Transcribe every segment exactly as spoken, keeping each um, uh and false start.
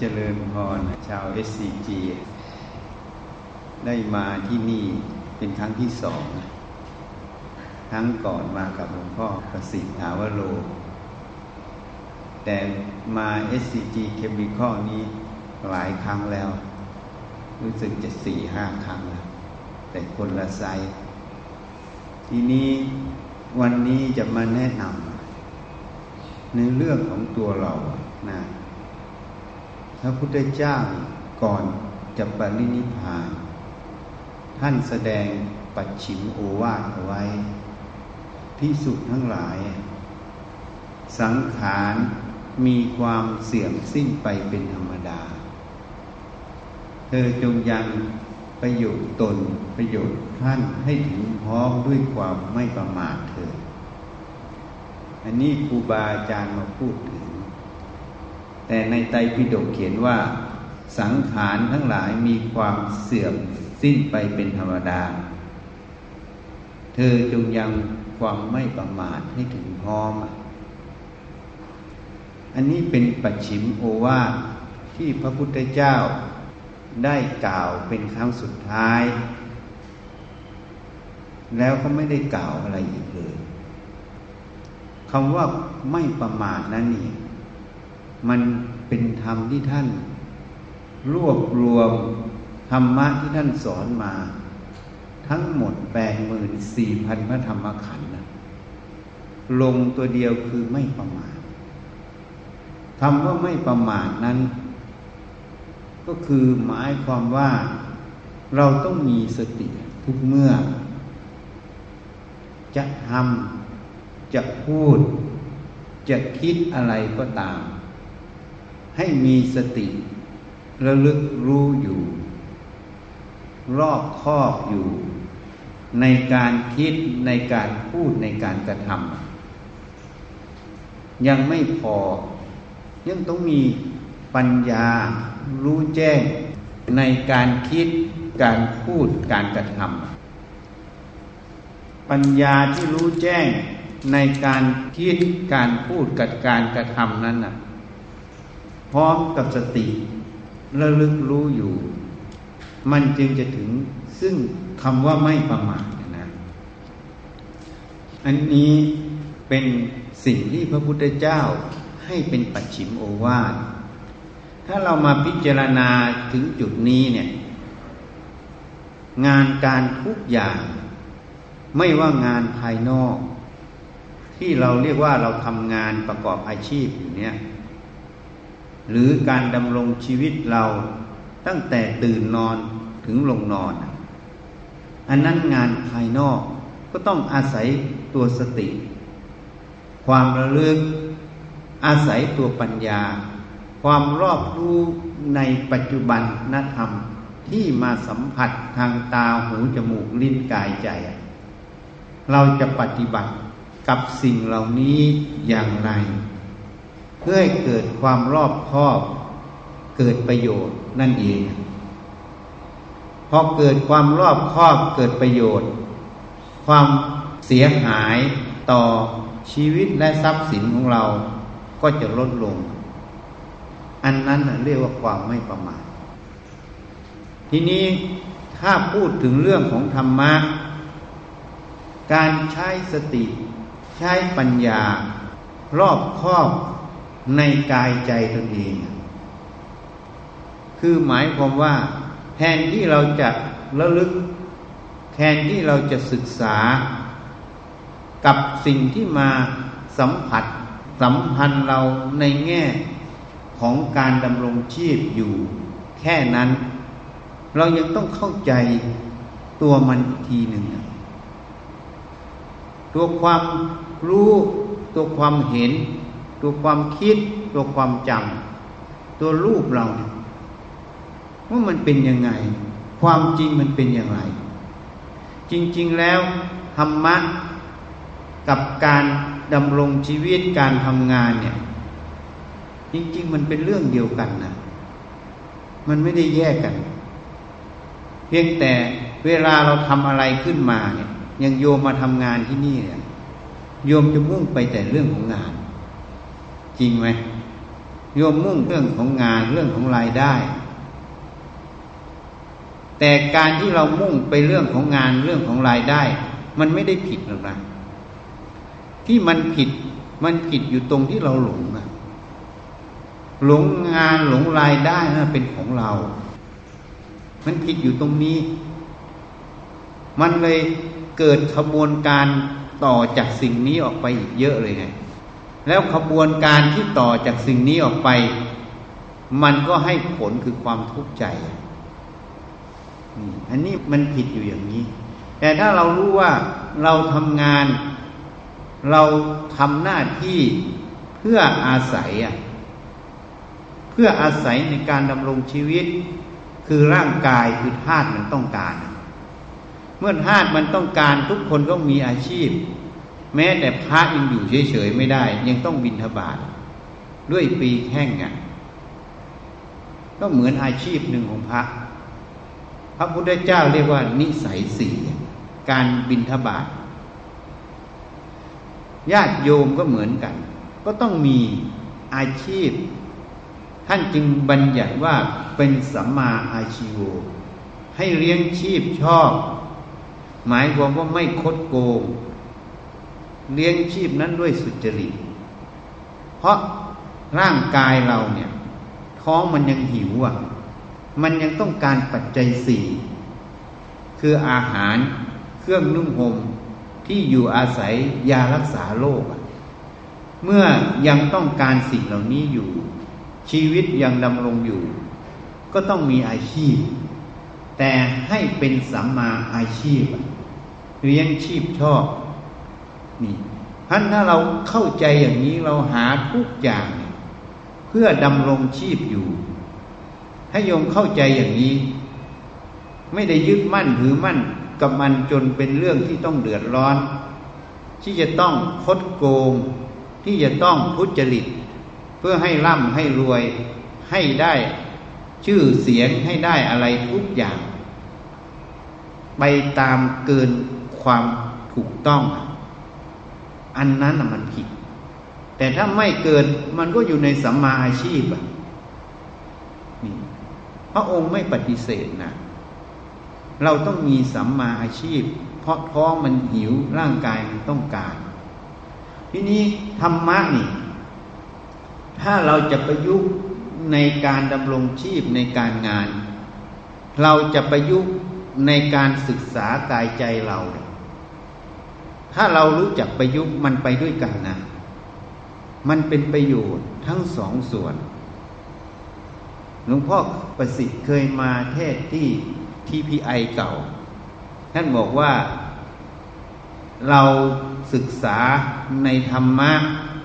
เจริญพรชาว เอส ซี จี ได้มาที่นี่เป็นครั้งที่สองครั้งก่อนมากับหลวงพ่อประสิทธิ์ถาวโรแต่มา เอส ซี จี Chemical นี้หลายครั้งแล้วรู้สึกจะสี่ห้าครั้งแล้วแต่คนละไซส์ทีนี้วันนี้จะมาแนะนำในเรื่องของตัวเรานะพระพุทธเจ้าก่อนจะปรินิพพานท่านแสดงปัจฉิมโอวาทเอาไว้ภิกษุทั้งหลายสังขารมีความเสื่อมสิ้นไปเป็นธรรมดาเธอจงยังประโยชน์ตนประโยชน์ท่านให้ถึงพร้อมด้วยความไม่ประมาทเถิดอันนี้ครูบาอาจารย์มาพูดถึงแต่ในไตรปิฎกเขียนว่าสังขารทั้งหลายมีความเสื่อมสิ้นไปเป็นธรรมดาเธอจงยังความไม่ประมาทให้ถึงพร้อมอันนี้เป็นปัจฉิมโอวาทที่พระพุทธเจ้าได้กล่าวเป็นครั้งสุดท้ายแล้วก็ไม่ได้กล่าวอะไรอีกเลยคำว่าไม่ประมาทนั้นนี่มันเป็นธรรมที่ท่านรวบรวมธรรมะที่ท่านสอนมาทั้งหมด แปดหมื่นสี่พัน พระธรรมขันธ์นะลงตัวเดียวคือไม่ประมาทคำว่าไม่ประมาทนั้นก็คือหมายความว่าเราต้องมีสติทุกเมื่อจะทำจะพูดจะคิดอะไรก็ตามให้มีสติระลึกรู้อยู่รอบคอบอยู่ในการคิดในการพูดในการกระทำยังไม่พอยังต้องมีปัญญารู้แจ้งในการคิดการพูดการกระทำปัญญาที่รู้แจ้งในการคิดการพูดกับการกระทำนั้นน่ะพร้อมกับสติระลึกรู้อยู่มันจึงจะถึงซึ่งคำว่าไม่ประมาทนะอันนี้เป็นสิ่งที่พระพุทธเจ้าให้เป็นปัจฉิมโอวาทถ้าเรามาพิจารณาถึงจุดนี้เนี่ยงานการทุกอย่างไม่ว่างานภายนอกที่เราเรียกว่าเราทำงานประกอบอาชีพอยู่เนี่ยหรือการดำรงชีวิตเราตั้งแต่ตื่นนอนถึงลงนอนอันนั้นงานภายนอกก็ต้องอาศัยตัวสติความระลึกอาศัยตัวปัญญาความรอบรู้ในปัจจุบันนธรรมที่มาสัมผัสทางตาหูจมูกลิ้นกายใจเราจะปฏิบัติกับสิ่งเหล่านี้อย่างไรเพื่อให้เกิดความรอบคอบเกิดประโยชน์นั่นเองพอเกิดความรอบคอบเกิดประโยชน์ความเสียหายต่อชีวิตและทรัพย์สินของเราก็จะลดลงอันนั้นเรียกว่าความไม่ประมาททีนี้ถ้าพูดถึงเรื่องของธรรมะการใช้สติใช้ปัญญารอบคอบในกายใจตนเองคือหมายความว่าแทนที่เราจะระลึกแทนที่เราจะศึกษากับสิ่งที่มาสัมผัสสัมพันธ์เราในแง่ของการดำรงชีพอยู่แค่นั้นเรายังต้องเข้าใจตัวมันอีกทีหนึ่งตัวความรู้ตัวความเห็นตัวความคิดตัวความจำตัวรูปเราเนี่ยว่ามันเป็นยังไงความจริงมันเป็นอย่างไรจริงๆแล้วธรรมะกับการดำรงชีวิตการทำงานเนี่ยจริงๆมันเป็นเรื่องเดียวกันนะมันไม่ได้แยกกันเพียงแต่เวลาเราทำอะไรขึ้นมาเนี่ยอย่างโยมมาทำงานที่นี่เนี่ยโยมจะมุ่งไปแต่เรื่องของงานจริงไหมโยมมุ่งเรื่องของงานเรื่องของรายได้แต่การที่เรามุ่งไปเรื่องของงานเรื่องของรายได้มันไม่ได้ผิดหรอกนะที่มันผิดมันผิดอยู่ตรงที่เราหลงนะหลงงานหลงรายได้นะเป็นของเรามันผิดอยู่ตรงนี้มันเลยเกิดขบวนการต่อจากสิ่งนี้ออกไปอีกเยอะเลยไงแล้วขบวนการที่ต่อจากสิ่งนี้ออกไปมันก็ให้ผลคือความทุกข์ใจอันนี้มันผิดอยู่อย่างนี้แต่ถ้าเรารู้ว่าเราทำงานเราทำหน้าที่เพื่ออาศัยอ่ะเพื่ออาศัยในการดำรงชีวิตคือร่างกายคือธาตุมันต้องการเมื่อธาตุมันต้องการทุกคนก็มีอาชีพแม้แต่พระยังอยู่เฉยๆไม่ได้ยังต้องบิณฑบาตด้วยปีแข้งอ่ะก็เหมือนอาชีพหนึ่งของพระพระพุทธเจ้าเรียกว่านิสัยสี่การบิณฑบาตญาติโยมก็เหมือนกันก็ต้องมีอาชีพท่านจึงบัญญัติว่าเป็นสัมมาอาชีโวให้เลี้ยงชีพชอบหมายความว่าไม่คดโกงเลี้ยงชีพนั้นด้วยสุจริตเพราะร่างกายเราเนี่ยท้องมันยังหิวอ่ะมันยังต้องการปัจจัยสี่คืออาหารเครื่องนุ่งห่มที่อยู่อาศัยยารักษาโรคเมื่อยังต้องการสิ่งเหล่านี้อยู่ชีวิตยังดำรงอยู่ก็ต้องมีอาชีพแต่ให้เป็นสัมมาอาชีพเลี้ยงชีพชอบนี่ท่านถ้าเราเข้าใจอย่างนี้เราหาทุกอย่างเพื่อดำรงชีพอยู่ให้โยมเข้าใจอย่างนี้ไม่ได้ยึดมั่นถือมั่นกับมันจนเป็นเรื่องที่ต้องเดือดร้อนที่จะต้องคดโกงที่จะต้องทุจริตเพื่อให้ร่ำให้รวยให้ได้ชื่อเสียงให้ได้อะไรทุกอย่างไปตามเกินความถูกต้องอันนั้นน่ะมันผิดแต่ถ้าไม่เกินมันก็อยู่ในสัมมาอาชีพอ่ะนี่พระองค์ไม่ปฏิเสธนะเราต้องมีสัมมาอาชีพเพราะท้องมันหิวร่างกายมันต้องการทีนี้ธรรมะนี่ถ้าเราจะประยุกต์ในการดำรงชีพในการงานเราจะประยุกต์ในการศึกษากายใจเราถ้าเรารู้จักประยุกต์มันไปด้วยกันนะมันเป็นประโยชน์ทั้งสองส่วนหลวงพ่อประสิทธิ์เคยมาเทศที่ ที พี ไอ เก่าท่านบอกว่าเราศึกษาในธรรมะ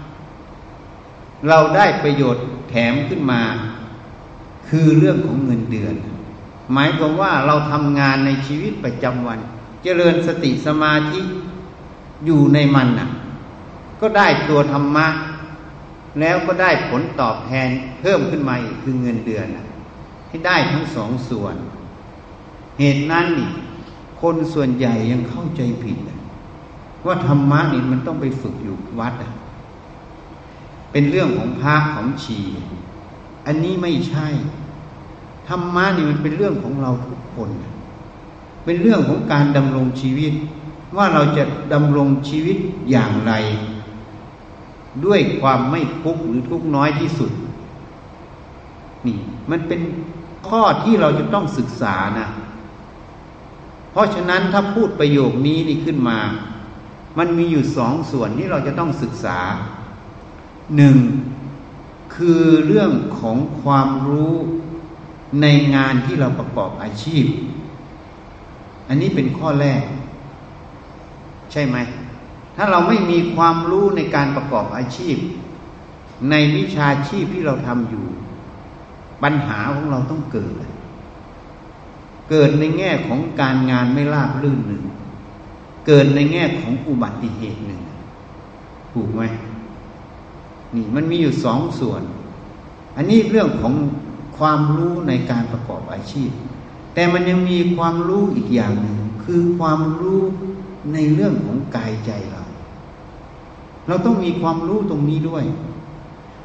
เราได้ประโยชน์แถมขึ้นมาคือเรื่องของเงินเดือนหมายความว่าเราทำงานในชีวิตประจำวันเจริญสติสมาธิอยู่ในมันน่ะก็ได้ตัวธรรมะแล้วก็ได้ผลตอบแทนเพิ่มขึ้นมาอีกคือเงินเดือนที่ได้ทั้งสองส่วนเหตุนั้นนี่คนส่วนใหญ่ยังเข้าใจผิดว่าธรรมะนี่มันต้องไปฝึกอยู่วัดเป็นเรื่องของพระของชีอันนี้ไม่ใช่ธรรมะนี่มันเป็นเรื่องของเราทุกคนเป็นเรื่องของการดำรงชีวิตว่าเราจะดำรงชีวิตอย่างไรด้วยความไม่ทุกข์หรือทุกข์น้อยที่สุดนี่มันเป็นข้อที่เราจะต้องศึกษานะเพราะฉะนั้นถ้าพูดประโยคนี้นี่ขึ้นมามันมีอยู่สองส่วนที่เราจะต้องศึกษาหนึ่งคือเรื่องของความรู้ในงานที่เราประกอบอาชีพอันนี้เป็นข้อแรกใช่ไหมถ้าเราไม่มีความรู้ในการประกอบอาชีพในวิชาชีพที่เราทำอยู่ปัญหาของเราต้องเกิดเกิดในแง่ของการงานไม่ราบรื่นหนึ่งเกิดในแง่ของอุบัติเหตุหนึ่งถูกไหมนี่มันมีอยู่สองส่วนอันนี้เรื่องของความรู้ในการประกอบอาชีพแต่มันยังมีความรู้อีกอย่างหนึ่งคือความรู้ในเรื่องของกายใจเราเราต้องมีความรู้ตรงนี้ด้วย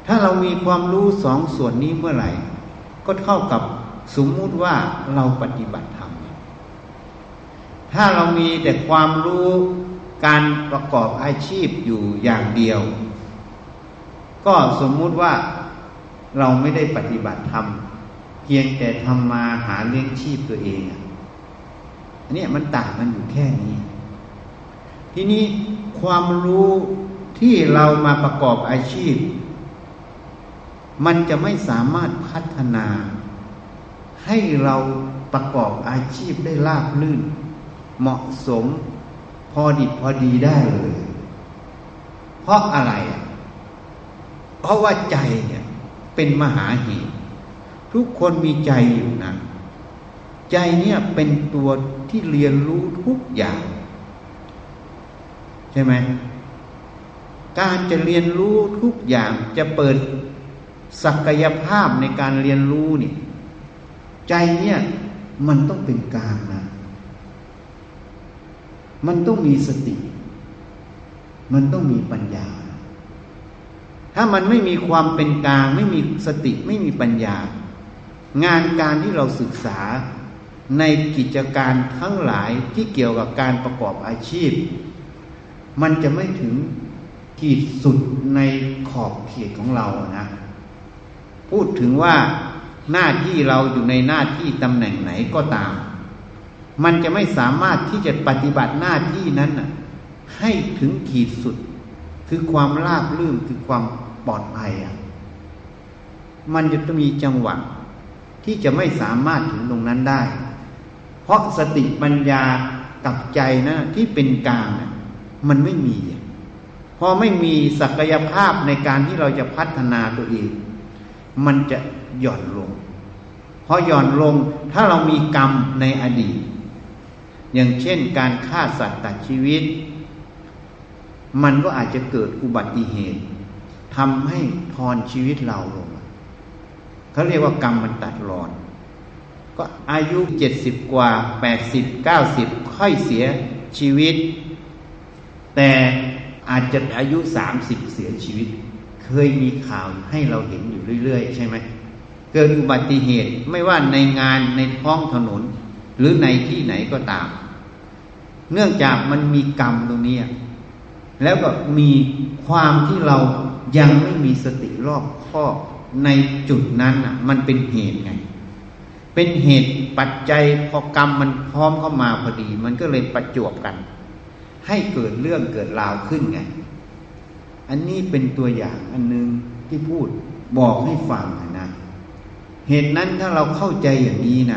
ถ้าเรามีความรู้สองส่วนนี้เมื่อไหร่ก็เท่ากับสมมุติว่าเราปฏิบัติธรรมถ้าเรามีแต่ความรู้การประกอบอาชีพอยู่อย่างเดียวก็สมมุติว่าเราไม่ได้ปฏิบัติธรรมเพียงแต่ทำมาหาเลี้ยงชีพตัวเองอันนี้มันต่างกันอยู่แค่นี้ทีนี้ความรู้ที่เรามาประกอบอาชีพมันจะไม่สามารถพัฒนาให้เราประกอบอาชีพได้ราบรื่นเหมาะสมพอดิบพอดีได้เลยเพราะอะไรอ่ะเพราะว่าใจเนี่ยเป็นมหาเหตุทุกคนมีใจอยู่นะใจเนี่ยเป็นตัวที่เรียนรู้ทุกอย่างใช่ไหมการจะเรียนรู้ทุกอย่างจะเปิดศักยภาพในการเรียนรู้นี่ใจเนี่ยมันต้องเป็นกลางนะมันต้องมีสติมันต้องมีปัญญาถ้ามันไม่มีความเป็นกลางไม่มีสติไม่มีปัญญางานการที่เราศึกษาในกิจการทั้งหลายที่เกี่ยวกับการประกอบอาชีพมันจะไม่ถึงขีดสุดในขอบเขตของเรานะพูดถึงว่าหน้าที่เราอยู่ในหน้าที่ตำแหน่งไหนก็ตามมันจะไม่สามารถที่จะปฏิบัติหน้าที่นั้นน่ะให้ถึงขีดสุดคือความราบรื่นคือความปลอดภัยอ่ะมันจะต้องมีจังหวะที่จะไม่สามารถถึงตรงนั้นได้เพราะสติปัญญากับใจนะที่เป็นกลางน่ะมันไม่มีพอไม่มีศักยภาพในการที่เราจะพัฒนาตัวเองมันจะหย่อนลงพอหย่อนลงถ้าเรามีกรรมในอดีตอย่างเช่นการฆ่าสัตว์ตัดชีวิตมันก็อาจจะเกิดอุบัติเหตุทำให้ทอนชีวิตเราลงเขาเรียกว่ากรรมมันตัดรอนก็อายุเจ็ดสิบกว่าแปดสิบเก้าสิบค่อยเสียชีวิตแต่อาจจะอายุสามสิบเสียชีวิตเคยมีข่าวให้เราเห็นอยู่เรื่อยๆใช่ไหมเกิดอุบัติเหตุไม่ว่าในงานในท้องถนนหรือในที่ไหนก็ตามเนื่องจากมันมีกรรมตรงนี้แล้วก็มีความที่เรายังไม่มีสติรอบคอบในจุดนั้นอ่ะมันเป็นเหตุไงเป็นเหตุปัจจัยพอกรรมมันพร้อมเข้ามาพอดีมันก็เลยประจวบกันให้เกิดเรื่องเกิดราวขึ้นไงอันนี้เป็นตัวอย่างอันนึงที่พูดบอกให้ฟังนะเหตุนั้นถ้าเราเข้าใจอย่างนี้นะ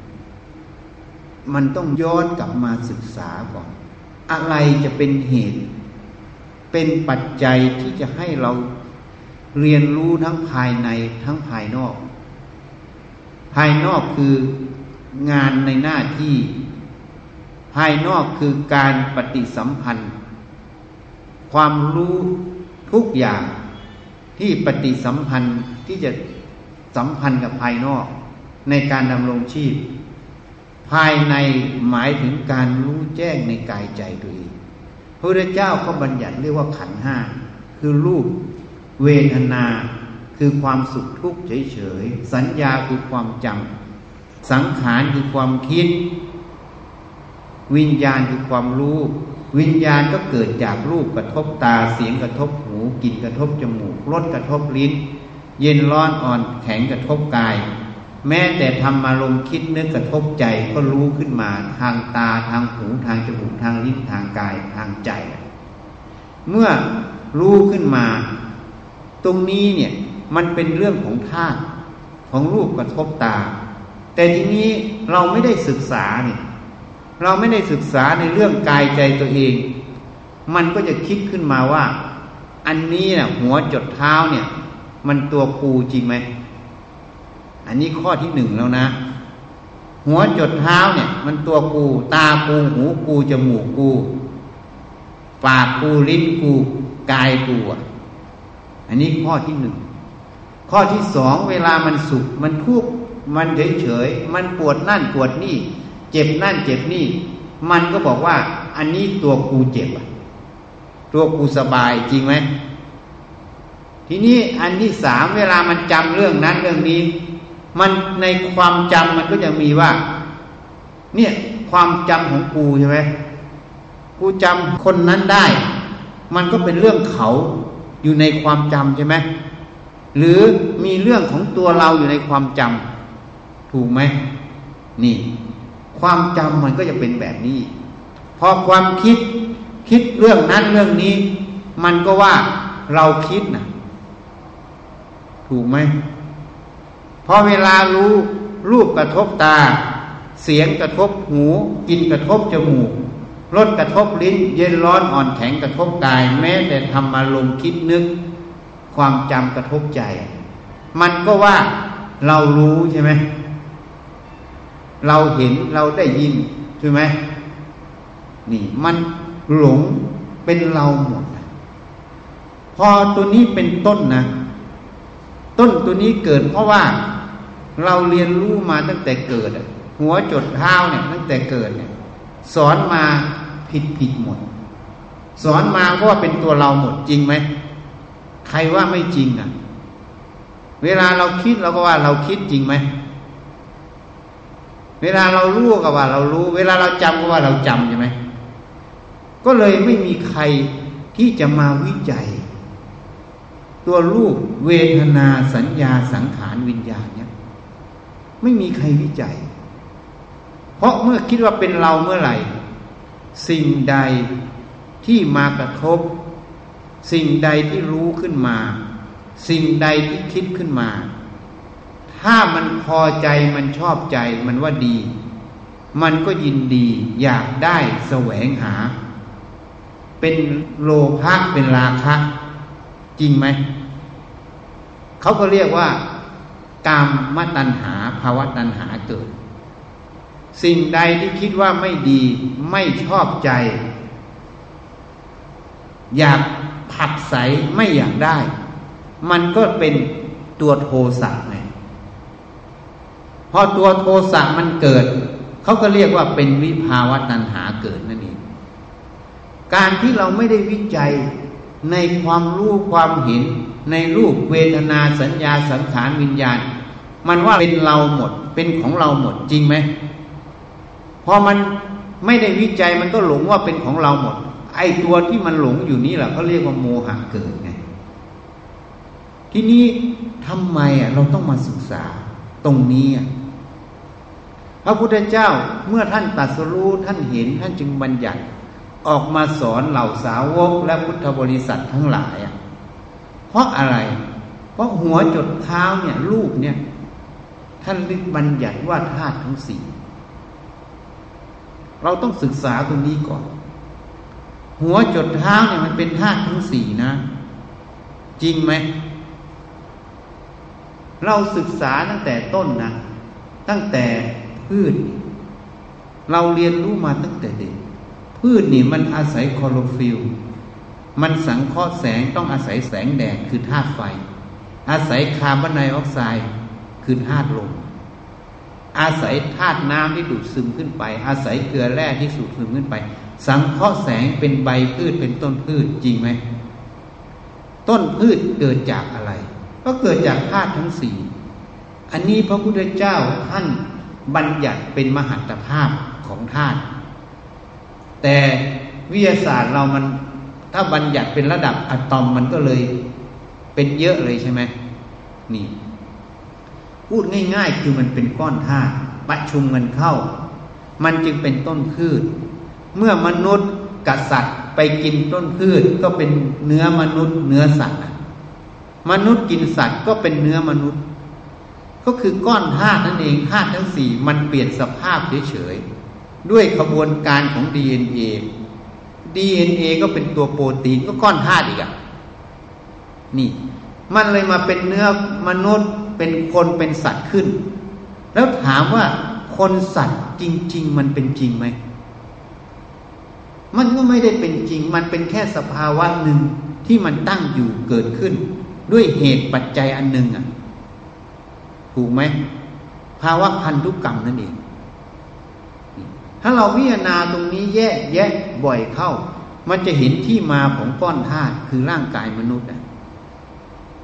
มันต้องย้อนกลับมาศึกษาก่อนอะไรจะเป็นเหตุเป็นปัจจัยที่จะให้เราเรียนรู้ทั้งภายในทั้งภายนอกภายนอกคืองานในหน้าที่ภายนอกคือการปฏิสัมพันธ์ความรู้ทุกอย่างที่ปฏิสัมพันธ์ที่จะสัมพันธ์กับภายนอกในการดำรงชีพภายในหมายถึงการรู้แจ้งในกายใจตัวเองพระพุทธเจ้าก็บัญญัติเรียกว่าขันธ์ห้าคือรูปเวทนาคือความสุขทุกข์เฉยๆสัญญาคือความจำสังขารคือความคิดวิญญาณคือความรู้วิญญาณก็เกิดจากรูปกระทบตาเสียงกระทบหูกลิ่นกระทบจมูกรสกระทบลิ้นเย็นร้อนอ่อนแข็งกระทบกายแม้แต่ธรรมารมณ์คิดนึกกระทบใจก็รู้ขึ้นมาทางตาทางหูทางจมูกทางลิ้นทางกายทางใจเมื่อรู้ขึ้นมาตรงนี้เนี่ยมันเป็นเรื่องของธาตุของรูปกระทบตาแต่ทีนี้เราไม่ได้ศึกษาเนี่ยเราไม่ได้ศึกษาในเรื่องกายใจตัวเองมันก็จะคิดขึ้นมาว่าอันนี้น่ะหัวจดเท้าเนี่ยมันตัวกูจริงไหมอันนี้ข้อที่หนึ่งแล้วนะหัวจดเท้าเนี่ยมันตัวกูตากูหูกูจมูกกูปากกูลิ้นกูกายกูอ่ะอันนี้ข้อที่หนึ่งข้อที่สองเวลามันสุขมันทุกข์มันเฉยเฉยมันปวดนั่นปวดนี่เจ็บนั่นเจ็บนี่มันก็บอกว่าอันนี้ตัวกูเจ็บอ่ะตัวกูสบายจริงไหมทีนี้อันที่สามเวลามันจำเรื่องนั้นเรื่องนี้มันในความจำมันก็จะมีว่าเนี่ยความจำของกูใช่ไหมกูจำคนนั้นได้มันก็เป็นเรื่องเขาอยู่ในความจำใช่ไหมหรือมีเรื่องของตัวเราอยู่ในความจำถูกไหมนี่ความจำมันก็จะเป็นแบบนี้พอความคิดคิดเรื่องนั้นเรื่องนี้มันก็ว่าเราคิดนะถูกไหมพอเวลารู้รูปกระทบตาเสียงกระทบหูกลิ่นกระทบจมูกรสกระทบลิ้นเย็นร้อนอ่อนแข็งกระทบกายแม้แต่ทำอารมณ์คิดนึกความจำกระทบใจมันก็ว่าเรารู้ใช่ไหมเราเห็นเราได้ยินใช่ไหมนี่มันหลงเป็นเราหมดพอตัวนี้เป็นต้นนะต้นตัวนี้เกิดเพราะว่าเราเรียนรู้มาตั้งแต่เกิดหัวจดเท้าเนี่ยตั้งแต่เกิดเนี่ยสอนมาผิดผิดหมดสอนมาเพราะว่าเป็นตัวเราหมดจริงไหมใครว่าไม่จริงอ่ะเวลาเราคิดเราก็ว่าเราคิดจริงไหมเวลาเรารู้ก็ว่าเรารู้เวลาเราจำก็ว่าเราจำใช่ไหมก็เลยไม่มีใครที่จะมาวิจัยตัวรูปเวทนาสัญญาสังขารวิญญาณเนี่ยไม่มีใครวิจัยเพราะเมื่อคิดว่าเป็นเราเมื่อไหร่สิ่งใดที่มากระทบสิ่งใดที่รู้ขึ้นมาสิ่งใดที่คิดขึ้นมาถ้ามันพอใจมันชอบใจมันว่าดีมันก็ยินดีอยากได้แสวงหาเป็นโลภะเป็นราคะจริงไหมเขาก็เรียกว่ากามตัณหาภาวะตัณหาเกิดสิ่งใดที่คิดว่าไม่ดีไม่ชอบใจอยากผักใสไม่อยากได้มันก็เป็นตัวโทสะไงพอตัวโทสะมันเกิดเขาก็เรียกว่าเป็นวิภาวะตัณหาเกิดนั่นเองการที่เราไม่ได้วิจัยในความรู้ความเห็นในรูปเวทนาสัญญาสังขารวิญญาณมันว่าเป็นเราหมดเป็นของเราหมดจริงไหมพอมันไม่ได้วิจัยมันก็หลงว่าเป็นของเราหมดไอ้ตัวที่มันหลงอยู่นี่แหละเขาเรียกว่าโมหะเกิดไงทีนี้ทำไมอ่ะเราต้องมาศึกษาตรงนี้อ่ะพระพุทธเจ้าเมื่อท่านตรัสรู้ท่านเห็นท่านจึงบัญญัติออกมาสอนเหล่าสาวกและพุทธบริษัททั้งหลายอ่ะเพราะอะไรเพราะหัวจดเท้าเนี่ยรูปเนี่ยท่านลึกบัญญัติว่าธาตุทั้งสี่เราต้องศึกษาตรงนี้ก่อนหัวจดเท้าเนี่ยมันเป็นธาตุทั้งสี่นะจริงไหมเราศึกษาตั้งแต่ต้นนะตั้งแต่พืชเราเรียนรู้มาตั้งแต่เด็กพืชนี่มันอาศัยคลอโรฟิลล์มันสังเคราะห์แสงต้องอาศัยแสงแดดคือธาตุไฟอาศัยคาร์บอนไดออกไซด์คือธาตุลมอาศัยธาตุน้ำที่ดูดซึมขึ้นไปอาศัยเกลือแร่ที่สูดซึมขึ้นไปสังเคราะห์แสงเป็นใบพืชเป็นต้นพืชจริงไหมต้นพืชเกิดจากอะไรก็เกิดจากธาตุทั้งสี่อันนี้พระพุทธเจ้าท่านบัญญัติเป็นมหัตถภาพของธาตุแต่วิทยาศาสตร์เรามันถ้าบัญญัติเป็นระดับอะตอมมันก็เลยเป็นเยอะเลยใช่ไหมนี่พูดง่ายๆคือมันเป็นก้อนธาตุประชุมกันเข้ามันจึงเป็นต้นพืชเมื่อมนุษย์กับสัตว์ไปกินต้นพืชก็เป็นเนื้อมนุษย์เนื้อสัตว์มนุษย์กินสัตว์ก็เป็นเนื้อมนุษย์ก็คือก้อนธาตุนั่นเองธาตุทั้งสี่มันเปลี่ยนสภาพเฉยๆด้วยขบวนการของ ดี เอ็น เอ ดี เอ็น เอ ก็เป็นตัวโปรตีนก็ก้อนธาตุอีกอ่ะนี่มันเลยมาเป็นเนื้อมนุษย์เป็นคนเป็นสัตว์ขึ้นแล้วถามว่าคนสัตว์จริงๆมันเป็นจริงไหมมันก็ไม่ได้เป็นจริงมันเป็นแค่สภาวะหนึ่งที่มันตั้งอยู่เกิดขึ้นด้วยเหตุปัจจัยอันหนึ่งอ่ะถูกไหมภาวะพันธุกรรมนั่นเองถ้าเราพิจารณาตรงนี้แยกแยะบ่อยเข้ามันจะเห็นที่มาของก้อนธาตุคือร่างกายมนุษย์อ่ะ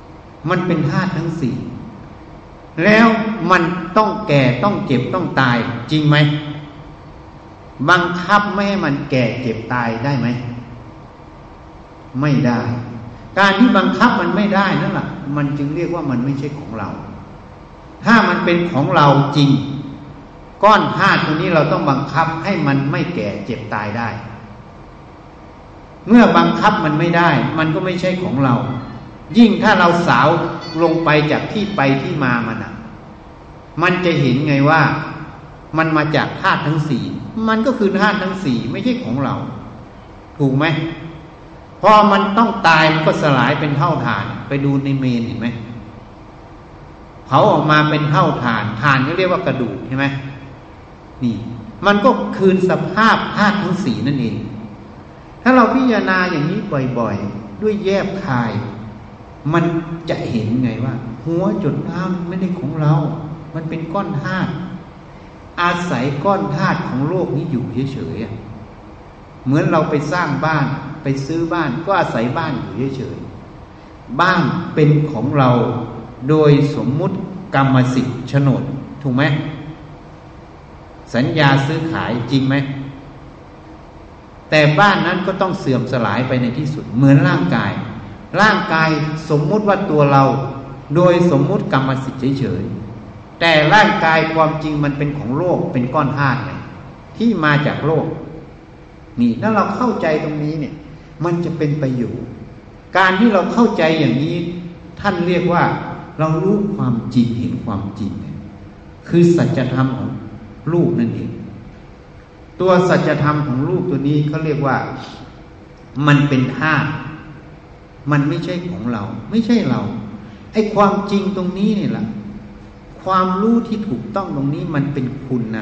มันเป็นธาตุทั้งสี่แล้วมันต้องแก่ต้องเจ็บต้องตายจริงไหมบังคับไม่ให้มันแก่เจ็บตายได้ไหมไม่ได้การที่บังคับมันไม่ได้นั่นแหละมันจึงเรียกว่ามันไม่ใช่ของเราถ้ามันเป็นของเราจริงก้อนธาตุตัวนี้เราต้องบังคับให้มันไม่แก่เจ็บตายได้เมื่อบังคับมันไม่ได้มันก็ไม่ใช่ของเรายิ่งถ้าเราสาวลงไปจากที่ไปที่มามันอ่ะมันจะเห็นไงว่ามันมาจากธาตุทั้งสี่มันก็คือธาตุทั้งสี่ไม่ใช่ของเราถูกไหมพอมันต้องตายมันก็สลายเป็นเท่าฐานไปดูในเมนเห็นไหมเผาออกมาเป็นเท่าฐานฐานก็เรียกว่ากระดูกใช่ไหมนี่มันก็คืนสภาพธาตุทั้งสี่นั่นเองถ้าเราพิจารณาอย่างนี้บ่อยๆด้วยแยบคายมันจะเห็นไงว่าหัวจุดเท้าไม่ได้ของเรามันเป็นก้อนธาตุอาศัยก้อนธาตุของโลกนี้อยู่เฉยๆเหมือนเราไปสร้างบ้านไปซื้อบ้านก็อาศัยบ้านอยู่เฉยๆบ้านเป็นของเราโดยสมมุติกรรมสิทธิ์โฉนดถูกไหมสัญญาซื้อขายจริงไหมแต่บ้านนั้นก็ต้องเสื่อมสลายไปในที่สุดเหมือนร่างกายร่างกายสมมุติว่าตัวเราโดยสมมุติกรรมสิทธิ์เฉยๆแต่ร่างกายความจริงมันเป็นของโลกเป็นก้อนธาตุไงที่มาจากโลกนี่ถ้าเราเข้าใจตรงนี้เนี่ยมันจะเป็นประโยชน์การที่เราเข้าใจอย่างนี้ท่านเรียกว่าเรารู้ความจริงเห็นความจริงคือสัจธรรมของรูปนั่นเองตัวสัจธรรมของรูปตัวนี้เขาเรียกว่ามันเป็นธาตุมันไม่ใช่ของเราไม่ใช่เราไอ้ความจริงตรงนี้นี่แหละความรู้ที่ถูกต้องตรงนี้มันเป็นคุณนะ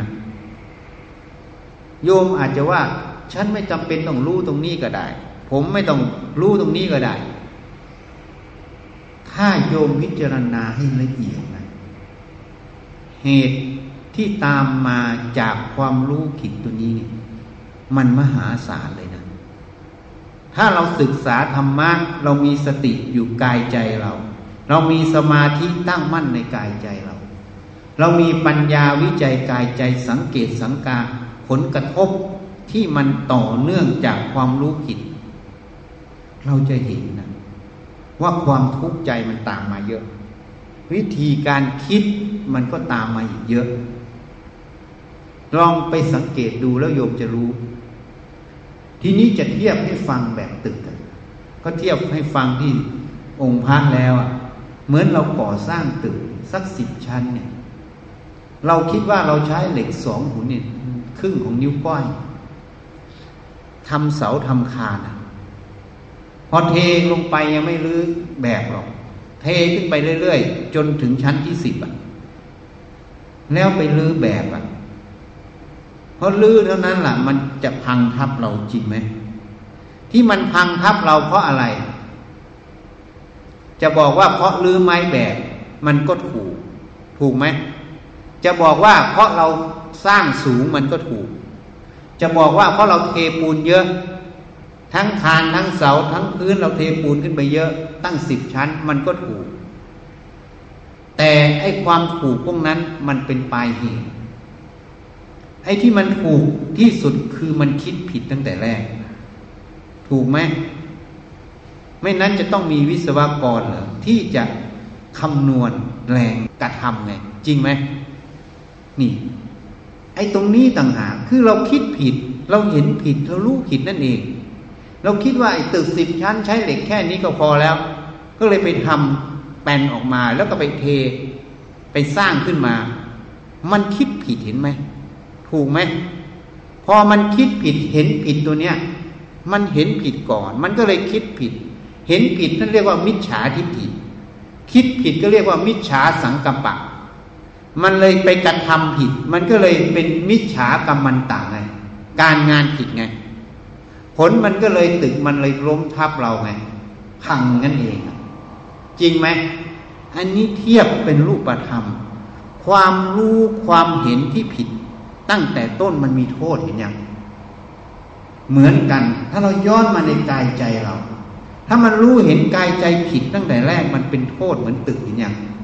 โยมอาจจะว่าฉันไม่จำเป็นต้องรู้ตรงนี้ก็ได้ผมไม่ต้องรู้ตรงนี้ก็ได้ถ้าโยมพิจารณาให้ละเอียดนะเหตุที่ตามมาจากความรู้ผิดตัวนี้นี่มันมหาศาลเลยนะถ้าเราศึกษาธรรมะเรามีสติอยู่กายใจเราเรามีสมาธิตั้งมั่นในกายใจเราเรามีปัญญาวิจัยกายใจสังเกตสังกาผลกระทบที่มันต่อเนื่องจากความรู้ผิดเราจะเห็นนะว่าความทุกข์ใจมันตามมาเยอะวิธีการคิดมันก็ตามมาอีกเยอะลองไปสังเกตดูแล้วโยมจะรู้ทีนี้จะเทียบให้ฟังแบบตึกกันก็เทียบให้ฟังที่องค์พระแล้วอ่ะเหมือนเราก่อสร้างตึกสักสิบชั้นเนี่ยเราคิดว่าเราใช้เหล็กสองหุ่นเนี่ยครึ่งของนิ้วก้อยทำเสาทำคานพอเทลงไปยังไม่รื้อแบบหรอกเทขึ้นไปเรื่อยๆจนถึงชั้นที่สิบอ่ะแล้วไปรื้อแบบอ่ะเพราะลื้อเท่านั้นล่ะมันจะพังทับเราจริงไหมที่มันพังทับเราเพราะอะไรจะบอกว่าเพราะลื้อไม้แบบมันก็ถูกถูกไหมจะบอกว่าเพราะเราสร้างสูงมันก็ถูกจะบอกว่าเพราะเราเทปูนเยอะทั้งคานทั้งเสาทั้งพื้นเราเทปูนขึ้นไปเยอะตั้งสิบชั้นมันก็ถูกแต่ไอ้ความถูกพวกนั้นมันเป็นปลายเหตุไอ้ที่มันถูกที่สุดคือมันคิดผิดตั้งแต่แรกถูกไหมไม่นั้นจะต้องมีวิศวกรเหรอที่จะคำนวณแรงกระทำไงจริงไหมนี่ไอ้ตรงนี้ต่างหากคือเราคิดผิดเราเห็นผิดเรารู้ผิดนั่นเองเราคิดว่าไอ้ตึกสิบชั้นใช้เหล็กแค่นี้ก็พอแล้วก็เลยไปทำแปลนออกมาแล้วก็ไปเทไปสร้างขึ้นมามันคิดผิดเห็นไหมถูกไหมพอมันคิดผิดเห็นผิดตัวเนี้ยมันเห็นผิดก่อนมันก็เลยคิดผิดเห็นผิดนั่นเรียกว่ามิจฉาทิฏฐิคิดผิดก็เรียกว่ามิจฉาสังกัปปะมันเลยไปกระทำผิดมันก็เลยเป็นมิจฉากรรมันตะไงการงานผิดไงผลมันก็เลยตึกมันเลยล้มทับเราไงพังนั่นเองจริงไหมอันนี้เทียบเป็นรูปธรรมความรู้ความเห็นที่ผิดตั้งแต่ต้นมันมีโทษเห็นยังเหมือนกันถ้าเราย้อนมาในกายใจเราถ้ามันรู้เห็นกายใจผิดตั้งแต่แรกมันเป็นโทษเหมือนตึกอย่าง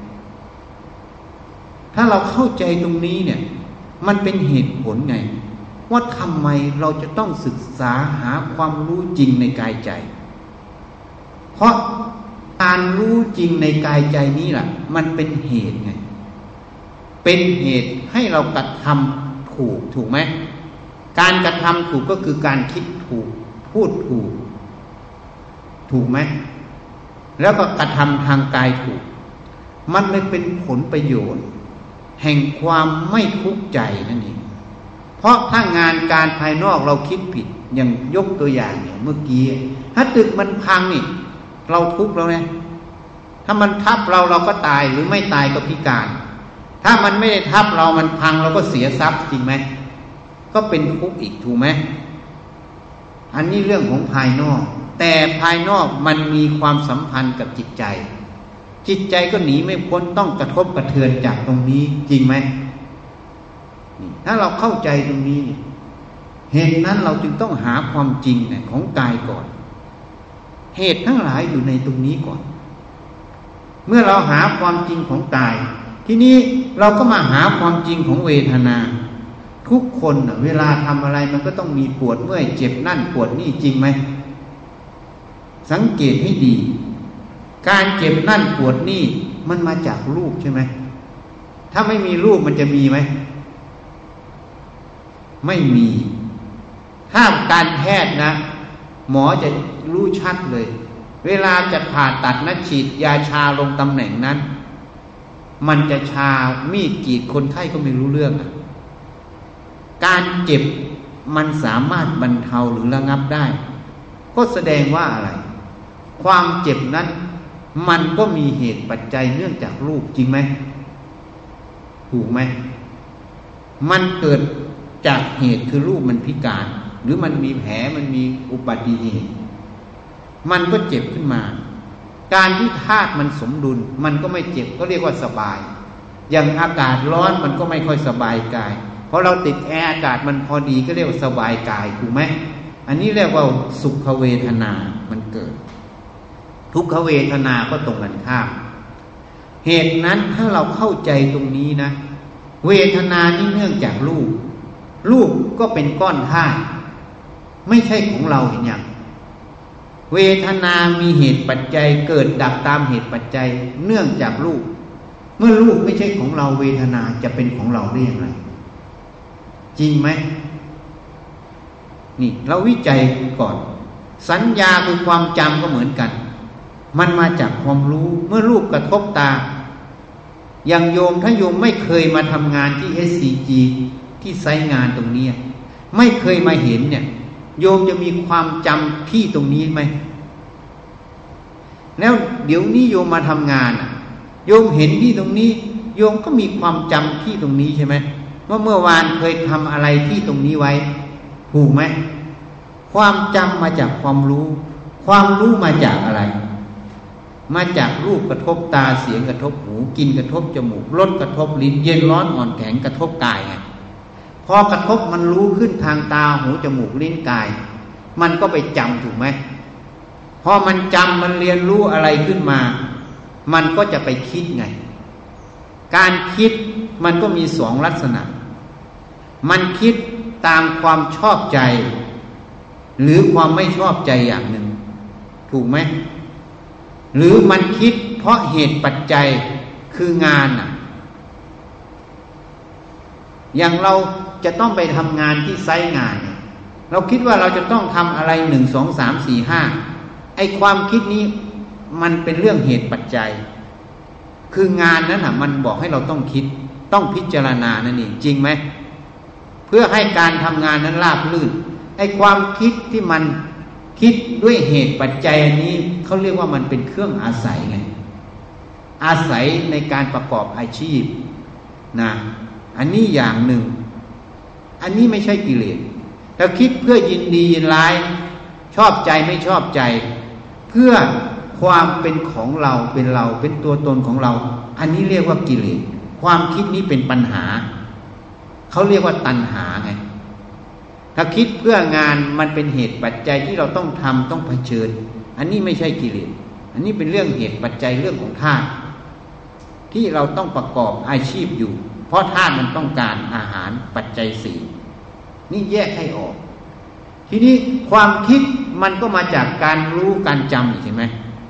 ถ้าเราเข้าใจตรงนี้เนี่ยมันเป็นเหตุผลไงว่าทำไมเราจะต้องศึกษาหาความรู้จริงในกายใจเพราะการรู้จริงในกายใจนี้แหละมันเป็นเหตุไงเป็นเหตุให้เรากระทำถูกถูกไหมการกระทำถูกก็คือการคิดถูกพูดถูกถูกไหมแล้วก็กระทำทางกายถูกมันเลยเป็นผลประโยชน์แห่งความไม่ทุกข์ใจนั่นเองเพราะถ้างานการภายนอกเราคิดผิดอย่างยกตัวอย่างเนี่ยเมื่อกี้ถ้าตึกมันพังนี่เราทุกข์แล้วนะถ้ามันทับเราเราก็ตายหรือไม่ตายก็พิการถ้ามันไม่ได้ทับเรามันพังเราก็เสียทรัพย์จริงไหมก็เป็นทุกข์อีกถูกไหมอันนี้เรื่องของภายนอกแต่ภายนอกมันมีความสัมพันธ์กับจิตใจจิตใจก็หนีไม่พ้นต้องกระทบกระเทือนจากตรงนี้จริงไหมถ้าเราเข้าใจตรงนี้เหตุนั้นเราจึงต้องหาความจริงของกายก่อนเหตุทั้งหลายอยู่ในตรงนี้ก่อนเมื่อเราหาความจริงของกายทีนี้เราก็มาหาความจริงของเวทนาทุกคนเวลาทำอะไรมันก็ต้องมีปวดเมื่อยเจ็บนั่นปวดนี่จริงไหมสังเกตให้ดีการเจ็บนั่นปวดนี่มันมาจากรูปใช่ไหมถ้าไม่มีรูปมันจะมีไหมไม่มีถ้าการแพทย์นะหมอจะรู้ชัดเลยเวลาจะผ่าตัดนะฉีดยาชาลงตำแหน่งนั้นมันจะชามีดกรีดคนไข้ก็ไม่รู้เรื่องการเจ็บมันสามารถบรรเทาหรือระงับได้ก็แสดงว่าอะไรความเจ็บนั้นมันก็มีเหตุปัจจัยเนื่องจากรูปจริงไหมถูกไหมมันเกิดจากเหตุคือรูปมันพิการหรือมันมีแผลมันมีอุบัติเหตุมันก็เจ็บขึ้นมาการที่ธาตุมันสมดุลมันก็ไม่เจ็บก็เรียกว่าสบายอย่างอากาศร้อนมันก็ไม่ค่อยสบายกายเพราะเราติดแอร์อากาศมันพอดีก็เรียกว่าสบายกายถูกไหมอันนี้เรียกว่าสุขเวทนามันเกิดทุกขเวทนาก็ตรงกันข้ามเหตุนั้นถ้าเราเข้าใจตรงนี้นะเวทนานี่เนื่องจากรูปรูปก็เป็นก้อนธาตุไม่ใช่ของเราเห็นอย่างเวทนามีเหตุปัจจัยเกิดดับตามเหตุปัจจัยเนื่องจากรูปเมื่อรูปไม่ใช่ของเราเวทนาจะเป็นของเราได้อย่างไรจริงไหมนี่เราวิจัยก่อนสัญญาคือความจำก็เหมือนกันมันมาจากความรู้เมื่อรูปกระทบตาอย่างโยมถ้าโยมไม่เคยมาทำงานที่ เอส ซี จี ที่ไซต์งานตรงนี้ไม่เคยมาเห็นเนี่ยโยมจะมีความจำที่ตรงนี้ไหมแล้วเดี๋ยวนี้โยมมาทำงานโยมเห็นที่ตรงนี้โยมก็มีความจำที่ตรงนี้ใช่ไหมว่าเมื่อวานเคยทำอะไรที่ตรงนี้ไว้ถูกไหมความจำมาจากความรู้ความรู้มาจากอะไรมาจากรูปกระทบตาเสียงกระทบหูกลิ่นกระทบจมูกรสกระทบลิ้นเย็นร้อนอ่อนแข็งกระทบกายไงพอกระทบมันรู้ขึ้นทางตาหูจมูกลิ้นกายมันก็ไปจำถูกไหมพอมันจำมันเรียนรู้อะไรขึ้นมามันก็จะไปคิดไงการคิดมันก็มีสองลักษณะมันคิดตามความชอบใจหรือความไม่ชอบใจอย่างหนึ่งถูกไหมหรือมันคิดเพราะเหตุปัจจัยคืองานอ่ะอย่างเราจะต้องไปทำงานที่ไซต์งานเราคิดว่าเราจะต้องทำอะไรหนึ่งสองสามสี่ห้าไอความคิดนี้มันเป็นเรื่องเหตุปัจจัยคืองานนั้นอ่ะมันบอกให้เราต้องคิดต้องพิจารณานั่นเองจริงไหมเพื่อให้การทำงานนั้นราบรื่นไอความคิดที่มันคิดด้วยเหตุปัจจัยอันนี้เขาเรียกว่ามันเป็นเครื่องอาศัยไงอาศัยในการประกอบอาชีพนะอันนี้อย่างหนึ่งอันนี้ไม่ใช่กิเลสเราคิดเพื่อยินดียินร้ายชอบใจไม่ชอบใจเพื่อความเป็นของเราเป็นเราเป็นตัวตนของเราอันนี้เรียกว่ากิเลสความคิดนี้เป็นปัญหาเขาเรียกว่าตัณหาไงถ้าคิดเพื่องานมันเป็นเหตุปัจจัยที่เราต้องทำต้องเผชิญอันนี้ไม่ใช่กิเลสอันนี้เป็นเรื่องเหตุปัจจัยเรื่องของธาตุที่เราต้องประกอบอาชีพอยู่เพราะธาตุมันต้องการอาหารปัจจัยสี่นี่แยกให้ออกทีนี้ความคิดมันก็มาจากการรู้การจำใช่ไหม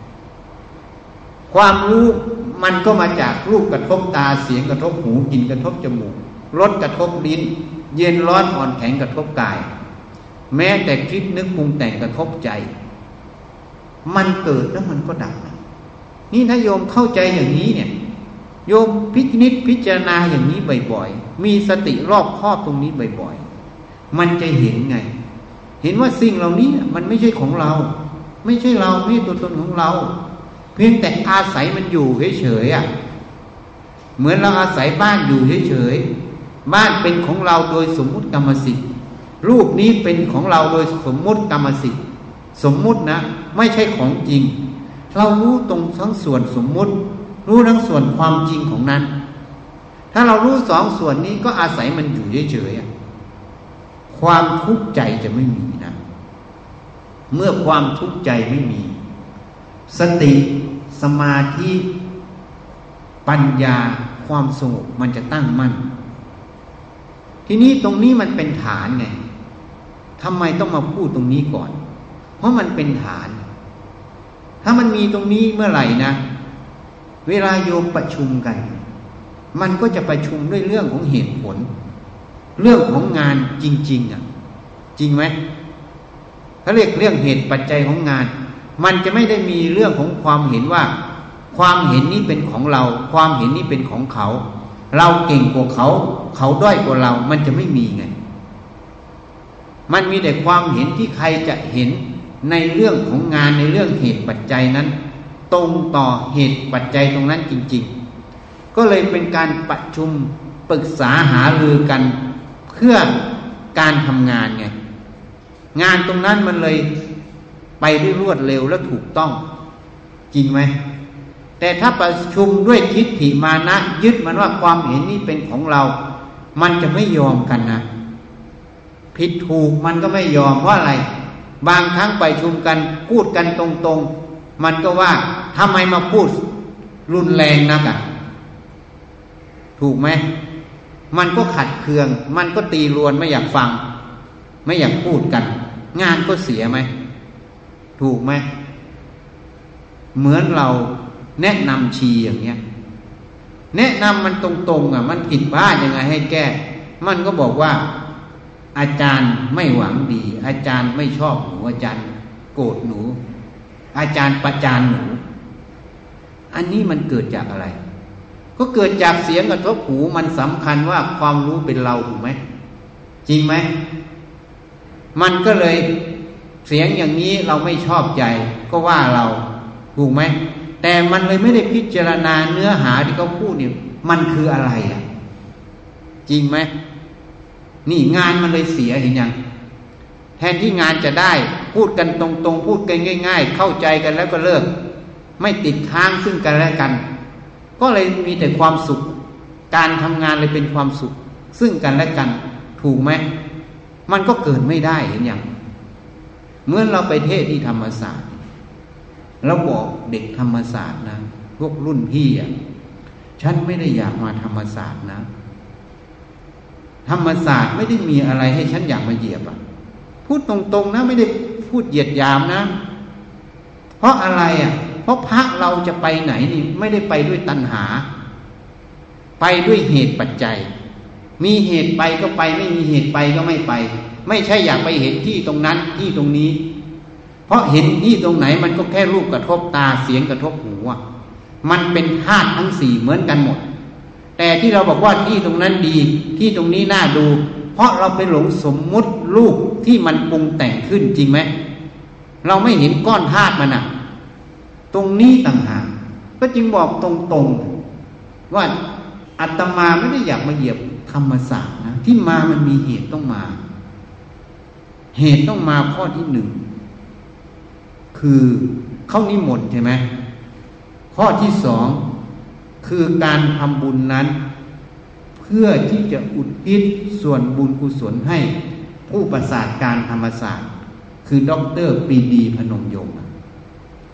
ความรู้มันก็มาจากรูปกระทบตาเสียงกระทบหูกลิ่นกระทบจมูกรสกระทบลิ้นเย็นร้อนอ่อนแข็งกระทบกายแม้แต่คิดนึกปรุงแต่งกระทบใจมันเกิดแล้วมันก็ดับนี่ถ้าโยมเข้าใจอย่างนี้เนี่ยโยมพิจิตรพิจารณาอย่างนี้บ่อยๆมีสติรอบคอบตรงนี้บ่อยๆมันจะเห็นไงเห็นว่าสิ่งเหล่านี้มันไม่ใช่ของเราไม่ใช่เราไม่ใช่ตัวตนของเราเพียงแต่อาศัยมันอยู่เฉยๆอ่ะเหมือนเราอาศัยบ้านอยู่เฉยๆบ้านเป็นของเราโดยสมมุติกรรมสิทธิ์รูปนี้เป็นของเราโดยสมมุติกรรมสิทธิ์สมมุตินะไม่ใช่ของจริงเรารู้ตรงทั้งส่วนสมมุติรู้ทั้งส่วนความจริงของนั้นถ้าเรารู้สองส่วนนี้ก็อาศัยมันอยู่เฉยๆความทุกข์ใจจะไม่มีนะเมื่อความทุกข์ใจไม่มีสติสมาธิปัญญาความสงบมันจะตั้งมั่นทีนี้ตรงนี้มันเป็นฐานไงทำไมต้องมาพูดตรงนี้ก่อนเพราะมันเป็นฐานถ้ามันมีตรงนี้เมื่อไหร่นะเวลาโยมประชุมกันมันก็จะประชุมด้วยเรื่องของเหตุผลเรื่องของงานจริงๆอ่ะจริงไหมเขาเรียกเรื่องเหตุปัจจัยของงานมันจะไม่ได้มีเรื่องของความเห็นว่าความเห็นนี้เป็นของเราความเห็นนี้เป็นของเขาเราเก่งกว่าเขาเขาด้อยกว่าเรามันจะไม่มีไงมันมีแต่ความเห็นที่ใครจะเห็นในเรื่องของงานในเรื่องเหตุปัจจัยนั้นตรงต่อเหตุปัจจัยตรงนั้นจริงๆก็เลยเป็นการประชุมปรึกษาหารือกันเพื่อการทำงานไงงานตรงนั้นมันเลยไปได้รวดเร็วและถูกต้องจริงไหมแต่ถ้าประชุมด้วยทิฏฐิมานะยึดมันว่าความเห็นนี้เป็นของเรามันจะไม่ยอมกันนะผิดถูกมันก็ไม่ยอมเพราะอะไรบางครั้งไปชุมกันพูดกันตรงๆมันก็ว่าทำไมมาพูดรุนแรงนักอ่ะถูกไหมมันก็ขัดเคืองมันก็ตีรวนไม่อยากฟังไม่อยากพูดกันงานก็เสียไหมถูกไหมเหมือนเราแนะนำชีอย่างเงี้ยแนะนำมันตรงๆอ่ะมันผิดพลาดยังไงให้แก้มันก็บอกว่าอาจารย์ไม่หวังดีอาจารย์ไม่ชอบหนูอาจารย์โกรธหนูอาจารย์ประจานหนูอันนี้มันเกิดจากอะไรก็เกิดจากเสียงกระทบหูมันสำคัญว่าความรู้เป็นเราถูกไหมจริงไหมมันก็เลยเสียงอย่างนี้เราไม่ชอบใจก็ว่าเราถูกไหมแต่มันเลยไม่ได้พิจารณาเนื้อหาที่เขาพูดเนี่ยมันคืออะไรอ่ะจริงไหมนี่งานมันเลยเสียเห็นยังแทนที่งานจะได้พูดกันตรงๆพูดกันง่ายๆเข้าใจกันแล้วก็เลิกไม่ติดค้างซึ่งกันและกันก็เลยมีแต่ความสุขการทำงานเลยเป็นความสุขซึ่งกันและกันถูกไหมมันก็เกิดไม่ได้เห็นยังเมื่อเราไปเทศที่ธรรมศาสตร์เราบอกเด็กธรรมศาสตร์นะพวกรุ่นพี่อ่ะฉันไม่ได้อยากมาธรรมศาสตร์นะธรรมศาสตร์ไม่ได้มีอะไรให้ฉันอยากมาเหยียบอ่ะพูดตรงๆนะไม่ได้พูดเหยียดหยามนะเพราะอะไรอ่ะเพราะพระเราจะไปไหนนี่ไม่ได้ไปด้วยตัณหาไปด้วยเหตุปัจจัยมีเหตุไปก็ไปไม่มีเหตุไปก็ไม่ไปไม่ใช่อยากไปเห็นที่ตรงนั้นที่ตรงนี้เพราะเห็นที่ตรงไหนมันก็แค่รูปกระทบตาเสียงกระทบหูอ่ะมันเป็นธาตุทั้งสี่เหมือนกันหมดแต่ที่เราบอกว่าที่ตรงนั้นดีที่ตรงนี้น่าดูเพราะเราไปหลงสมมุติรูปที่มันปรุงแต่งขึ้นจริงไหมเราไม่เห็นก้อนธาตุมันอ่ะตรงนี้ต่างหากก็จึงบอกตรงๆว่าอาตมาไม่ได้อยากมาเหยียบธรรมศาสตร์นะที่มามันมีเหตุต้องมาเหตุต้องมาข้อที่หนึ่งคือเข้านิมนต์ใช่ไหมข้อที่สองคือการทำบุญนั้นเพื่อที่จะอุทิศส่วนบุญกุศลให้ผู้ประสาทการธรรมศาสตร์คือด็อกเตอร์ปรีดีพนมยงค์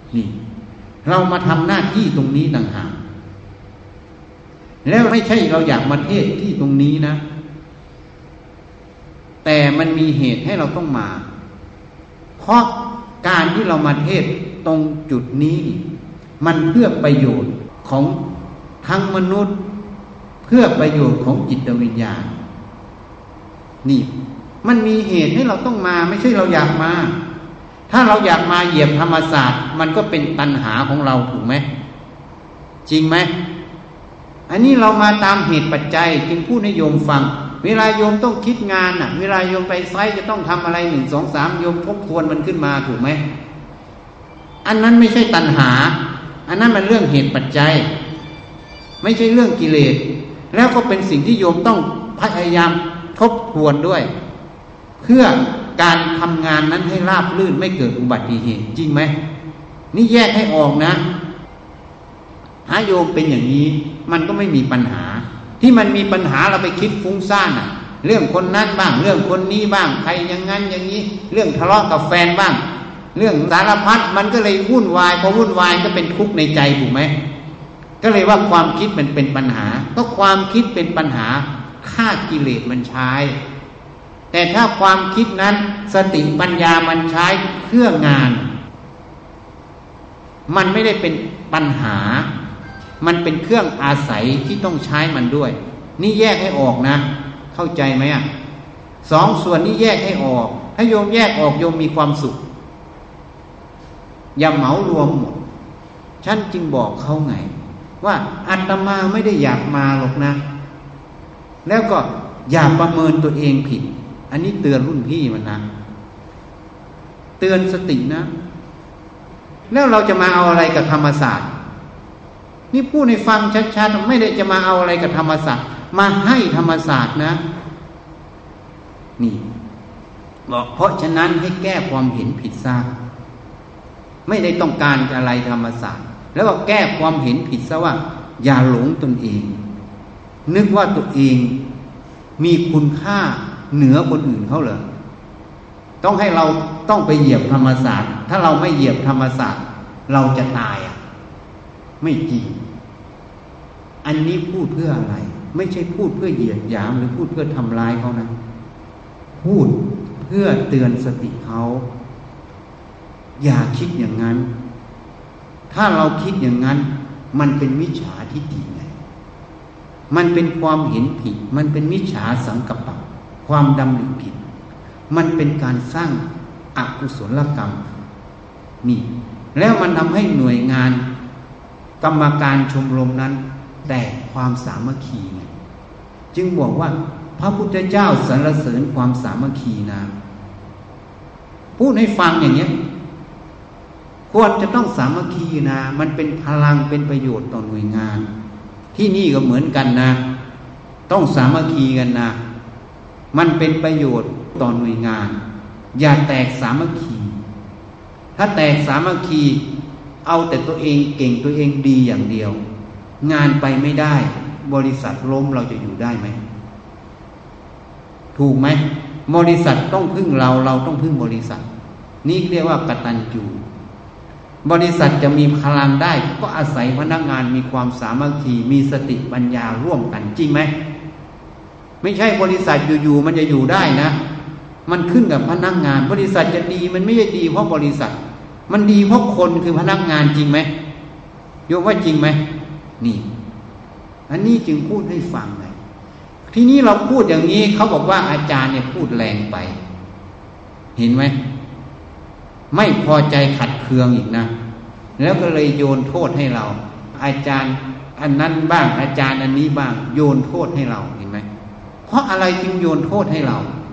นี่เรามาทำหน้าที่ตรงนี้ต่างหากแล้วไม่ใช่เราอยากมาเทศที่ตรงนี้นะแต่มันมีเหตุให้เราต้องมาเพราะการที่เรามาเทศตรงจุดนี้มันเพื่อประโยชน์ของทั้งมนุษย์เพื่อประโยชน์ของจิตวิญญาณนี่มันมีเหตุให้เราต้องมาไม่ใช่เราอยากมาถ้าเราอยากมาเหยียบธรรมศาสตร์มันก็เป็นตัณหาของเราถูกไหมจริงไหมอันนี้เรามาตามเหตุปัจจัยจึงพูดให้โยมฟังเวลาโยมต้องคิดงานน่ะเวลาโยมไปไซต์จะต้องทำอะไรหนึ่งสองสามโยมทบทวนมันขึ้นมาถูกไหมอันนั้นไม่ใช่ตัณหาอันนั้นมันเรื่องเหตุปัจจัยไม่ใช่เรื่องกิเลสแล้วก็เป็นสิ่งที่โยมต้องพยายามทบทวนด้วยเพื่อการทำงานนั้นให้ราบรื่นไม่เกิดอุบัติเหตุจริงไหมนี่แยกให้ออกนะถ้าโยมเป็นอย่างนี้มันก็ไม่มีปัญหาที่มันมีปัญหาเราไปคิดฟุ้งซ่านอ่ะเรื่องคนนั้นบ้างเรื่องคนนี้บ้างใครอย่างนั้นอย่างนี้เรื่องทะเลาะกับแฟนบ้างเรื่องสารพัดมันก็เลยวุ่นวายพอวุ่นวายก็เป็นทุกข์ในใจถูกไหมก็เลยว่าความคิดมันเป็นปัญหาก็ความคิดเป็นปัญหาฆ่ากิเลสมันใช้แต่ถ้าความคิดนั้นสติปัญญามันใช้เพื่องานมันไม่ได้เป็นปัญหามันเป็นเครื่องอาศัยที่ต้องใช้มันด้วยนี่แยกให้ออกนะเข้าใจไหมอ่ะสองส่วนนี้แยกให้ออกถ้าโยมแยกออกโยมมีความสุขอย่าเหมารวมหมดฉันจึงบอกเขาไงว่าอาตมาไม่ได้อยากมาหรอกนะแล้วก็อย่าประเมินตัวเองผิดอันนี้เตือนรุ่นพี่มันนะเตือนสตินะแล้วเราจะมาเอาอะไรกับธรรมศาสตร์นี่พูดให้ฟังชัดๆไม่ได้จะมาเอาอะไรกับธรรมศาสตร์มาให้ธรรมศาสตร์นะนี่บอกเพราะฉะนั้นให้แก้ความเห็นผิดซะไม่ได้ต้องการอะไรธรรมศาสตร์แล้วก็แก้ความเห็นผิดซะว่าอย่าหลงตนเองนึกว่าตัวเองมีคุณค่าเหนือคนอื่นเขาเหรอต้องให้เราต้องไปเหยียบธรรมศาสตร์ถ้าเราไม่เหยียบธรรมศาสตร์เราจะตายอ่ะไม่จริงอันนี้พูดเพื่ออะไรไม่ใช่พูดเพื่อเหยียดหยามหรือพูดเพื่อทำร้ายเขานะพูดเพื่อเตือนสติเขาอย่าคิดอย่างนั้นถ้าเราคิดอย่างนั้นมันเป็นมิจฉาทิฏฐิไงมันเป็นความเห็นผิดมันเป็นมิจฉาสังกัปปะความดำริผิดมันเป็นการสร้างอกุศลกรรมนี่แล้วมันทำให้หน่วยงานกรรมการชมรมนั้นแตกความสามัคคีไงจึงบอกว่าพระพุทธเจ้าสรรเสริญความสามัคคีนะพูดให้ฟังอย่างนี้ควรจะต้องสามัคคีนะมันเป็นพลังเป็นประโยชน์ต่อหน่วยงานที่นี่ก็เหมือนกันนะต้องสามัคคีกันนะมันเป็นประโยชน์ต่อหน่วยงานอย่าแตกสามัคคีถ้าแตกสามัคคีเอาแต่ตัวเองเก่งตัวเองดีอย่างเดียวงานไปไม่ได้บริษัทล้มเราจะอยู่ได้ไหมถูกไหมบริษัทต้องพึ่งเราเราต้องพึ่งบริษัทนี่เรียกว่ากตัญญูบริษัทจะมีพลังได้ก็อาศัยพนักงานมีความสามัคคีมีสติปัญญาร่วมกันจริงไหมไม่ใช่บริษัทอยู่ๆมันจะอยู่ได้นะมันขึ้นกับพนักงานบริษัทจะดีมันไม่ใช่ดีเพราะบริษัทมันดีเพราะคนคือพนักงานจริงไหมโยมว่าจริงไหมนี่อันนี้จึงพูดให้ฟังไงทีนี้เราพูดอย่างนี้เขาบอกว่าอาจารย์เนี่ยพูดแรงไปเห็นไหมไม่พอใจขัดเคืองอีกนะแล้วก็เลยโยนโทษให้เราอาจารย์อันนั้นบ้างอาจารย์อันนี้บ้างโยนโทษให้เราเห็นไหมเพราะอะไรจึงโยนโทษให้เรา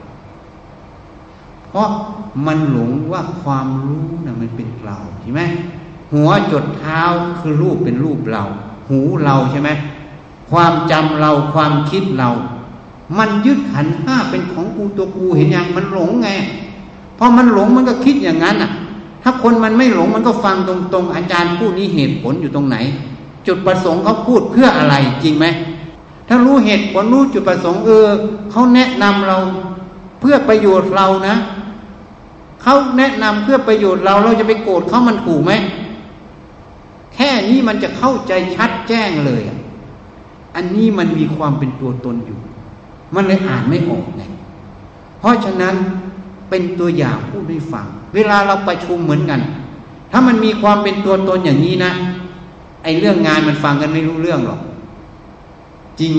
เพราะมันหลงว่าความรู้น่ะมันเป็นเราใช่ไหมหัวจดเท้าคือรูปเป็นรูปเราหูเราใช่ไหมความจำเราความคิดเรามันยึดขันธ์ห้าเป็นของกูตัวกูเห็นยังมันหลงไงพอมันหลงมันก็คิดอย่างนั้นอ่ะถ้าคนมันไม่หลงมันก็ฟังตรงๆอาจารย์พูดนี้เหตุผลอยู่ตรงไหนจุดประสงค์เขาพูดเพื่ออะไรจริงไหมถ้ารู้เหตุผลรู้จุดประสงค์เออเขาแนะนำเราเพื่อประโยชน์เรานะเขาแนะนำเพื่อประโยชน์เราเราจะไปโกรธเขามันถูกไหมแค่นี้มันจะเข้าใจชัดแจ้งเลยอันนี้มันมีความเป็นตัวตนอยู่มันเลยอ่านไม่ออกไงเพราะฉะนั้นเป็นตัวอย่างพูดให้ฟังเวลาเราประชุมเหมือนกันถ้ามันมีความเป็นตัวตนอย่างนี้นะไอ้เรื่องงานมันฟังกันไม่รู้เรื่องหรอกจริงไหม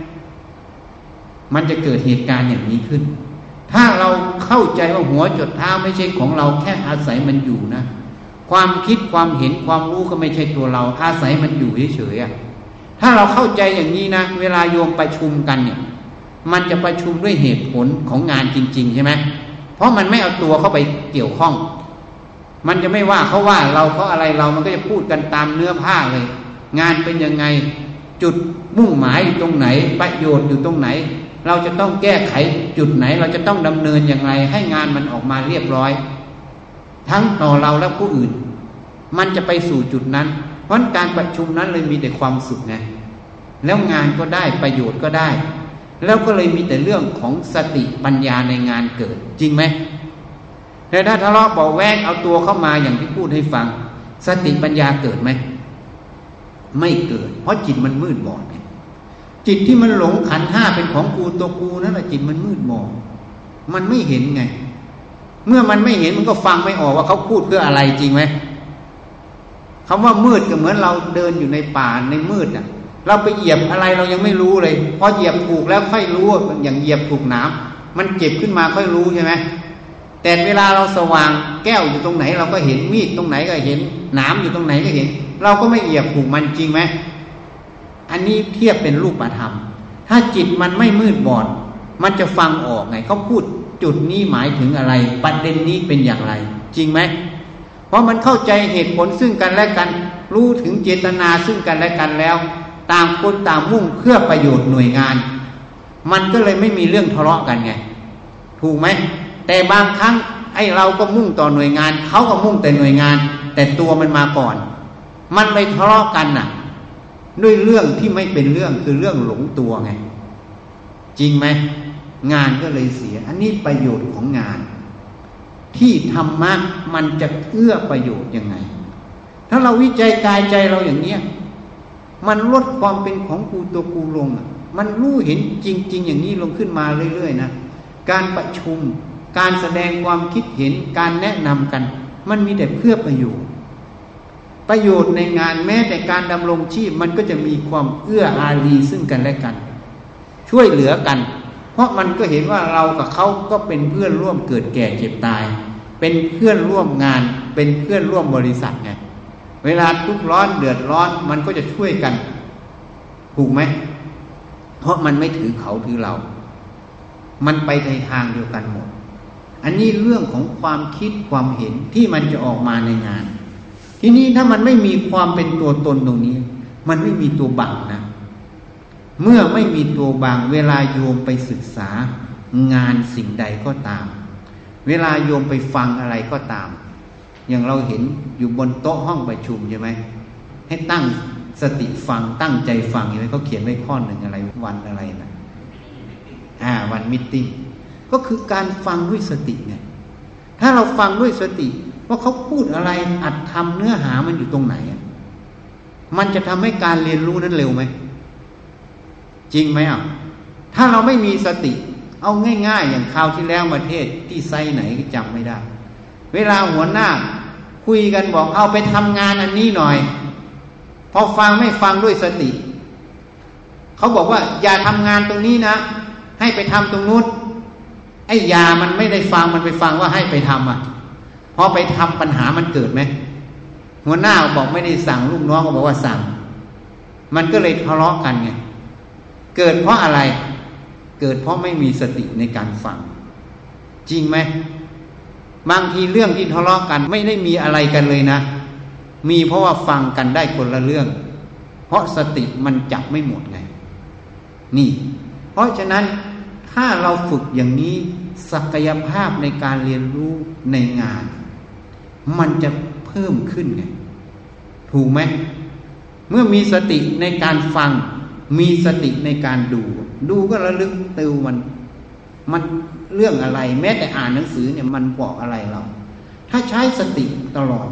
มันจะเกิดเหตุการณ์อย่างนี้ขึ้นถ้าเราเข้าใจว่าหัวจดเท้าไม่ใช่ของเราแค่อาศัยมันอยู่นะความคิดความเห็นความรู้ก็ไม่ใช่ตัวเราอาศัยมันอยู่เฉยๆถ้าเราเข้าใจอย่างนี้นะเวลาโยมประชุมกันเนี่ยมันจะประชุมด้วยเหตุผลของงานจริงๆใช่ไหมเพราะมันไม่เอาตัวเข้าไปเกี่ยวข้องมันจะไม่ว่าเขาว่าเราเขาอะไรเรามันก็จะพูดกันตามเนื้อผ้าเลยงานเป็นยังไงจุดมุ่งหมายอยู่ตรงไหนประโยชน์อยู่ตรงไหนเราจะต้องแก้ไขจุดไหนเราจะต้องดำเนินอย่างไรให้งานมันออกมาเรียบร้อยทั้งต่อเราและผู้อื่นมันจะไปสู่จุดนั้นเพราะการประชุมนั้นเลยมีแต่ความสุขไงแล้วงานก็ได้ประโยชน์ก็ได้แล้วก็เลยมีแต่เรื่องของสติปัญญาในงานเกิดจริงไหมแต่ถ้าทะเลาะเบาแวกเอาตัวเข้ามาอย่างที่พูดให้ฟังสติปัญญาเกิดไหมไม่เกิดเพราะจิตมันมืดบอดไงจิตที่มันหลงขันธ์ห้าเป็นของกูตัวกูนั่นแหละจิตมันมืดบอดมันไม่เห็นไงเมื่อมันไม่เห็นมันก็ฟังไม่ออกว่าเขาพูดเพื่ออะไรจริงไหมคำว่ามืดก็เหมือนเราเดินอยู่ในป่าในมืดอ่ะเราไปเหยียบอะไรเรายังไม่รู้เลยพอเหยียบถูกแล้วค่อยรู้อย่างเหยียบถูกน้ำมันเจ็บขึ้นมาค่อยรู้ใช่ไหมแต่เวลาเราสว่างแก้วอยู่ตรงไหนเราก็เห็นมีดตรงไหนก็เห็นหนามอยู่ตรงไหนก็เห็นเราก็ไม่เหยียบถูกมันจริงไหมอันนี้เทียบเป็นรูปธรรมถ้าจิตมันไม่มืดบอดมันจะฟังออกไงเขาพูดจุดนี้หมายถึงอะไรประเด็นนี้เป็นอย่างไรจริงไหมเพราะมันเข้าใจเหตุผลซึ่งกันและกันรู้ถึงเจตนาซึ่งกันและกันแล้วต่างคนต่างมุ่งเพื่อประโยชน์หน่วยงานมันก็เลยไม่มีเรื่องทะเลาะกันไงถูกไหมแต่บางครั้งไอ้เราก็มุ่งต่อหน่วยงานเขาก็มุ่งแต่หน่วยงานแต่ตัวมันมาก่อนมันเลยทะเลาะกันน่ะด้วยเรื่องที่ไม่เป็นเรื่องคือเรื่องหลงตัวไงจริงไหมงานก็เลยเสียอันนี้ประโยชน์ของงานที่ธรรมะมันจะเอื้อประโยชน์ยังไงถ้าเราวิจัยกายใจเราอย่างเนี้ยมันลดความเป็นของกูตัวกูลงมันรู้เห็นจริงๆอย่างนี้ลงขึ้นมาเรื่อยๆนะการประชุมการแสดงความคิดเห็นการแนะนำกันมันมีแต่เพื่อประโยชน์ประโยชน์ในงานแม้แต่การดำรงชีพมันก็จะมีความเอื้ออารีซึ่งกันและกันช่วยเหลือกันเพราะมันก็เห็นว่าเรากับเขาก็เป็นเพื่อนร่วมเกิดแก่เจ็บตายเป็นเพื่อนร่วมงานเป็นเพื่อนร่วมบริษัทไงเวลาทุกข์ร้อนเดือดร้อนมันก็จะช่วยกันถูกไหมเพราะมันไม่ถือเขาถือเรามันไปในทางเดียวกันหมดอันนี้เรื่องของความคิดความเห็นที่มันจะออกมาในงานทีนี้ถ้ามันไม่มีความเป็นตัวตนตรงนี้มันไม่มีตัวบังนะเมื่อไม่มีตัวบังเวลาโยมไปศึกษางานสิ่งใดก็ตามเวลาโยมไปฟังอะไรก็ตามอย่างเราเห็นอยู่บนโต๊ะห้องประชุมใช่ไหมให้ตั้งสติฟังตั้งใจฟังใช่ไหมเขาเขียนไว้ข้อหนึ่งอะไรวันอะไรนะอ่าวันมิทติ้งก็คือการฟังด้วยสติไงถ้าเราฟังด้วยสติว่าเขาพูดอะไรอัดทำเนื้อหามันอยู่ตรงไหนมันจะทำให้การเรียนรู้นั้นเร็วไหมจริงไหมอ่ะถ้าเราไม่มีสติเอาง่ายๆอย่างคราวที่แล้วประเทศที่ไซไหนก็จำไม่ได้เวลาหัวหน้าคุยกันบอกเอาไปทำงานอันนี้หน่อยพอฟังไม่ฟังด้วยสติเขาบอกว่าอย่าทำงานตรงนี้นะให้ไปทำตรงนู้นไอ้ยามันไม่ได้ฟังมันไปฟังว่าให้ไปทำอ่ะพอไปทำปัญหามันเกิดไหมหัวหน้าบอกไม่ได้สั่งลูกน้องก็บอกว่าสั่งมันก็เลยทะเลาะกันไงเกิดเพราะอะไรเกิดเพราะไม่มีสติในการฟังจริงไหมบางทีเรื่องที่ทะเลาะกันไม่ได้มีอะไรกันเลยนะมีเพราะว่าฟังกันได้คนละเรื่องเพราะสติมันจับไม่หมดไงนี่เพราะฉะนั้นถ้าเราฝึกอย่างนี้ศักยภาพในการเรียนรู้ในงานมันจะเพิ่มขึ้นไงถูกไหมเมื่อมีสติในการฟังมีสติในการดูดูก็ระลึกติวมันมันเรื่องอะไรแม้แต่อ่านหนังสือเนี่ยมันบอกอะไรเราถ้าใช้สติตลอด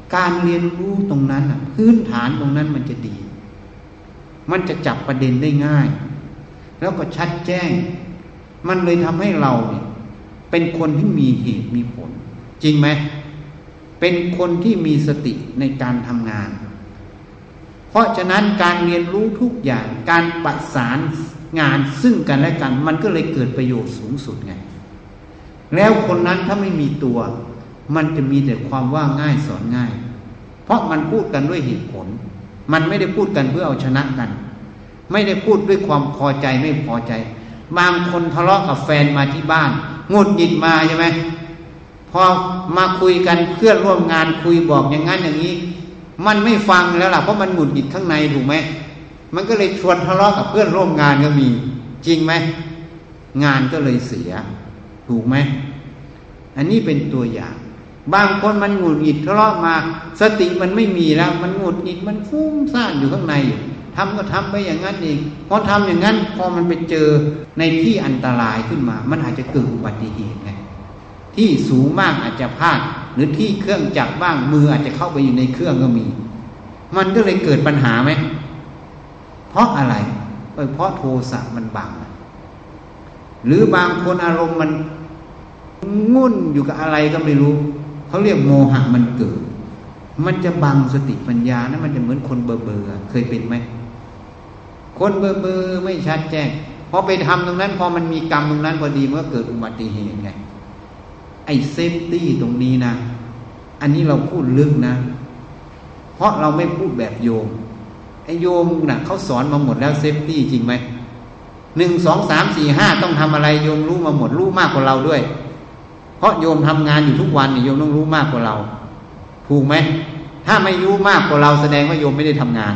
การเรียนรู้ตรงนั้นพื้นฐานตรงนั้นมันจะดีมันจะจับประเด็นได้ง่ายแล้วก็ชัดแจ้งมันเลยทำให้เราเนี่ยเป็นคนที่มีเหตุมีผลจริงไหมเป็นคนที่มีสติในการทำงานเพราะฉะนั้นการเรียนรู้ทุกอย่างการประสานงานซึ่งกันและกันมันก็เลยเกิดประโยชน์สูงสุดไงแล้วคนนั้นถ้าไม่มีตัวมันจะมีแต่ความว่าง่ายสอนง่ายเพราะมันพูดกันด้วยเหตุผลมันไม่ได้พูดกันเพื่อเอาชนะกันไม่ได้พูดด้วยความพอใจไม่พอใจบางคนทะเลาะกับแฟนมาที่บ้านหงุดหงิดมาใช่ไหมพอมาคุยกันเพื่อนร่วมงานคุยบอกอย่างนั้นอย่างนี้มันไม่ฟังแล้วล่ะเพราะมันหงุดหงิดข้างในถูกไหมมันก็เลยชวนทะเลาะกับเพื่อนร่วมงานก็มีจริงไหมงานก็เลยเสียถูกไหมอันนี้เป็นตัวอย่างบางคนมันหงุดหงิดทะเลาะมาสติมันไม่มีแล้วมันหงุดหงิดมันฟุ้งซ่านอยู่ข้างในทำก็ทำไปอย่างนั้นเองพอทำอย่างนั้นพอมันไปเจอในที่อันตรายขึ้นมามันอาจจะเกิดอุบัติเหตุไงที่สูงมากอาจจะพลาดหรือที่เครื่องจักรบ้างมืออาจจะเข้าไปอยู่ในเครื่องก็มีมันก็เลยเกิดปัญหาไหมเพราะอะไรเพราะโทสะมันบังหรือบางคนอารมณ์มันงุ่นอยู่กับอะไรก็ไม่รู้เขาเรียกโมหะมันเกิดมันจะบังสติปัญญานะมันจะเหมือนคนเบอเบอเคยเป็นไหมคนเบอเบอไม่ชัดแจ้งพอไปทำตรงนั้นพอมันมีกรรมตรงนั้นพอดีมันก็เกิดอุบัติเหตุไงไอ้เซฟตี้ตรงนี้นะอันนี้เราพูดลึกนะเพราะเราไม่พูดแบบโยมไอ้โยมน่ะเขาสอนมาหมดแล้วเซฟตี้จริงไหมหนึ่งสองสามสี่ห้าต้องทำอะไรโยมรู้มาหมดรู้มากกว่าเราด้วยเพราะโยมทำงานอยู่ทุกวันเนี่ยโยมต้องรู้มากกว่าเราถูกไหมถ้าไม่รู้มากกว่าเราแสดงว่าโยมไม่ได้ทำงาน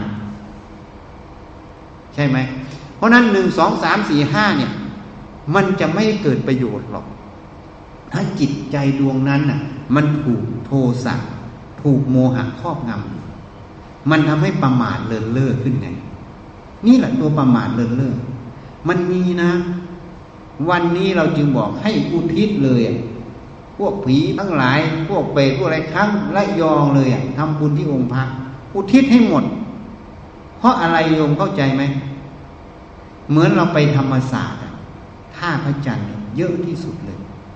ใช่ไหมเพราะนั้นหนึ่งสองสามสี่ห้าเนี่ยมันจะไม่เกิดประโยชน์หรอกถ้าจิตใจดวงนั้นน่ะมันถูกโทสะถูกโมหะครอบงำมันทำให้ประมาทเลินเล่อขึ้นไงนี่แหละตัวประมาทเลินเล่อมันมีนะวันนี้เราจึงบอกให้อุทิศเลยพวกผีทั้งหลายพวกเปรตพวกอะไรทั้งละยองเลยอ่ะทำบุญที่องค์พระอุทิศให้หมดเพราะอะไรโยมเข้าใจไหมเหมือนเราไปธรรมศาสตร์ท่าพระจันทร์เยอะที่สุดเลย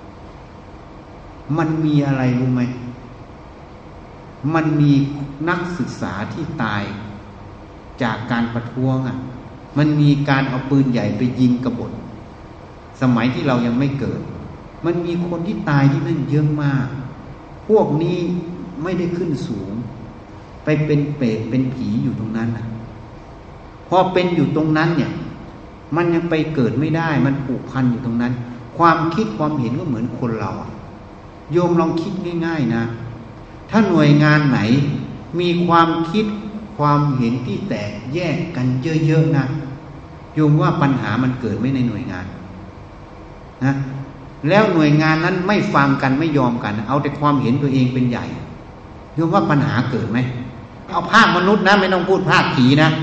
มันมีอะไรรู้ไหมมันมีนักศึกษาที่ตายจากการประท้วงอ่ะมันมีการเอาปืนใหญ่ไปยิงกบฏสมัยที่เรายังไม่เกิดมันมีคนที่ตายที่นั่นเยอะมากพวกนี้ไม่ได้ขึ้นสูงไปเป็นเปรตเป็นผีอยู่ตรงนั้นนะพอเป็นอยู่ตรงนั้นเนี่ยมันยังไปเกิดไม่ได้มันผูกพันอยู่ตรงนั้นความคิดความเห็นก็เหมือนคนเราโยมลองคิดง่ายๆนะถ้าหน่วยงานไหนมีความคิดความเห็นที่แตกแยกกันเยอะๆนะโยมว่าปัญหามันเกิดไม่ในหน่วยงานนะแล้วหน่วยงานนั้นไม่ฟังกันไม่ยอมกันเอาแต่ความเห็นตัวเองเป็นใหญ่โยมว่าปัญหาเกิดไหมเอาภาคมนุษย์นะไม่ต้องพูดภาคผีนะ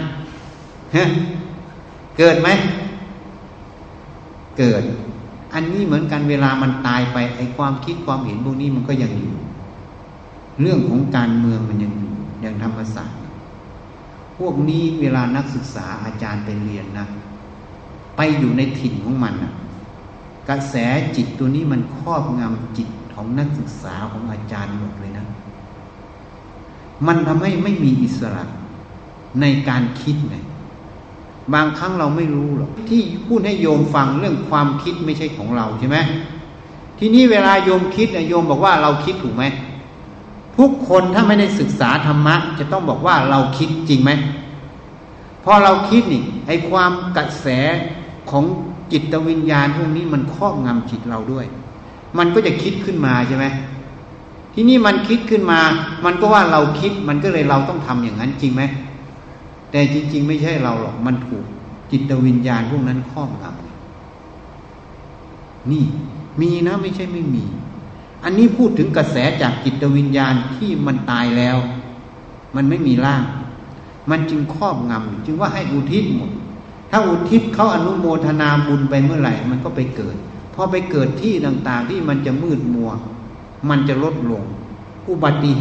เกิดไหมเกิดอันนี้เหมือนกันเวลามันตายไปไอ้ความคิดความเห็นพวกนี้มันก็ยังอยู่เรื่องของการเมืองมันยังอยู่อย่างธรรมศาสตร์พวกนี้เวลานักศึกษาอาจารย์ไปเรียนนะไปอยู่ในถิ่นของมันนะกระแสจิตตัวนี้มันครอบงำจิตของนักศึกษาของอาจารย์หมดเลยนะมันทำให้ไม่มีอิสระในการคิดไงบางครั้งเราไม่รู้หรอกที่พูดให้โยมฟังเรื่องความคิดไม่ใช่ของเราใช่ไหมทีนี้เวลาโยมคิดโยมบอกว่าเราคิดถูกไหมทุกคนถ้าไม่ได้ศึกษาธรรมะจะต้องบอกว่าเราคิดจริงไหมพอเราคิดนี่ไอ้ความกระแสของจิตวิญญาณพวกนี้มันครอบงำจิตเราด้วยมันก็จะคิดขึ้นมาใช่ไหมทีนี้มันคิดขึ้นมามันก็ว่าเราคิดมันก็เลยเราต้องทำอย่างนั้นจริงไหมแต่จริงๆไม่ใช่เราหรอกมันถูกจิตวิญญาณพวกนั้นครอบงำนี่มีนะไม่ใช่ไม่มีอันนี้พูดถึงกระแสจากจิตวิญญาณที่มันตายแล้วมันไม่มีร่างมันจึงครอบงำจึงว่าให้อุทิศหมดถ้าอุทิศเขาอนุโมทนาบุญไปเมื่อไหร่มันก็ไปเกิดพอไปเกิดที่ต่างๆที่มันจะมืดมัวมันจะลดลงอุบัติเหตุ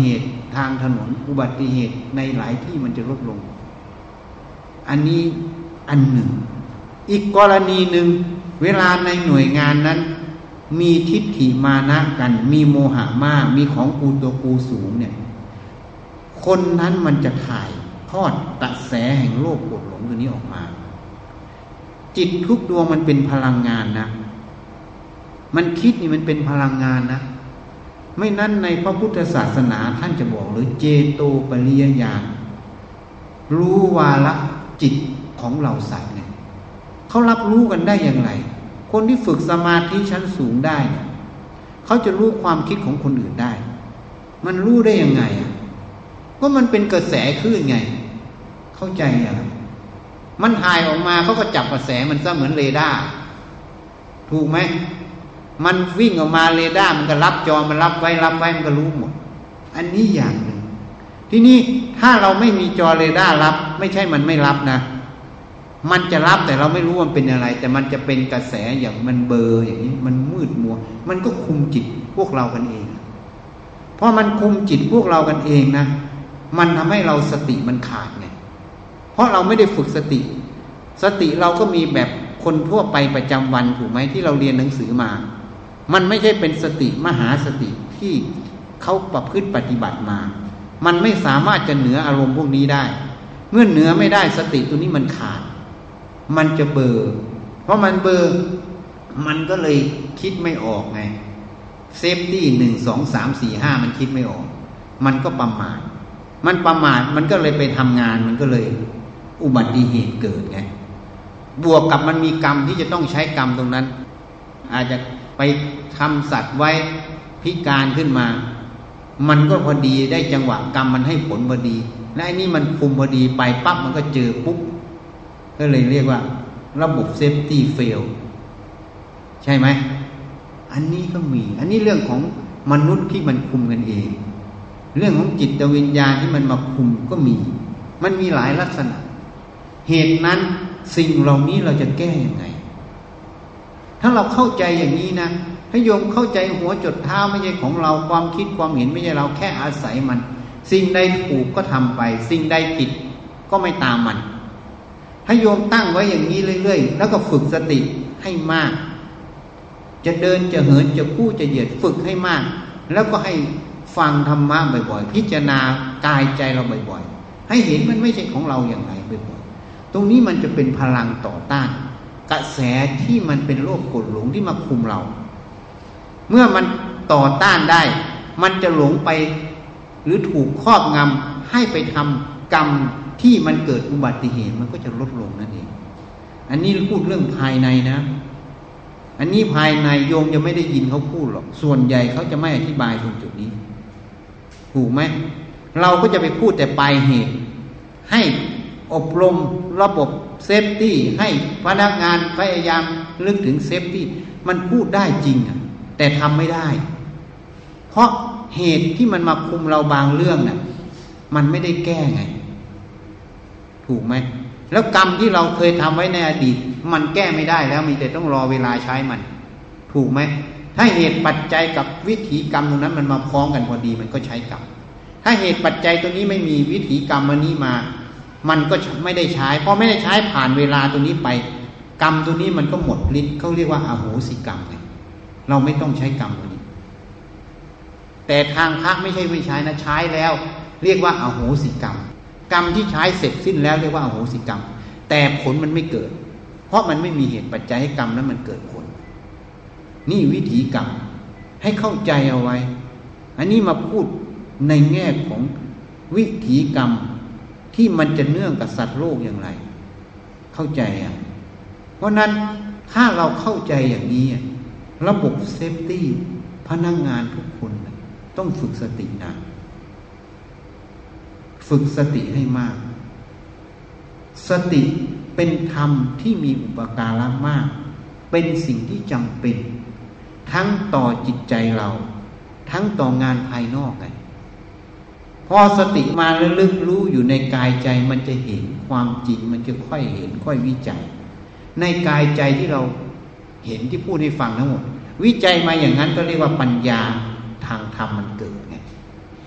ทางถนนอุบัติเหตุในหลายที่มันจะลดลงอันนี้อันหนึ่งอีกกรณีหนึ่งเวลาในหน่วยงานนั้นมีทิฏฐิมานะกันมีโมหะมากมีของกูตัวกูสูงเนี่ยคนนั้นมันจะถ่ายทอดกระแสแห่งโลภโกรธหลงตัวนี้ออกมาจิตทุกดวงมันเป็นพลังงานนะมันคิดนี่มันเป็นพลังงานนะไม่นั้นในพระพุทธศาสนาท่านจะบอกหรือเจโตปริยญาณรู้วาระจิตของเราสัตว์เนี่ยเขารับรู้กันได้อย่างไรคนที่ฝึกสมาธิชั้นสูงได้เนี่ยเขาจะรู้ความคิดของคนอื่นได้มันรู้ได้ยังไงอ่ะก็มันเป็นกระแสคลื่นไงเข้าใจยังมันถ่ายออกมาเขาก็จับกระแสมันซะเหมือนเรดาร์ถูกไหมมันวิ่งออกมาเรดาร์มันก็รับจอมันรับไว้รับไว้มันก็รู้หมดอันนี้อย่างหนึ่งทีนี้ถ้าเราไม่มีจอเรดาร์รับไม่ใช่มันไม่รับนะมันจะรับแต่เราไม่รู้มันเป็นอะไรแต่มันจะเป็นกระแสอย่างมันเบลออย่างนี้มันมืดมัวมันก็คุมจิตพวกเรากันเองเพราะมันคุมจิตพวกเรากันเองนะมันทำให้เราสติมันขาดไงเพราะเราไม่ได้ฝึกสติสติเราก็มีแบบคนทั่วไปประจำวันถูกไหมที่เราเรียนหนังสือมามันไม่ใช่เป็นสติมหาสติที่เขาประพฤติปฏิบัติมามันไม่สามารถจะเหนืออารมณ์พวกนี้ได้เมื่อเหนือไม่ได้สติตัวนี้มันขาดมันจะเบลอเพราะมันเบลอมันก็เลยคิดไม่ออกไงเซฟตี้หนึ่งสองสามสี่ห้ามันคิดไม่ออกมันก็ประมาทมันประมาทมันก็เลยไปทำงานมันก็เลยอุบัติเหตุเกิดไงบวกกับมันมีกรรมที่จะต้องใช้กรรมตรงนั้นอาจจะไปทำสัตว์ไว้พิการขึ้นมามันก็พอดีได้จังหวะกรรมมันให้ผลพอดีและไอ้นี่มันคุมพอดีไปปั๊บมันก็เจอปุ๊บก็เลยเรียกว่าระบบเซฟตี้เฟลใช่ไหมอันนี้ก็มีอันนี้เรื่องของมนุษย์ที่มันคุมกันเองเรื่องของจิตวิญญาณที่มันมาคุมก็มีมันมีหลายลักษณะเหตุนั้นสิ่งเหล่านี้เราจะแก้ยังไงถ้าเราเข้าใจอย่างนี้นะให้โยมเข้าใจหัวจดเท้าไม่ใช่ของเราความคิดความเห็นไม่ใช่เราแค่อาศัยมันสิ่งใดถูกก็ทำไปสิ่งใดผิดก็ไม่ตามมันให้โยมตั้งไว้อย่างนี้เรื่อยๆแล้วก็ฝึกสติให้มากจะเดินจะเหินจะคู่จะเหยียดฝึกให้มากแล้วก็ให้ฟังธรรมะบ่อยๆพิจารณากายใจเราบ่อยๆให้เห็นมันไม่ใช่ของเราอย่างไรบ่อยๆตรงนี้มันจะเป็นพลังต่อต้านกระแสที่มันเป็นโลภโกรธหลงที่มาคุมเราเมื่อมันต่อต้านได้มันจะหลงไปหรือถูกครอบงำให้ไปทำกรรมที่มันเกิดอุบัติเหตุมันก็จะลดลงนั่นเองอันนี้พูดเรื่องภายในนะอันนี้ภายในโยมจะไม่ได้ยินเขาพูดหรอกส่วนใหญ่เขาจะไม่อธิบายตรงจุดนี้ถูกไหมเราก็จะไปพูดแต่ปลายเหตุให้อบรมระบบเซฟตี้ให้พนักงานพยายามลึกถึงเซฟตี้มันพูดได้จริงแต่ทำไม่ได้เพราะเหตุที่มันมาคุมเราบางเรื่องน่ะมันไม่ได้แก้ไงถูกไหมแล้วกรรมที่เราเคยทำไว้ในอดีตมันแก้ไม่ได้แล้วมีแต่ต้องรอเวลาใช้มันถูกไหมถ้าเหตุปัจจัยกับวิถีกรรมตรงนั้นมันมาพ้องกันพอดีมันก็ใช้กรรมถ้าเหตุปัจจัยตัวนี้ไม่มีวิถีกรรมอันนี้มามันก็ไม่ได้ใช้เพราะไม่ได้ใช้ผ่านเวลาตัวนี้ไปกรรมตัวนี้มันก็หมดฤทธิ์เขาเรียกว่าอโหสิกรรมไงเราไม่ต้องใช้กรรมตัวนี้แต่ทางพระไม่ใช่ไม่ใช้นะใช้แล้วเรียกว่าอโหสิกรรมกรรมที่ใช้เสร็จสิ้นแล้วเรียกว่าอโหสิกรรมแต่ผลมันไม่เกิดเพราะมันไม่มีเหตุปัจจัยให้กรรมนั้นมันเกิดผลนี่วิถีกรรมให้เข้าใจเอาไว้อันนี้มาพูดในแง่ของวิถีกรรมที่มันจะเนื่องกับสัตว์โลกอย่างไรเข้าใจอ่ะเพราะนั้นถ้าเราเข้าใจอย่างนี้ระบบเซฟตี้พนักงานทุกคนต้องฝึกสตินะฝึกสติให้มากสติเป็นธรรมที่มีอุปการะมากเป็นสิ่งที่จำเป็นทั้งต่อจิตใจเราทั้งต่องานภายนอกไงพอสติมาระลึกรู้อยู่ในกายใจมันจะเห็นความจริงมันจะค่อยเห็นค่อยวิจัยในกายใจที่เราเห็นที่พูดให้ฟังทั้งหมดวิจัยมาอย่างนั้นก็เรียกว่าปัญญาทางธรรมมันเกิดไง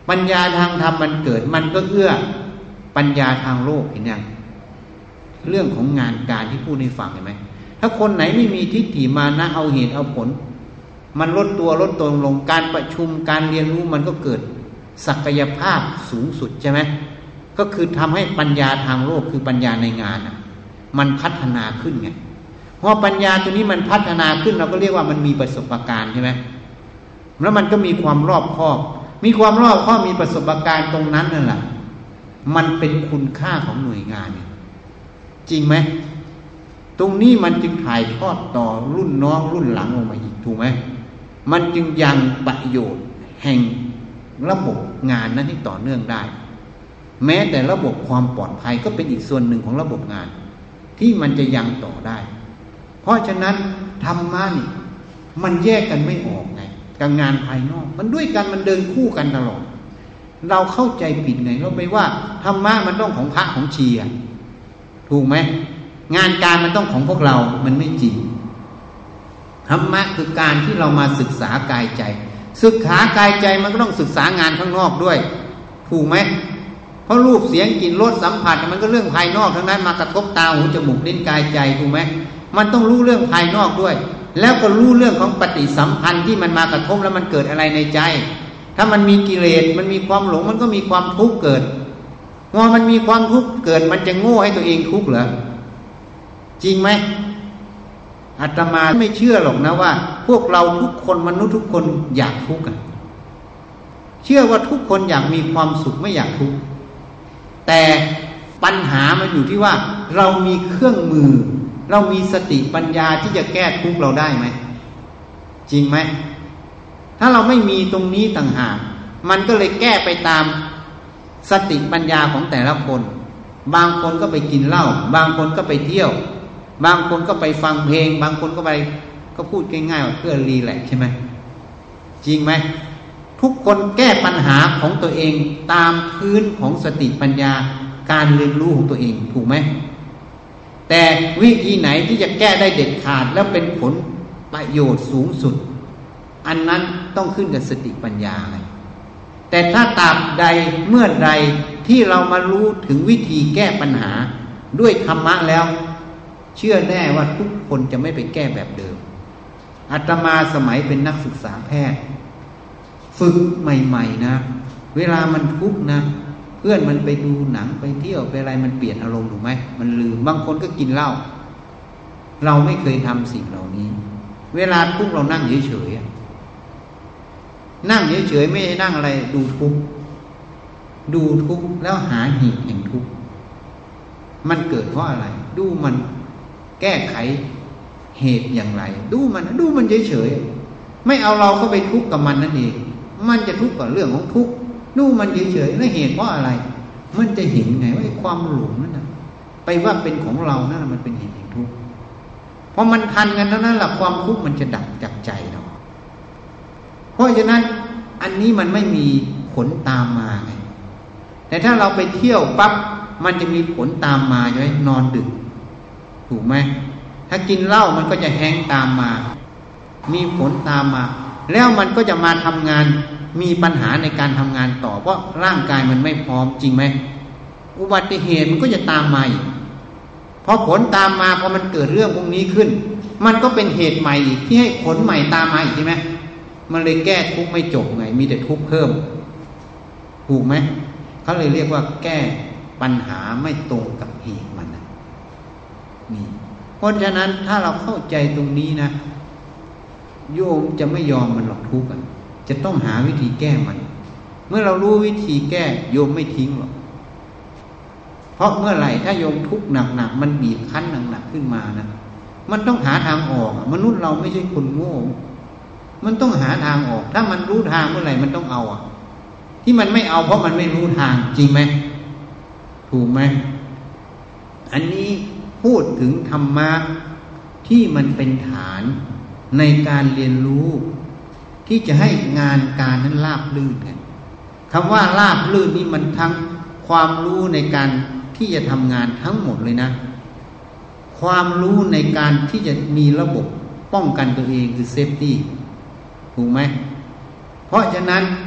ปัญญาทางธรรมมันเกิดมันก็เอื้อปัญญาทางโลกเห็นยังเรื่องของงานการที่พูดให้ฟังเห็นไหมถ้าคนไหนไม่มีทิฏฐิมานะเอาเหตุเอาผลมันลดตัวลดตนลงการประชุมการเรียนรู้มันก็เกิดศักยภาพสูงสุดใช่ไหมก็คือทำให้ปัญญาทางโลกคือปัญญาในงานอ่ะมันพัฒนาขึ้นไงพอปัญญาตัวนี้มันพัฒนาขึ้นเราก็เรียกว่ามันมีประสบการณ์ใช่ไหมแล้วมันก็มีความรอบคอบมีความรอบคอบมีประสบการณ์ตรงนั้นนั่นแหละมันเป็นคุณค่าของหน่วยงานจริงไหมตรงนี้มันจึงถ่ายทอดต่อรุ่นน้องรุ่นหลังลงมาอีกถูกไหมมันจึงยังประโยชน์แห่งระบบงานนั้นที่ต่อเนื่องได้แม้แต่ระบบความปลอดภัยก็เป็นอีกส่วนหนึ่งของระบบงานที่มันจะยังต่อได้เพราะฉะนั้นธรรมะนี่มันแยกกันไม่ออกไงกับงานภายนอกมันด้วยกันมันเดินคู่กันตลอดเราเข้าใจผิดไงเราไปว่าธรรมะมันต้องของพระของชีอ่ะถูกไหมงานการมันต้องของพวกเรามันไม่จริงธรรมะคือการที่เรามาศึกษากายใจศึกษากายใจมันก็ต้องศึกษางานข้างนอกด้วยถูกไหมเพราะรูปเสียงกลิ่นรสสัมผัสมันก็เรื่องภายนอกทั้งนั้นมากระทบตาหูจมูกลิ้นกายใจถูกไหมมันต้องรู้เรื่องภายนอกด้วยแล้วก็รู้เรื่องของปฏิสัมพันธ์ที่มันมากระทบแล้วมันเกิดอะไรในใจถ้ามันมีกิเลสมันมีความหลงมันก็มีความทุกข์เกิดพอมันมีความทุกข์เกิดมันจะโง่ให้ตัวเองทุกข์เหรอจริงไหมอาตมาไม่เชื่อหรอกนะว่าพวกเราทุกคนมนุษย์ทุกคนอยากทุกข์กันเชื่อว่าทุกคนอยากมีความสุขไม่อยากทุกข์แต่ปัญหามันอยู่ที่ว่าเรามีเครื่องมือเรามีสติปัญญาที่จะแก้ทุกข์เราได้ไหมจริงไหมถ้าเราไม่มีตรงนี้ต่างหากมันก็เลยแก้ไปตามสติปัญญาของแต่ละคนบางคนก็ไปกินเหล้าบางคนก็ไปเที่ยวบางคนก็ไปฟังเพลงบางคนก็ไปก็พูดง่ายๆว่าเพื่อรีแลกซ์ใช่ไหมจริงไหมทุกคนแก้ปัญหาของตัวเองตามพื้นของสติปัญญาการเรียนรู้ของตัวเองถูกไหมแต่วิธีไหนที่จะแก้ได้เด็ดขาดแล้วเป็นผลประโยชน์สูงสุดอันนั้นต้องขึ้นกับสติปัญญาไงแต่ถ้าตราบใดเมื่อใดที่เรามารู้ถึงวิธีแก้ปัญหาด้วยธรรมะแล้วเชื่อแน่ว่าทุกคนจะไม่ไปแก้แบบเดิมอาตมาสมัยเป็นนักศึกษาแพทย์ฝึกใหม่ๆนะเวลามันทุกข์นะเพื่อนมันไปดูหนังไปเที่ยวไปอะไรมันเปลี่ยนอารมณ์ถูกไหมมันลืมบางคนก็กินเหล้าเราไม่เคยทำสิ่งเหล่านี้เวลาทุกข์เรานั่งเฉยๆนั่งเฉยๆไม่ได้นั่งอะไรดูทุกข์ดูทุกข์แล้วหาเหตุแห่งทุกข์มันเกิดเพราะอะไรดูมันแก้ไขเหตุอย่างไรดูมันดูมันเฉยๆไม่เอาเราเข้าไปทุกข์กับมันนั่นเองมันจะทุกข์กับเรื่องของทุกข์ดูมันเฉยๆแล้วเหตุเพราะอะไรมันจะเห็นไงว่าความหลงนั่นน่ะไปว่าเป็นของเรานั่นมันเป็นเหตุแห่งทุกข์เพราะมันทันกันนั้นแหละความทุกข์มันจะดับจากใจเราเพราะฉะนั้นอันนี้มันไม่มีผลตามมาไงแต่ถ้าเราไปเที่ยวปั๊บมันจะมีผลตามมาใช่ไหมนอนดึกถูกไหมถ้ากินเหล้ามันก็จะแห้งตามมามีผลตามมาแล้วมันก็จะมาทำงานมีปัญหาในการทำงานต่อเพราะร่างกายมันไม่พร้อมจริงไหมอุบัติเหตุมันก็จะตามมาอีกพอผลตามมาพอมันเกิดเรื่องพวกนี้ขึ้นมันก็เป็นเหตุใหม่อีกที่ให้ผลใหม่ตามมาอีกใช่ไหมมันเลยแก้ทุกข์ไม่จบไงมีแต่ทุกข์เพิ่มถูกไหมเขาเลยเรียกว่าแก้ปัญหาไม่ตรงกับเหตุมันนะนี่เพราะฉะนั้นถ้าเราเข้าใจตรงนี้นะโยมจะไม่ยอมมันหรอกทุกข์จะต้องหาวิธีแก้มันเมื่อเรารู้วิธีแก้โยมไม่ทิ้งหรอกเพราะเมื่อไหร่ถ้าโยมทุกข์หนักๆมันบีบคั้นหนักๆขึ้นมานะมันต้องหาทางออกมนุษย์เราไม่ใช่คนโง่มันต้องหาทางออกถ้ามันรู้ทางเมื่อไหร่มันต้องเอาอ่ะที่มันไม่เอาเพราะมันไม่รู้ทางจริงไหมถูกไหมอันนี้พูดถึงธรรมะที่มันเป็นฐานในการเรียนรู้ที่จะให้งานการนั้นราบรื่นกันคำว่าราบรื่นนี่มันทั้งความรู้ในการที่จะทำงานทั้งหมดเลยนะความรู้ในการที่จะมีระบบป้องกันตัวเองคือเซฟตี้ถูกไหมเพราะฉะนั้น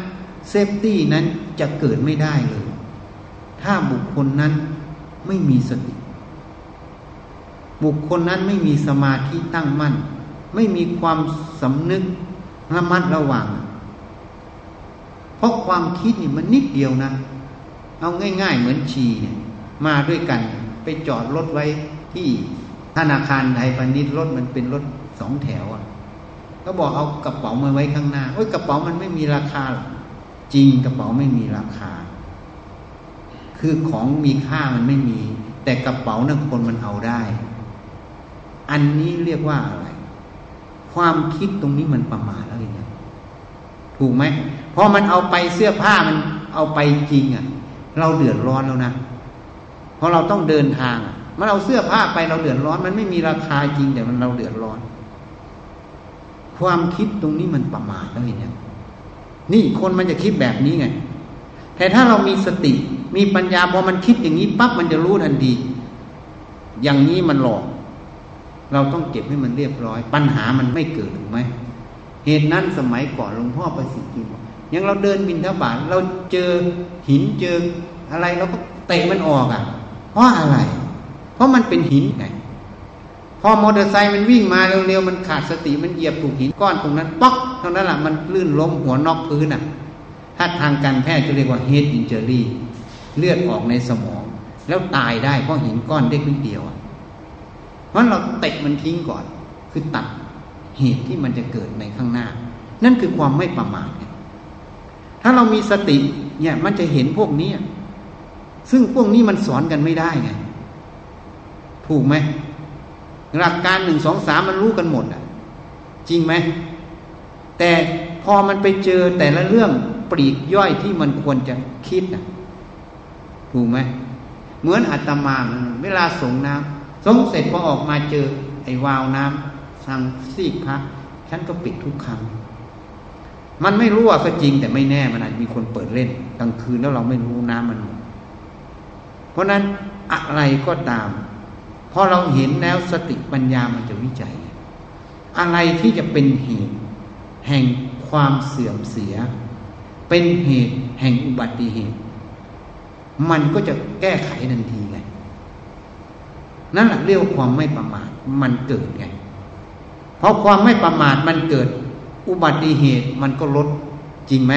เซฟตี้นั้นจะเกิดไม่ได้เลยถ้าบุคคลนั้นไม่มีสติบุคคลนั้นไม่มีสมาธิตั้งมั่นไม่มีความสำนึกระมัดระวังเพราะความคิดนี่มันนิดเดียวนะเอาง่ายๆเหมือนชีเนี่ยมาด้วยกันไปจอดรถไว้ที่ธนาคารไทยพาณิชย์รถมันเป็นรถสองแถวอ่ะก็บอกเอากระเป๋ามาไว้ข้างหน้าโอ้ยกระเป๋ามันไม่มีราคาหรอกจริงกระเป๋าไม่มีราคาคือของมีค่ามันไม่มีแต่กระเป๋านั้นคนมันเอาได้อันนี้เรียกว่าอะไรความคิดตรงนี้มันประมาทแล้วเนี่ยถูกไหมพอมันเอาไปเสื้อผ้ามันเอาไปจริงอ่ะเราเดือดร้อนแล้วนะเพราะเราต้องเดินทางอ่ะมันเอาเสื้อผ้าไปเราเดือดร้อนมันไม่มีราคาจริงแต่มันเราเดือดร้อนความคิดตรงนี้มันประมาทแล้วเนี่ยนี่คนมันจะคิดแบบนี้ไงแต่ถ้าเรามีสติมีปัญญาพอมันคิดอย่างนี้ปั๊บมันจะรู้ทันทีอย่างนี้มันหลอกเราต้องเก็บให้มันเรียบร้อยปัญหามันไม่เกิดถูกไหมเหตุนั้นสมัยก่อนหลวงพ่อประสิทธิ์บอกอย่างเราเดินบิณฑบาตเราเจอหินเจออะไรเราก็เตะมันออกอ่ะเพราะอะไรเพราะมันเป็นหินไงพอมอเตอร์ไซค์มันวิ่งมาเร็วๆมันขาดสติมันเหยียบถูกหินก้อนตรงนั้นป๊อกเท่านั้นแหละมันลื่นล้มหัวนอกพื้นอ่ะถ้าทางการแพทย์จะเรียกว่า head injury เลือดออกในสมองแล้วตายได้เพราะหินก้อนเล็กนิดเดียวอ่ะเพราะเราเตะมันทิ้งก่อนคือตัดเหตุที่มันจะเกิดในข้างหน้านั่นคือความไม่ประมาทถ้าเรามีสติเนี่ยมันจะเห็นพวกนี้ซึ่งพวกนี้มันสอนกันไม่ได้ไงถูกไหมหลักการหนึ่งสองสามมันรู้กันหมดอ่ะจริงไหมแต่พอมันไปเจอแต่ละเรื่องปลีกย่อยที่มันควรจะคิดอ่ะถูกไหมเหมือนอาตมาเวลาส่งน้ำส่งเสร็จพอออกมาเจอไอ้วาล์วน้ำสั่งซีกพระฉันก็ปิดทุกครั้งมันไม่รู้ว่าก็จริงแต่ไม่แน่มันอาจมีคนเปิดเล่นกลางคืนแล้วเราไม่รู้น้ำมันหมดเพราะนั้นอะไรก็ตามพอเราเห็นแล้วสติปัญญามันจะวิจัยอะไรที่จะเป็นเหตุแห่งความเสื่อมเสียเป็นเหตุแห่งอุบัติเหตุมันก็จะแก้ไขทันทีไงนั่นแหละเรียกว่าความไม่ประมาทมันเกิดไงเพราะความไม่ประมาทมันเกิดอุบัติเหตุมันก็ลดจริงไหม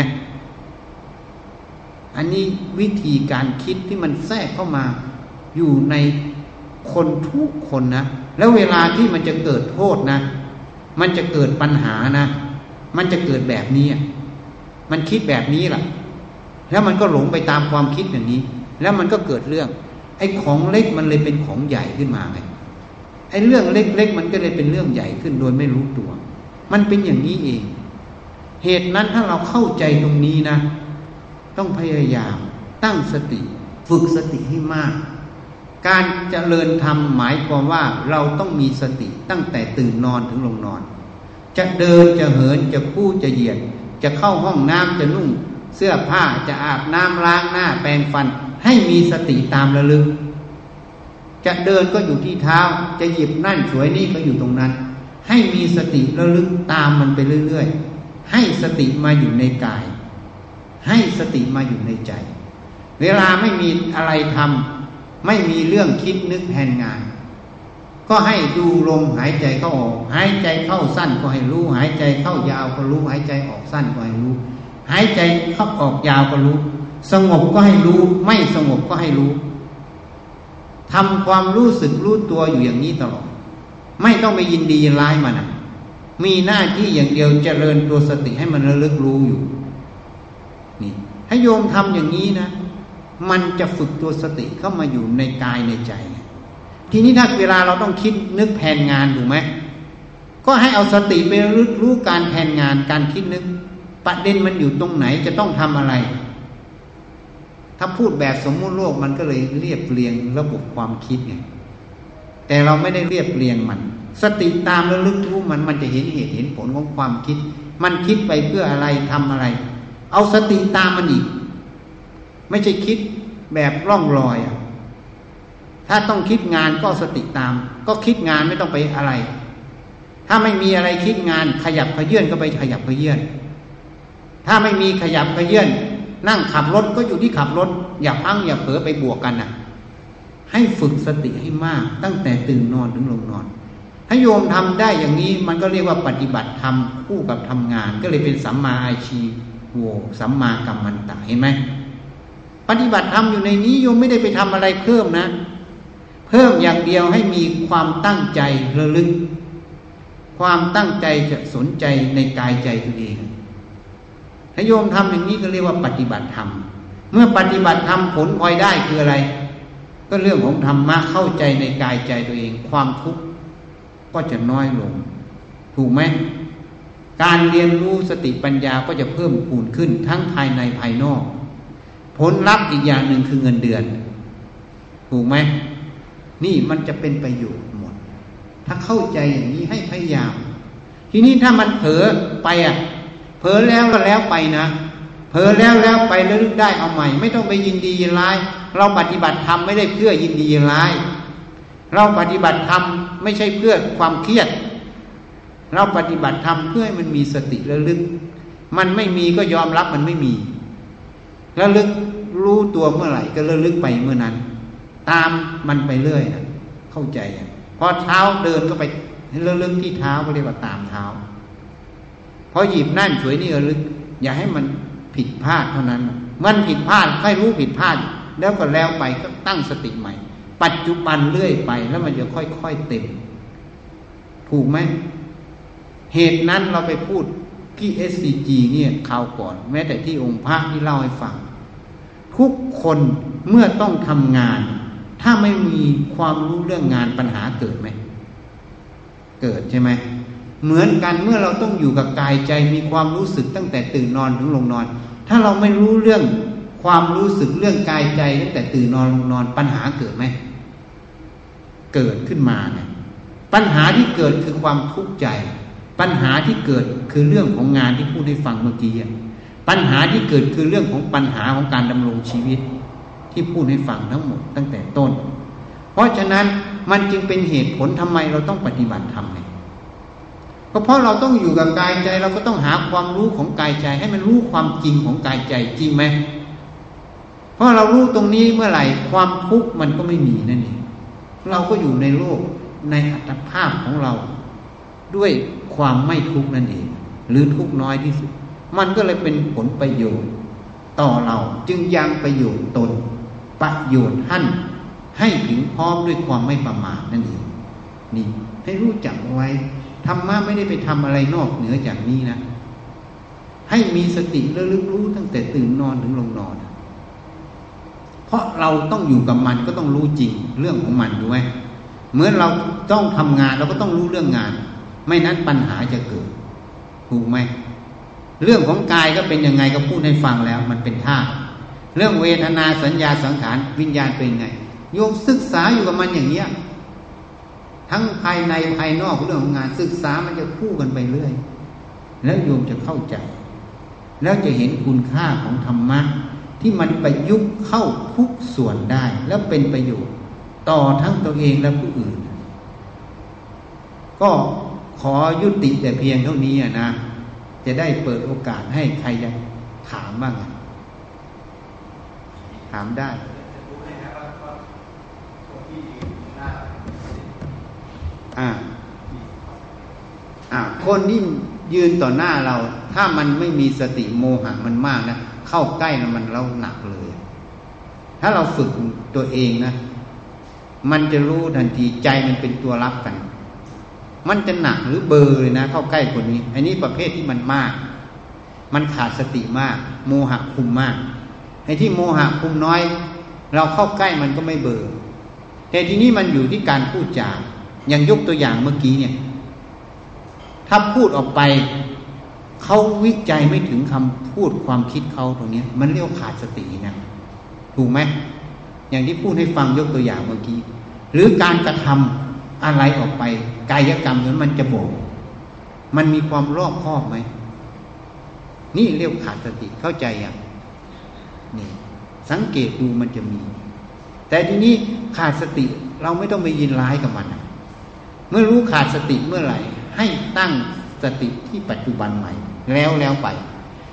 อันนี้วิธีการคิดที่มันแทรกเข้ามาอยู่ในคนทุกคนนะแล้วเวลาที่มันจะเกิดโทษนะมันจะเกิดปัญหานะมันจะเกิดแบบนี้มันคิดแบบนี้แหละแล้วมันก็หลงไปตามความคิดอย่างนี้แล้วมันก็เกิดเรื่องไอ้ของเล็กมันเลยเป็นของใหญ่ขึ้นมาไงไอ้เรื่องเล็กๆมันก็เลยเป็นเรื่องใหญ่ขึ้นโดยไม่รู้ตัวมันเป็นอย่างนี้เองเหตุนั้นถ้าเราเข้าใจตรงนี้นะต้องพยายามตั้งสติฝึกสติให้มากการเจริญธรรมหมายความว่าเราต้องมีสติตั้งแต่ตื่นนอนถึงลงนอนจะเดินจะเหินจะคู่จะเหยียดจะเข้าห้องน้ำจะนุ่งเสื้อผ้าจะอาบน้ำล้างหน้าแปรงฟันให้มีสติตามระลึกจะเดินก็อยู่ที่เท้าจะหยิบนั่นสวยนี่ก็อยู่ตรงนั้นให้มีสติระลึกตามมันไปเรื่อยๆให้สติมาอยู่ในกายให้สติมาอยู่ในใจเวลาไม่มีอะไรทำไม่มีเรื่องคิดนึกแผนงานก็ให้ดูลมหายใจเข้าออกหายใจเข้าสั้นก็ให้รู้หายใจเข้ายาวก็รู้หายใจออกสั้นก็ให้รู้หายใจเข้าออกยาวก็รู้สงบก็ให้รู้ไม่สงบก็ให้รู้ทำความรู้สึกรู้ตัวอยู่อย่างนี้ตลอดไม่ต้องไปยินดียินร้ายมันนะมีหน้าที่อย่างเดียวเจริญตัวสติให้มันระลึกรู้อยู่นี่ให้โยมทำอย่างนี้นะมันจะฝึกตัวสติเข้ามาอยู่ในกายในใจทีนี้ถ้าเวลาเราต้องคิดนึกแผนงานถูกไหมก็ให้เอาสติไประลึกรู้การแผนงานการคิดนึกประเด็นมันอยู่ตรงไหนจะต้องทำอะไรถ้าพูดแบบสมมุติโลกมันก็เลยเรียบเรียงระบบความคิดไงแต่เราไม่ได้เรียบเรียงมันสติตามระลึกรู้มันมันจะเห็นเหตุเห็นผลของความคิดมันคิดไปเพื่ออะไรทำอะไรเอาสติตามมันอีกไม่ใช่คิดแบบล่องลอยอ่ะถ้าต้องคิดงานก็สติตามก็คิดงานไม่ต้องไปอะไรถ้าไม่มีอะไรคิดงานขยับเขยื่อนก็ไปขยับเขยื่อนถ้าไม่มีขยับขยื่นนั่งขับรถก็อยู่ที่ขับรถอย่าพังอย่าเผลอไปบวกกันนะให้ฝึกสติให้มากตั้งแต่ตื่นนอนถึงลงนอนถ้าโยมทำได้อย่างนี้มันก็เรียกว่าปฏิบัติธรรมคู่กับทำงานก็เลยเป็นสัมมาอาชีโวสัมมากัมมันตะเห็นไหมปฏิบัติธรรมอยู่ในนี้โยมไม่ได้ไปทำอะไรเพิ่มนะเพิ่มอย่างเดียวให้มีความตั้งใจระลึกความตั้งใจจะสนใจในกายใจตัวเองถ้าโยมทำอย่างนี้ก็เรียกว่าปฏิบัติธรรมเมื่อปฏิบัติธรรมผลพลอยได้คืออะไรก็เรื่องของธรรมะเข้าใจในกายใจตัวเองความทุกข์ก็จะน้อยลงถูกไหมการเรียนรู้สติปัญญาก็จะเพิ่มพูนขึ้นทั้งภายในภายนอกผลลัพธ์อีกอย่างหนึ่งคือเงินเดือนถูกไหมนี่มันจะเป็นประโยชน์หมดถ้าเข้าใจอย่างนี้ให้พยายามทีนี้ถ้ามันเผลอไปอ่ะเผลอแล้วก็แล้วไปนะเผลอแล้วแล้วไปแล้วลึกได้เอาใหม่ไม่ต้องไปยินดียินร้ายเราปฏิบัติธรรมไม่ได้เพื่อยินดียินร้ายเราปฏิบัติธรรมไม่ใช่เพื่อความเครียดเราปฏิบัติธรรมเพื่อให้มันมีสติระลึกมันไม่มีก็ยอมรับมันไม่มีระลึกรู้ตัวเมื่อไหร่ก็ระลึกไปเมื่อนั้นตามมันไปเรื่อยนะเข้าใจอ่ะพอเท้าเดินก็ไประลึกที่เท้าก็เรียกว่าตามเท้าพอหยิบนั่นสวยนี่ระลึกอย่าให้มันผิดพลาดเท่านั้นมันผิดพลาดค่อยรู้ผิดพลาดแล้วก็แล้วไปก็ตั้งสติใหม่ปัจจุบันเรื่อยไปแล้วมันจะค่อยๆเต็มถูกไหมเหตุนั้นเราไปพูดที่ เอส ซี จี เนี่ยคราวก่อนแม้แต่ที่องค์พระที่เล่าให้ฟังทุกคนเมื่อต้องทำงานถ้าไม่มีความรู้เรื่องงานปัญหาเกิดไหมเกิดใช่ไหมเหมือนกันเมื่อเราต้องอยู่กับกายใจมีความรู้สึกตั้งแต่ตื่นนอนถึงลงนอนถ้าเราไม่รู้เรื่องความรู้สึกเรื่องกายใจตั้งแต่ตื่นนอนลงนอนปัญหาเกิดไหมเกิดขึ้นมาเนี่ยปัญหาที่เกิดคือความทุกข์ใจปัญหาที่เกิดคือเรื่องของงานที่พูดให้ฟังเมื่อกี้ปัญหาที่เกิดคือเรื่องของปัญหาของการดำรงชีวิตที่พูดให้ฟังทั้งหมดตั้งแต่ต้นเพราะฉะนั้นมันจึงเป็นเหตุผลทำไมเราต้องปฏิบัติธรรมเนี่ยก็เพราะเราต้องอยู่กับกายใจเราก็ต้องหาความรู้ของกายใจให้มันรู้ความจริงของกายใจจริงไหมเพราะเรารู้ตรงนี้เมื่อไหร่ความทุกข์มันก็ไม่มีนั่นเองเราก็อยู่ในโลกในอัตภาพของเราด้วยความไม่ทุกข์นั่นเองหรือทุกข์น้อยที่สุดมันก็เลยเป็นผลประโยชน์ต่อเราจึงยังประโยชน์ตนประโยชน์ท่านให้ถึงพร้อมด้วยความไม่ประมาทนั่นเองนี่ให้รู้จักเอาไว้ธรรมะไม่ได้ไปทำอะไรนอกเหนือจากนี้นะให้มีสติระลึกรู้ตั้งแต่ตื่นนอนถึงลงนอนเพราะเราต้องอยู่กับมันก็ต้องรู้จริงเรื่องของมันถูกไหมเหมือนเราต้องทำงานเราก็ต้องรู้เรื่องงานไม่นั้นปัญหาจะเกิดถูกไหมเรื่องของกายก็เป็นยังไงก็พูดให้ฟังแล้วมันเป็นธาตุเรื่องเวทนาสัญญาสังขารวิญญาณเป็นไงโยมศึกษาอยู่กับมันอย่างเนี้ยทั้งภายในภายนอกเรื่องของงานศึกษามันจะคู่กันไปเรื่อยแล้วโยมจะเข้าใจแล้วจะเห็นคุณค่าของธรรมะที่มันประยุกต์เข้าทุกส่วนได้แล้วเป็นประโยชน์ต่อทั้งตัวเองและผู้อื่นก็ขอยุติแต่เพียงเท่านี้นะจะได้เปิดโอกาสให้ใครจะถามบ้างถามได้อ่าอ่าคนที่ยืนต่อหน้าเราถ้ามันไม่มีสติโมหะมันมากนะเข้าใกล้นะมันเราหนักเลยถ้าเราฝึกตัวเองนะมันจะรู้ทันทีใจมันเป็นตัวรับกันมันจะหนักหรือเบอร์เลยนะเข้าใกล้คนนี้อันนี้ประเภทที่มันมากมันขาดสติมากโมหะคุมมากไอ้ที่โมหะคุมน้อยเราเข้าใกล้มันก็ไม่เบอร์แต่ทีนี้มันอยู่ที่การพูดจาอย่างยกตัวอย่างเมื่อกี้เนี่ยถ้าพูดออกไปเขาวิจัยไม่ถึงคำพูดความคิดเขาตรงนี้มันเรียกขาดสตินะถูกไหมอย่างที่พูดให้ฟังยกตัวอย่างเมื่อกี้หรือการกระทำอะไรออกไปกายกรรมนั้นมันจะบอกมันมีความรอบคอบไหมนี่เรียกขาดสติเข้าใจอย่างนี่สังเกตดูมันจะมีแต่ทีนี้ขาดสติเราไม่ต้องไปยินร้ายกับมันเมื่อรู้ขาดสติเมื่อไหร่ให้ตั้งสติที่ปัจจุบันใหม่แล้วแล้วไป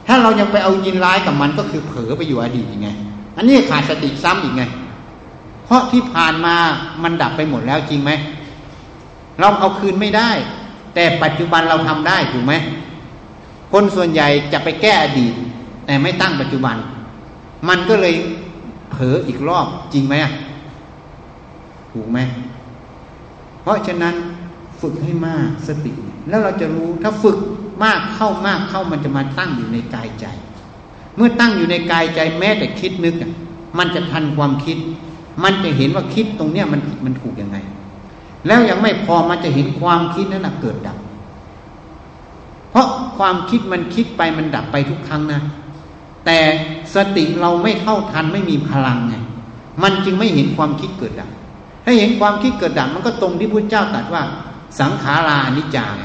ถ้าเรายังไปเอายินร้ายกับมันก็คือเผลอไปอยู่อดีตยังไงอันนี้ขาดสติซ้ำอีกไงเพราะที่ผ่านมามันดับไปหมดแล้วจริงไหมเราเอาคืนไม่ได้แต่ปัจจุบันเราทำได้ถูกไหมคนส่วนใหญ่จะไปแก้อดีตแต่ไม่ตั้งปัจจุบันมันก็เลยเผลออีกรอบจริงไหมถูกไหมเพราะฉะนั้นฝึกให้มากสติแล้วเราจะรู้ถ้าฝึกมากเข้ามากเข้ามันจะมาตั้งอยู่ในกายใจเมื่อตั้งอยู่ในกายใจแม้แต่คิดนึกมันจะทันความคิดมันจะเห็นว่าคิดตรงเนี้ยมันผิดมันถูกยังไงแล้วยังไม่พอมันจะเห็นความคิดนั้นนะเกิดดับเพราะความคิดมันคิดไปมันดับไปทุกครั้งนะแต่สติเราไม่เท่าทันไม่มีพลังไงมันจึงไม่เห็นความคิดเกิดดับถ้าเห็นความคิดเกิดดับมันก็ตรงที่พระเจ้าตรัสว่าสังขาราอนิจจาไง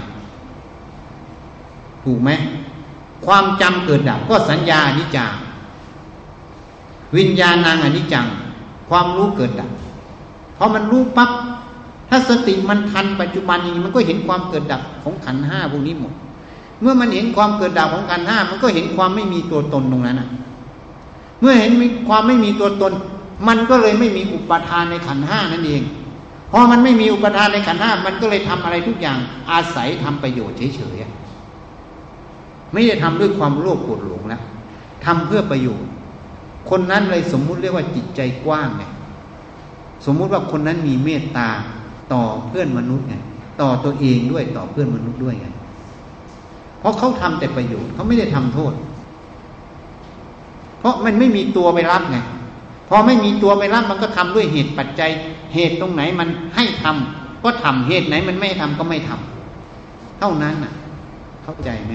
ถูกไหมความจำเกิดดับก็สัญญาอนิจจาวิญญาณังอนิจจังความรู้เกิดดับพอมันรู้ปั๊บถ้าสติมันทันปัจจุบันนี้มันก็เห็นความเกิดดับของขันธ์ห้าพวกนี้หมดเมื่อมันเห็นความเกิดดับของขันธ์ห้ามันก็เห็นความไม่มีตัวตนตรงนั้นนะเมื่อเห็นความไม่มีตัวตนมันก็เลยไม่มีอุปทานในขันธ์ห้านั่นเองพอมันไม่มีอุปทานในขันธ์ห้ามันก็เลยทำอะไรทุกอย่างอาศัยทำประโยชน์เฉยๆไม่ได้ทำด้วยความโลภโกรธหลงแล้วทำเพื่อประโยชน์คนนั้นเลยสมมุติเรียกว่าจิตใจกว้างไงสมมุติว่าคนนั้นมีเมตตาต่อเพื่อนมนุษย์ไงต่อตัวเองด้วยต่อเพื่อนมนุษย์ด้วยไงเพราะเขาทำแต่ประโยชน์เขาไม่ได้ทำโทษเพราะมันไม่มีตัวไปรับไงพอไม่มีตัวไปรับมันก็ทำด้วยเหตุปัจจัยเหตุตรงไหนมันให้ทำก็ทำเหตุไหนมันไม่ทำก็ไม่ทำเท่านั้นน่ะเข้าใจไหม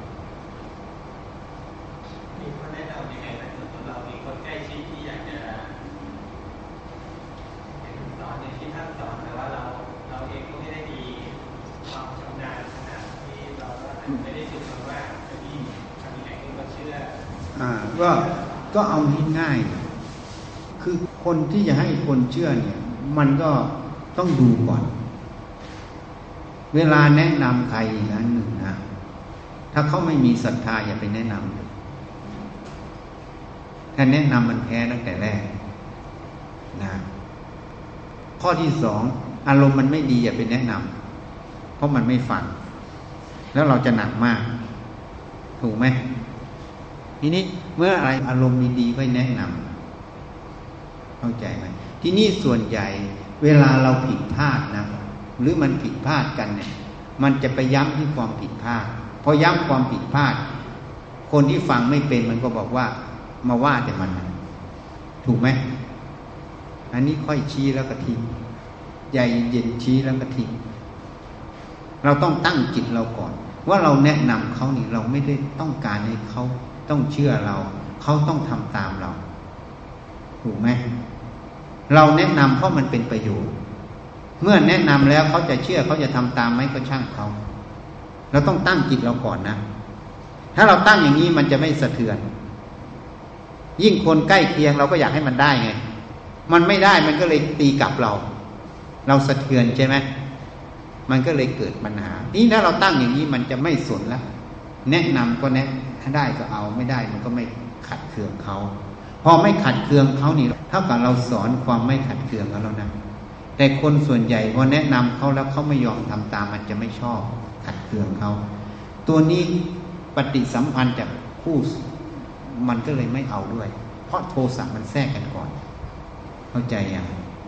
อ่าก็ก็เอาง่ายๆคือคนที่จะให้คนเชื่อเนี่ยมันก็ต้องดูก่อนเวลาแนะนำใครอีกอันหนึ่งนะถ้าเขาไม่มีศรัทธาอย่าไปแนะนำถ้าแนะนำมันแพ้ตั้งแต่แรกนะข้อที่สองอารมณ์มันไม่ดีอย่าไปแนะนำเพราะมันไม่ฟังแล้วเราจะหนักมากถูกไหมทีนี้เมื่ออะไรอารมณ์ดีๆก็แนะนำเข้าใจไหมที่นี่ส่วนใหญ่เวลาเราผิดพลาดนะหรือมันผิดพลาดกันเนี่ยมันจะไปย้ำที่ความผิดพลาดพอย้ำความผิดพลาดคนที่ฟังไม่เป็นมันก็บอกว่ามาว่าแต่มันถูกไหมอันนี้ค่อยชี้แล้วก็ทิ้งใหญ่เย็นชี้แล้วก็ทิ้งเราต้องตั้งจิตเราก่อนว่าเราแนะนำเขานี่เราไม่ได้ต้องการให้เขาต้องเชื่อเราเขาต้องทำตามเราถูกไหมเราแนะนำเพราะมันเป็นประโยชน์เมื่อแนะนำแล้วเขาจะเชื่อเขาจะทำตามไหมก็ช่างเขาเราต้องตั้งจิตเราก่อนนะถ้าเราตั้งอย่างนี้มันจะไม่สะเทือนยิ่งคนใกล้เคียงเราก็อยากให้มันได้ไงมันไม่ได้มันก็เลยตีกลับเราเราสะเทือนใช่ไหมมันก็เลยเกิดปัญหานี่ถ้าเราตั้งอย่างนี้มันจะไม่สนแล้วแนะนำก็แนะถ้าได้ก็เอาไม่ได้มันก็ไม่ขัดเคืองเขาพอไม่ขัดเคืองเขานี่เท่ากับเราสอนความไม่ขัดเคืองเขาแล้วนะแต่คนส่วนใหญ่พอแนะนำเขาแล้วเขาไม่ยอมทำตามมันจะไม่ชอบขัดเคืองเขาตัวนี้ปฏิสัมพันธ์จากคู่มันก็เลยไม่เอาด้วยเพราะโทสะมันแทรกกันก่อนเข้าใจยัง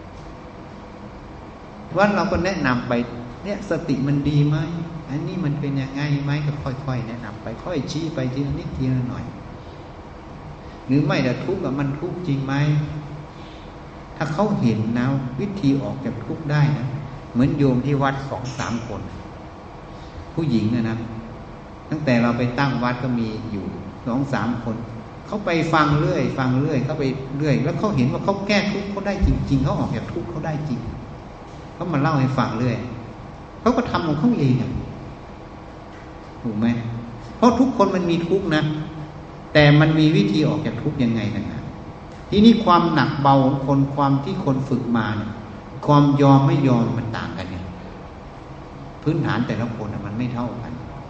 ว่าเราก็แนะนำไปเนี่ยสติมันดีไหมอันนี้มันเป็นยังไงไหมก็ค่อยๆแนะนำไปค่อยชี้ไปทีละนิดทีละหน่อยหรือไม่แต่ทุกข์กับมันทุกข์จริงไหมถ้าเขาเห็นนะวิธีออกจากทุกข์ได้นะเหมือนโยมที่วัดสองสามคนผู้หญิงนะนะตั้งแต่เราไปตั้งวัดก็มีอยู่สองสามคนเขาไปฟังเรื่อยฟังเรื่อยเขาไปเรื่อยแล้วเขาเห็นว่าเขาแก้ทุกข์เขาได้จริงๆเขาออกจากทุกข์เขาได้จริงเขามาเล่าให้ฟังเรื่อยเขาก็ทำของเขาเองถูกไหมเพราะทุกคนมันมีทุกข์นะแต่มันมีวิธีออกจากทุกข์ยังไงนะ ทีนี้ความหนักเบาของคนความที่คนฝึกมาเนี่ยความยอมไม่ยอมมันต่างกันเนี่ยพื้นฐานแต่ละคนมันไม่เท่ากัน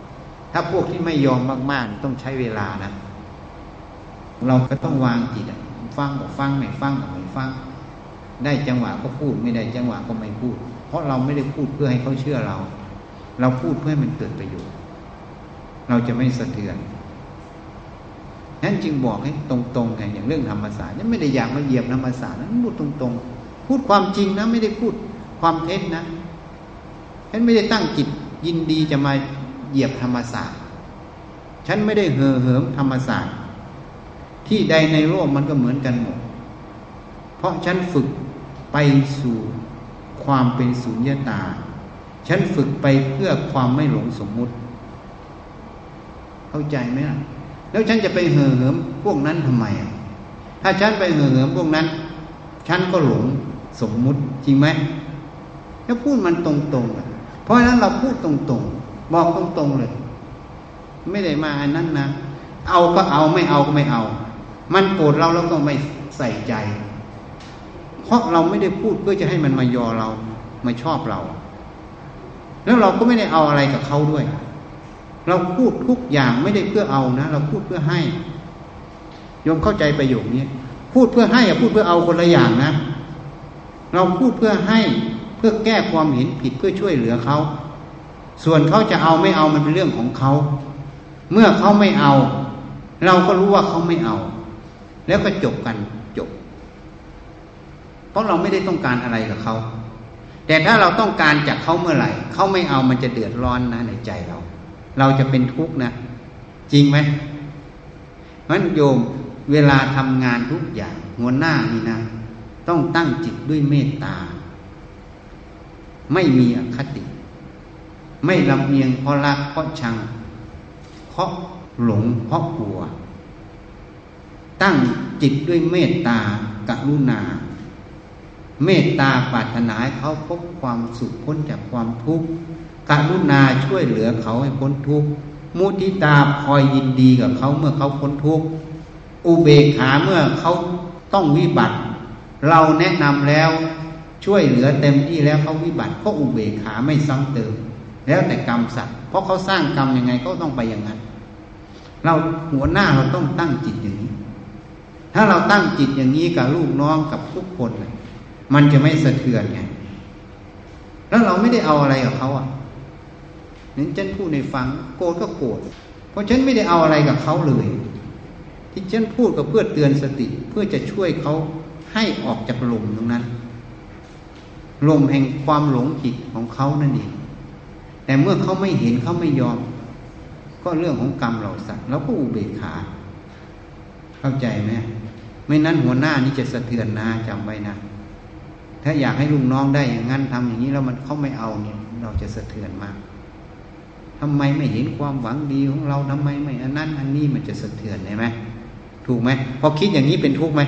ถ้าพวกที่ไม่ยอมมากๆต้องใช้เวลานะเราก็ต้องวางจิตฟังบอกฟังไม่ฟังก็ไม่ฟังได้จังหวะก็พูดไม่ได้จังหวะก็ไม่พูดเพราะเราไม่ได้พูดเพื่อให้เขาเชื่อเราเราพูดเพื่อให้มันเกิดประโยชน์เราจะไม่สะเทือนนั้นจึงบอกให้ตรงๆไงอย่างเรื่องธรรมศาสตร์นี่ไม่ได้อยากมาเหยียบธรรมศาสตร์นะพูดตรงๆพูดความจริงนะไม่ได้พูดความเท็จนะฉันไม่ได้ตั้งจิตยินดีจะมาเหยียบธรรมศาสตร์ฉันไม่ได้เห่อเหิมธรรมศาสตร์ที่ใดในโลกมันก็เหมือนกันหมดเพราะฉันฝึกไปสู่ความเป็นสุญญตาฉันฝึกไปเพื่อความไม่หลงสมมุติเข้าใจไหมล่ะแล้วฉันจะไปเห่อเหิมพวกนั้นทำไมอ่ะถ้าฉันไปเห่อเหิมพวกนั้นฉันก็หลงสมมุติจริงไหมถ้าพูดมันตรงๆอ่ะเพราะฉะนั้นเราพูดตรงๆบอกตรงๆเลยไม่ได้มาอันนั้นนะเอาก็เอาไม่เอาก็ไม่เอามันโกรธเราแล้วก็ไม่ใส่ใจเพราะเราไม่ได้พูดเพื่อจะให้มันมายอเรามาชอบเราแล้วเราก็ไม่ได้เอาอะไรกับเขาด้วยเราพูดทุกอย่างไม่ได้เพื่อเอานะเราพูดเพื่อให้โยมเข้าใจประโยคนี้พูดเพื่อให้กับพูดเพื่อเอาคนละอย่างนะเราพูดเพื่อให้เพื่อแก้ความเห็นผิดเพื่อช่วยเหลือเขาส่วนเขาจะเอาไม่เอามันเป็นเรื่องของเขาเมื่อเขาไม่เอาเราก็รู้ว่าเขาไม่เอาแล้วก็จบกันจบเพราะเราไม่ได้ต้องการอะไรกับเขาแต่ถ้าเราต้องการจากเขาเมื่อไหร่เขาไม่เอามันจะเดือดร้อนนะในใจเราเราจะเป็นทุกข์นะจริงไหมเพราะฉะนั้นโยมเวลาทำงานทุกอย่างหัวหน้านี่นะต้องตั้งจิตด้วยเมตตาไม่มีอคติไม่ลำเอียงเพราะรักเพราะชังเพราะหลงเพราะกลัวตั้งจิตด้วยเมตตากรุณาเมตตาปรารถนาให้เขาพบความสุขพ้นจากความทุกข์กรุณาช่วยเหลือเขาให้พ้นทุกข์มุทิตาคอยยินดีกับเขาเมื่อเขาพ้นทุกข์อุเบกขาเมื่อเขาต้องวิบัติเราแนะนำแล้วช่วยเหลือเต็มที่แล้วเขาวิบัติก็อุเบกขาไม่ซ้ำเติมแล้วแต่กรรมสัตว์เพราะเขาสร้างกรรมยังไงก็ต้องไปอย่างนั้นเราหัวหน้าเราต้องตั้งจิตอย่างนี้ถ้าเราตั้งจิตอย่างนี้กับลูกน้องกับทุกคนเลยมันจะไม่สะเทือนไงแล้วเราไม่ได้เอาอะไรกับเขาอ่ะนั้นฉันพูดในฟังโกรธก็โกรธเพราะฉันไม่ได้เอาอะไรกับเขาเลยที่ฉันพูดก็เพื่อเตือนสติเพื่อจะช่วยเขาให้ออกจากลมตรงนั้นลมแห่งความหลงผิดของเขานั่นเองแต่เมื่อเขาไม่เห็นเขาไม่ยอมก็เรื่องของกรรมเราสัตว์เราก็อุเบกขาเข้าใจไหมไม่นั้นหัวหน้านี่จะสะเทือนนะจำไว้นะถ้าอยากให้ลูกน้องได้อย่างนั้นทำอย่างนี้แล้วมันเขาไม่เอาเนี่ยเราจะสะเทือนมากทำไมไม่เห็นความหวังดีของเราทำไมไม่อันนั้นอันนี้มันจะสะเทือนใช่ไหมถูกไหมพอคิดอย่างนี้เป็นทุกข์ไหม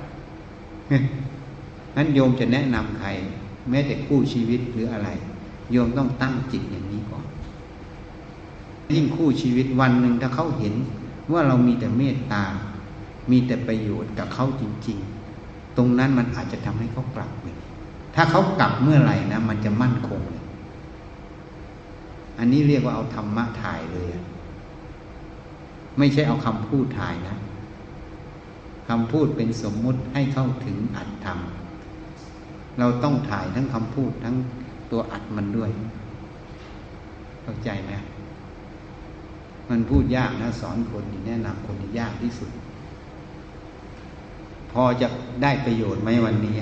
นั้นโยมจะแนะนำใครแม้แต่คู่ชีวิตหรืออะไรโยมต้องตั้งจิตอย่างนี้ก่อนยิ่งคู่ชีวิตวันหนึ่งถ้าเขาเห็นว่าเรามีแต่เมตตามีแต่ประโยชน์กับเขาจริงๆตรงนั้นมันอาจจะทำให้เขากลับไปถ้าเขากลับเมื่อไหร่นะมันจะมั่นคงเลยอันนี้เรียกว่าเอาธรรมะถ่ายเลยไม่ใช่เอาคำพูดถ่ายนะคำพูดเป็นสมมุติให้เข้าถึงอัตธรรมเราต้องถ่ายทั้งคำพูดทั้งตัวอัดมันด้วยเข้าใจไหมมันพูดยากนะสอนคนนี่แนะนำคนนี่ยากที่สุดพอจะได้ประโยชน์ไหมวันนี้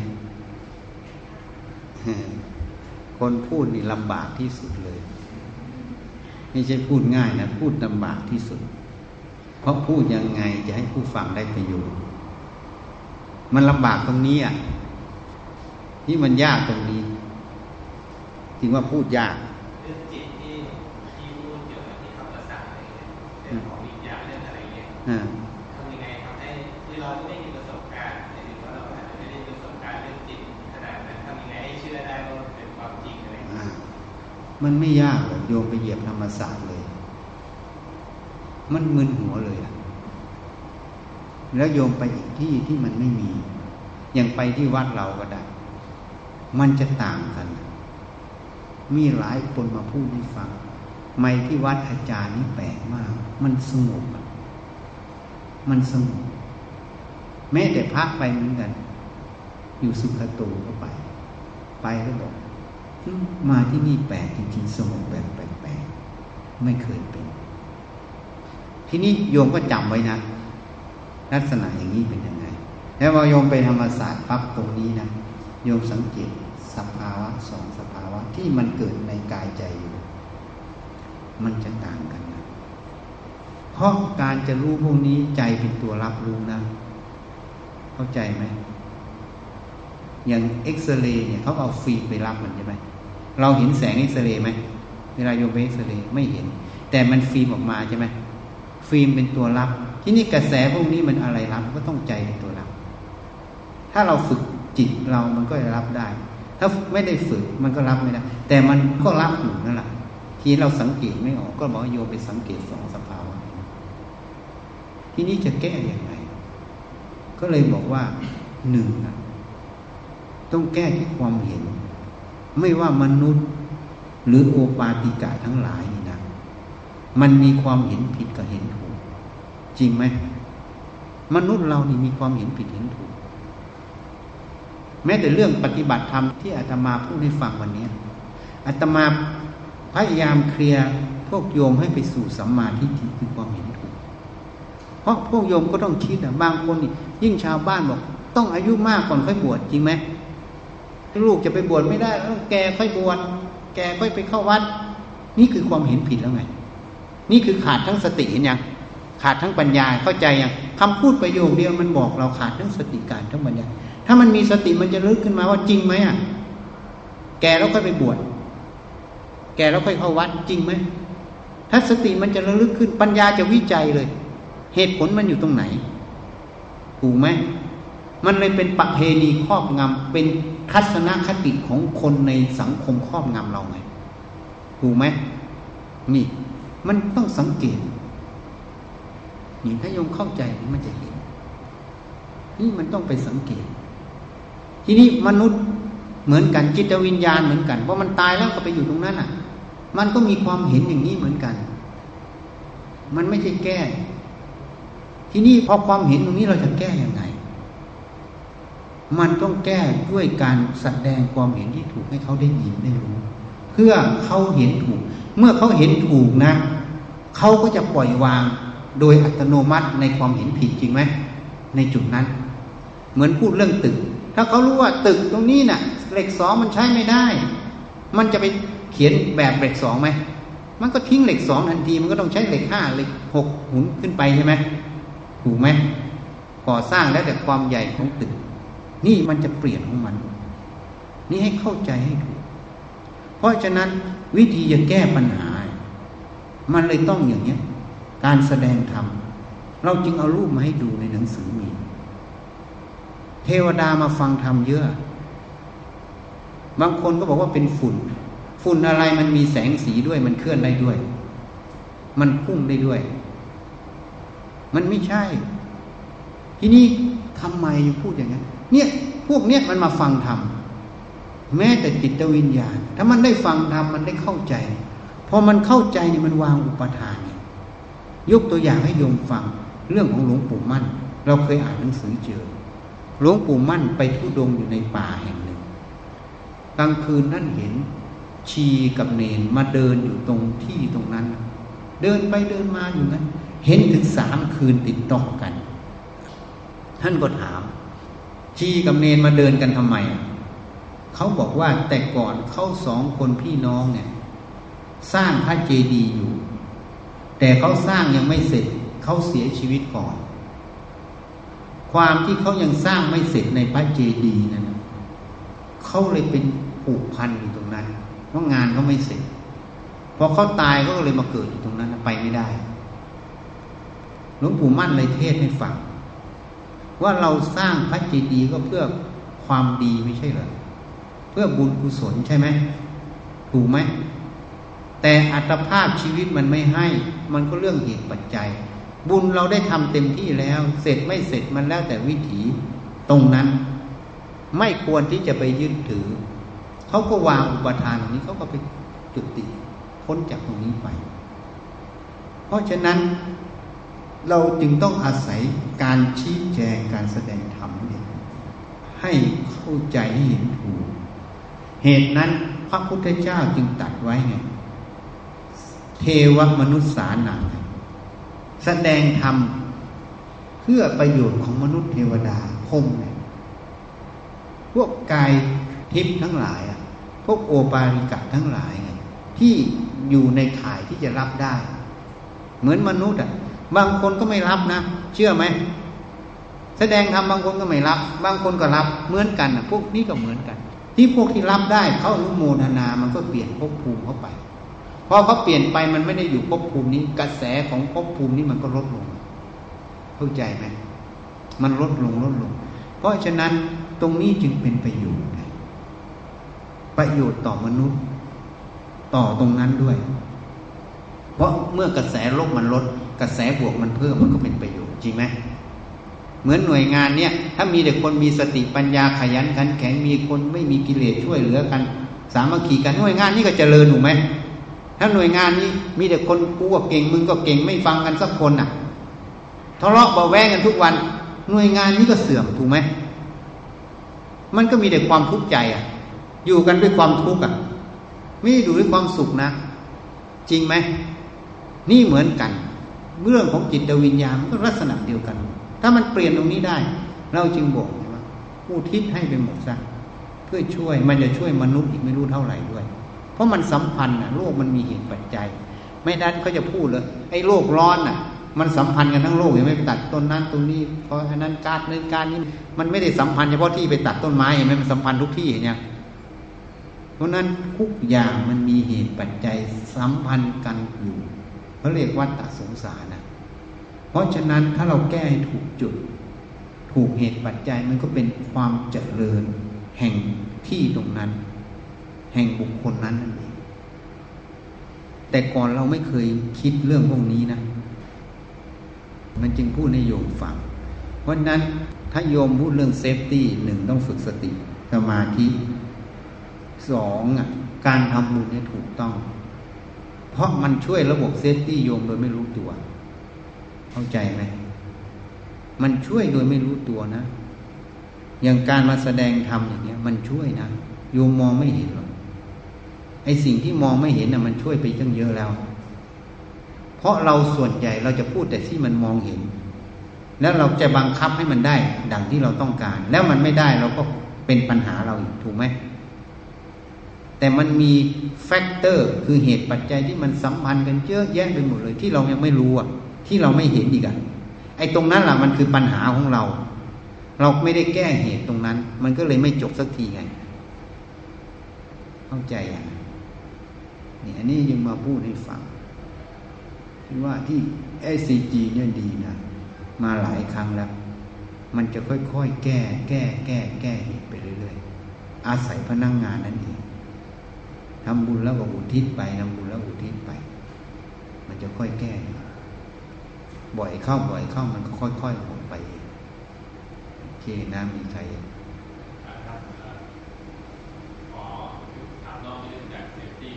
คนพูดนี่ลำบากที่สุดเลยไม่ใช่พูดง่ายนะพูดลำบากที่สุดเพราะพูดยังไงจะให้ผู้ฟังได้ประโยชน์มันลำบากตรงนี้อ่ะที่มันยากตรงนี้ถึงว่าพูดยากเรื่องจิตที่ที่พูดเกี่ยวกับที่คำภาษาอะไรเงี้ยเรื่องของวิญญาณเรื่องอะไรเงี้ยทำยังไงทำให้ที่เราไม่มีประสบการณ์ในที่เราอาจจะไม่ได้ประสบการณ์เรื่องจิตขนาดนั้นทำยังไงให้เชื่อได้ว่าเป็นความจริงอะไรมันไม่ยากหรอกโยมไปเหยียบธรรมศาสตร์เลยมันมึนหัวเลยอ่ะแล้วโยมไปอีกที่ที่มันไม่มีอย่างไปที่วัดเราก็ได้มันจะต่างกันมีหลายคนมาพูดให้ฟังไมค์ที่วัดอาจารย์นี่แปลกมากมันสงบมันสงบแม้แต่พระไปเหมือนกันอยู่สุขโตก็ไปไปแล้วบอกมาที่นี่แปลกจริงๆสงบแบบแปลกๆไม่เคยเป็นทีนี้โยมก็จำไว้นะลักษณะอย่างนี้เป็นยังไงแล้วพอโยมไปธรรมศาสตร์ปั๊บตรงนี้นะโยมสังเกตสภาวะสองสภาวะที่มันเกิดในกายใจอยู่มันจะต่างกันนะเพราะการจะรู้พวกนี้ใจเป็นตัวรับรู้นะเข้าใจไหมอย่างเอ็กซเรย์เนี่ยเขาเอาฟิล์มไปรับมันใช่ไหมเราเห็นแสงเอ็กซเรย์ไหมเวลาโยมไปเอ็กซเรย์ไม่เห็นแต่มันฟิล์มออกมาใช่ไหมฟิล์มเป็นตัวรับที่นี่กระแสพวกนี้มันอะไรรับก็ต้องใจเป็นตัวรับถ้าเราฝึกจิตเรามันก็จะรับได้ถ้าไม่ได้ฝึกมันก็รับไม่ได้แต่มันก็รับอยู่นั่นแหละทีเราสังเกตไม่ออกก็บอกโยมไปสังเกตสองสภาวะทีนี้จะแก้อย่างไรก็เลยบอกว่าหนึ่งนะต้องแก้ที่ความเห็นไม่ว่ามนุษย์หรือโอปาติกะทั้งหลายนี่นะมันมีความเห็นผิดกับเห็นถูกจริงไหมมนุษย์เรานี่มีความเห็นผิดเห็นถูกแม้แต่เรื่องปฏิบัติธรรมที่อาตมาพูดให้ฟังวันนี้อาตมาพยายามเคลียร์พวกโยมให้ไปสู่สัมมาทิฏฐิคือความเห็นถูกเพราะพวกโยมก็ต้องคิดนะบางคนนี่ยิ่งชาวบ้านบอกต้องอายุมากก่อนค่อยบวชจริงไหมลูกจะไปบวชไม่ได้ต้องแก่ค่อยบวชแก่ค่อยไปเข้าวัดนี่คือความเห็นผิดแล้วไงนี่คือขาดทั้งสติเห็นยังขาดทั้งปัญญาเข้าใจยังคำพูดประโยคเดียวมันบอกเราขาดทั้งสติการทั้งปัญญาถ้ามันมีสติมันจะลึกขึ้นมาว่าจริงไหมอ่ะแก่แล้วค่อยไปบวชแก่แล้วค่อยเข้าวัดจริงไหมถ้าสติมันจะระลึกขึ้นปัญญาจะวิจัยเลยเหตุผลมันอยู่ตรงไหนถูกไหมมันเลยเป็นประเพณีครอบงำเป็นทัศนคติของคนในสังคมครอบงำเราไงถูกไหมนี่มันต้องสังเกตนี่ถ้าโยมเข้าใจมันจะเห็นนี่มันต้องไปสังเกตทีนี้มนุษย์เหมือนกันจิตวิญญาณเหมือนกันเพราะมันตายแล้วก็ไปอยู่ตรงนั้นอ่ะมันก็มีความเห็นอย่างนี้เหมือนกันมันไม่ใช่แก้ทีนี้พอความเห็นตรงนี้เราจะแก้ยังไงมันต้องแก้ด้วยการแสดงความเห็นที่ถูกให้เขาได้ยินได้รู้เพื่อเขาเห็นถูกเมื่อเขาเห็นถูกนะเขาก็จะปล่อยวางโดยอัตโนมัติในความเห็นผิดจริงไหมในจุดนั้นเหมือนพูดเรื่องตึกถ้าเขารู้ว่าตึกตรงนี้น่ะเหล็กสองมันใช้ไม่ได้มันจะไปเขียนแบบเหล็กสองไหมมันก็ทิ้งเหล็กสองทันทีมันก็ต้องใช้เหล็กห้าเหล็กหกหมุนขึ้นไปใช่ไหมถูกไหมก่อสร้างแล้วแต่ความใหญ่ของตึกนี่มันจะเปลี่ยนของมันนี่ให้เข้าใจให้ถูกเพราะฉะนั้นวิธีจะแก้ปัญหามันเลยต้องอย่างนี้การแสดงธรรมเราจึงเอารูปมาให้ดูในหนังสือมีเทวดามาฟังธรรมเยอะบางคนก็บอกว่าเป็นฝุ่นฝุ่นอะไรมันมีแสงสีด้วยมันเคลื่อนได้ด้วยมันพุ่งได้ด้วยมันไม่ใช่ทีนี้ทำไมพูดอย่างนั้นเนี่ยพวกเนี้ยมันมาฟังธรรมแม้แต่จิตวิญญาณถ้ามันได้ฟังธรรมมันได้เข้าใจพอมันเข้าใจนี่มันวางอุปทานเนี่ยยกตัวอย่างให้โยมฟังเรื่องของหลวงปู่มั่นเราเคยอ่านหนังสือเจอหลวงปู่มั่นไปธุดงค์อยู่ในป่าแห่งหนึ่งกลางคืนนั่นเห็นชีกับเนรมาเดินอยู่ตรงที่ตรงนั้นเดินไปเดินมาอยู่นั้นเห็นถึงสามคืนติดต่อกันท่านก็ถามชีกับเนรมาเดินกันทำไมเขาบอกว่าแต่ก่อนเขาสองคนพี่น้องเนี่ยสร้างพระเจดีย์อยู่แต่เขาสร้างยังไม่เสร็จเขาเสียชีวิตก่อนความที่เขายังสร้างไม่เสร็จในพระเจดีย์นั้นเขาเลยเป็นผูกพันอยู่ตรงนั้นเพราะงานเขาไม่เสร็จพอเขาตายเขาก็เลยมาเกิดอยู่ตรงนั้นไปไม่ได้หลวงปู่มั่นเลยเทศให้ฟังว่าเราสร้างพระเจดีย์ก็เพื่อความดีไม่ใช่เหรอเพื่อบุญกุศลใช่ไหมถูกไหมแต่อัตภาพชีวิตมันไม่ให้มันก็เรื่องเหตุปัจจัยบุญเราได้ทำเต็มที่แล้วเสร็จไม่เสร็จมันแล้วแต่วิถีตรงนั้นไม่ควรที่จะไปยึดถือเขาก็วางอุปทานตรงนี้เขาก็ไปจุติพ้นจากตรงนี้ไปเพราะฉะนั้นเราจึงต้องอาศัยการชี้แจงการแสดงธรรมเนี่ยให้เข้าใจให้เห็นถูกเหตุนั้นพระพุทธเจ้าจึงตรัสไว้ไงเทวมนุษย์สานังแสดงธรรมเพื่อประโยชน์ของมนุษย์เทวดาพรหมเนี่ยพวกกายทิพย์ทั้งหลายอ่ะพวกโอปาริกะทั้งหลายไงที่อยู่ในข่ายที่จะรับได้เหมือนมนุษย์อ่ะบางคนก็ไม่รับนะเชื่อไหมแสดงธรรมบางคนก็ไม่รับบางคนก็รับเหมือนกันอ่ะพวกนี้ก็เหมือนกันที่พวกที่รับได้เขาอนุโมทนามันก็เปลี่ยนภพภูมิเข้าไปพอเขาเปลี่ยนไปมันไม่ได้อยู่ภพภูมินี้กระแสของภพภูมินี้มันก็ลดลงเข้าใจไหมมันลดลงลดลงเพราะฉะนั้นตรงนี้จึงเป็นประโยชน์ประโยชน์ต่อมนุษย์ต่อตรงนั้นด้วยเพราะเมื่อกระแสลบมันลดกระแสบวกมันเพิ่มมันก็เป็นประโยชน์จริงไหมเหมือนหน่วยงานเนี่ยถ้ามีแต่คนมีสติปัญญาขยันขันแข็งมีคนไม่มีกิเลสช่วยเหลือกันสามัคคีกันหน่วยงานนี้ก็เจริญถูกไหมถ้าหน่วยงานนี้มีแต่คนกูก็เก่งมึงก็เก่งไม่ฟังกันสักคนน่ะทะเลาะเบาแวงกันทุกวันหน่วยงานนี้ก็เสื่อมถูกไหมมันก็มีแต่ความทุกข์ใจอ่ะอยู่กันด้วยความทุกข์อ่ะไม่ได้อยู่ด้วยความสุขนะจริงไหมนี่เหมือนกันเรื่องของจิตวิญญาณมันก็ลักษณะเดียวกันถ้ามันเปลี่ยนตรงนี้ได้เราจึงบอกว่าอุทิศให้ไปหมดซะเพื่อช่วยมันจะช่วยมนุษย์อีกไม่รู้เท่าไหร่ด้วยเพราะมันสัมพันธ์น่ะโลกมันมีเหตุปัจจัยไม่นั้นเขาจะพูดเลยไอ้โลกร้อนน่ะมันสัมพันธ์กันทั้งโลกเห็นไหมไปตัดต้นนั้นตรงนี้เพราะฉะนั้นการในการนี้มันไม่ได้สัมพันธ์เฉพาะที่ไปตัดต้นไม้เห็นไหมมันสัมพันธ์ทุกที่เห็นยังเพราะนั้นทุกอย่างมันมีเหตุปัจจัยสัมพันธ์กันอยู่เขาเรียกวัฏฏะสงสารนะเพราะฉะนั้นถ้าเราแก้ให้ถูกจุดถูกเหตุปัจจัยมันก็เป็นความเจริญแห่งที่ตรงนั้นแห่งบุคคลนั้นนั่นเองแต่ก่อนเราไม่เคยคิดเรื่องพวกนี้นะมันจึงพูดให้โยมฟังเพราะนั้นถ้าโยมพูดเรื่องเซฟตี้หนึ่งต้องฝึกสติสมาธิสองอ่ะการทำบุญเนี่ยถูกต้องเพราะมันช่วยระบบเซฟตี้โยมโดยไม่รู้ตัวเข้าใจไหมมันช่วยโดยไม่รู้ตัวนะอย่างการมาแสดงธรรมอย่างเงี้ยมันช่วยนะโยมมองไม่เห็นหรอกไอ้สิ่งที่มองไม่เห็นน่ะมันช่วยไปตั้งเยอะแล้วเพราะเราส่วนใหญ่เราจะพูดแต่ที่มันมองเห็นแล้วเราจะบังคับให้มันได้ดังที่เราต้องการแล้วมันไม่ได้เราก็เป็นปัญหาเราอีกถูกไหมแต่มันมีแฟกเตอร์คือเหตุปัจจัยที่มันสัมพันธ์กันเยอะแยะไปหมดเลยที่เรายังไม่รู้อ่ะที่เราไม่เห็นอีกอ่ะไอ้ตรงนั้นแหละมันคือปัญหาของเราเราไม่ได้แก้เหตุตรงนั้นมันก็เลยไม่จบสักทีไงเข้าใจอ่ะนี่อันนี้ยังมาพูดให้ฟังที่ว่าที่ ไอ ซี จี เนี่ยดีนะมาหลายครั้งแล้วมันจะค่อยๆแก้แก้แก้แก้เหตุไปเรื่อยๆอาศัยพนักงานนั่นเองทำบุญแล้วก็อุทิศไปทำบุญแล้วอุทิศไปมันจะค่อยแก้บ่อยเข้าบ่อยเข้ามันก็ค่อยๆหมดไปโอเคนะมีใครขอถามนอกเรื่องจากเซฟตี้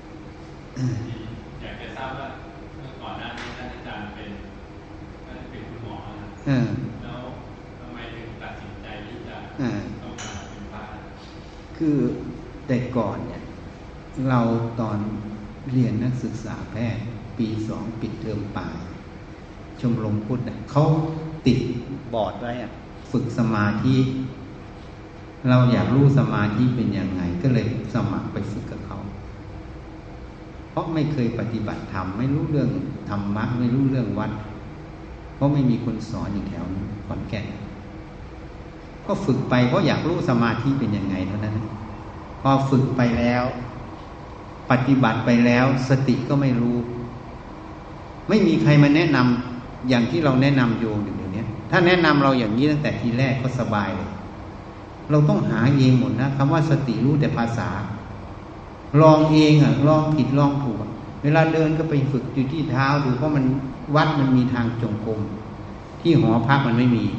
อยากจะทราบว่าเมื่อก่อนหน้านี้ท่านอาจารย์เป็นท่านเป็นคุณหมอนะแล้วทำไมถึงตัดสินใจที่จะต้องมาเป็นพระคือแต่ก่อนเนี่ยเราตอนเรียนนักศึกษาแพทย์ปีสองปิดเทอมปลายชมรมพุทธเขาติดบอร์ดไว้อะฝึกสมาธิเราอยากรู้สมาธิเป็นยังไงก็เลยสมัครไปฝึกกับเขาเพราะไม่เคยปฏิบัติธรรมไม่รู้เรื่องธรรมะไม่รู้เรื่องวัดเพราะไม่มีคนสอนอยู่แถวขอนแก่นก็ฝึกไปเพราะอยากรู้สมาธิเป็นยังไงเท่านั้นพอฝึกไปแล้วปฏิบัติไปแล้วสติก็ไม่รู้ไม่มีใครมาแนะนำอย่างที่เราแนะนำโยมอยู่เดี๋ยวนี้ถ้าแนะนำเราอย่างนี้ตั้งแต่ทีแรกก็สบายเลยเราต้องหาเองหมดนะคำว่าสติรู้แต่ภาษาลองเองอ่ะลองผิดลองถูกเวลาเดินก็ไปฝึกอยู่ที่เท้าดูเพราะมันวัดมันมีทางจงกรมที่หอพักมันไม่มี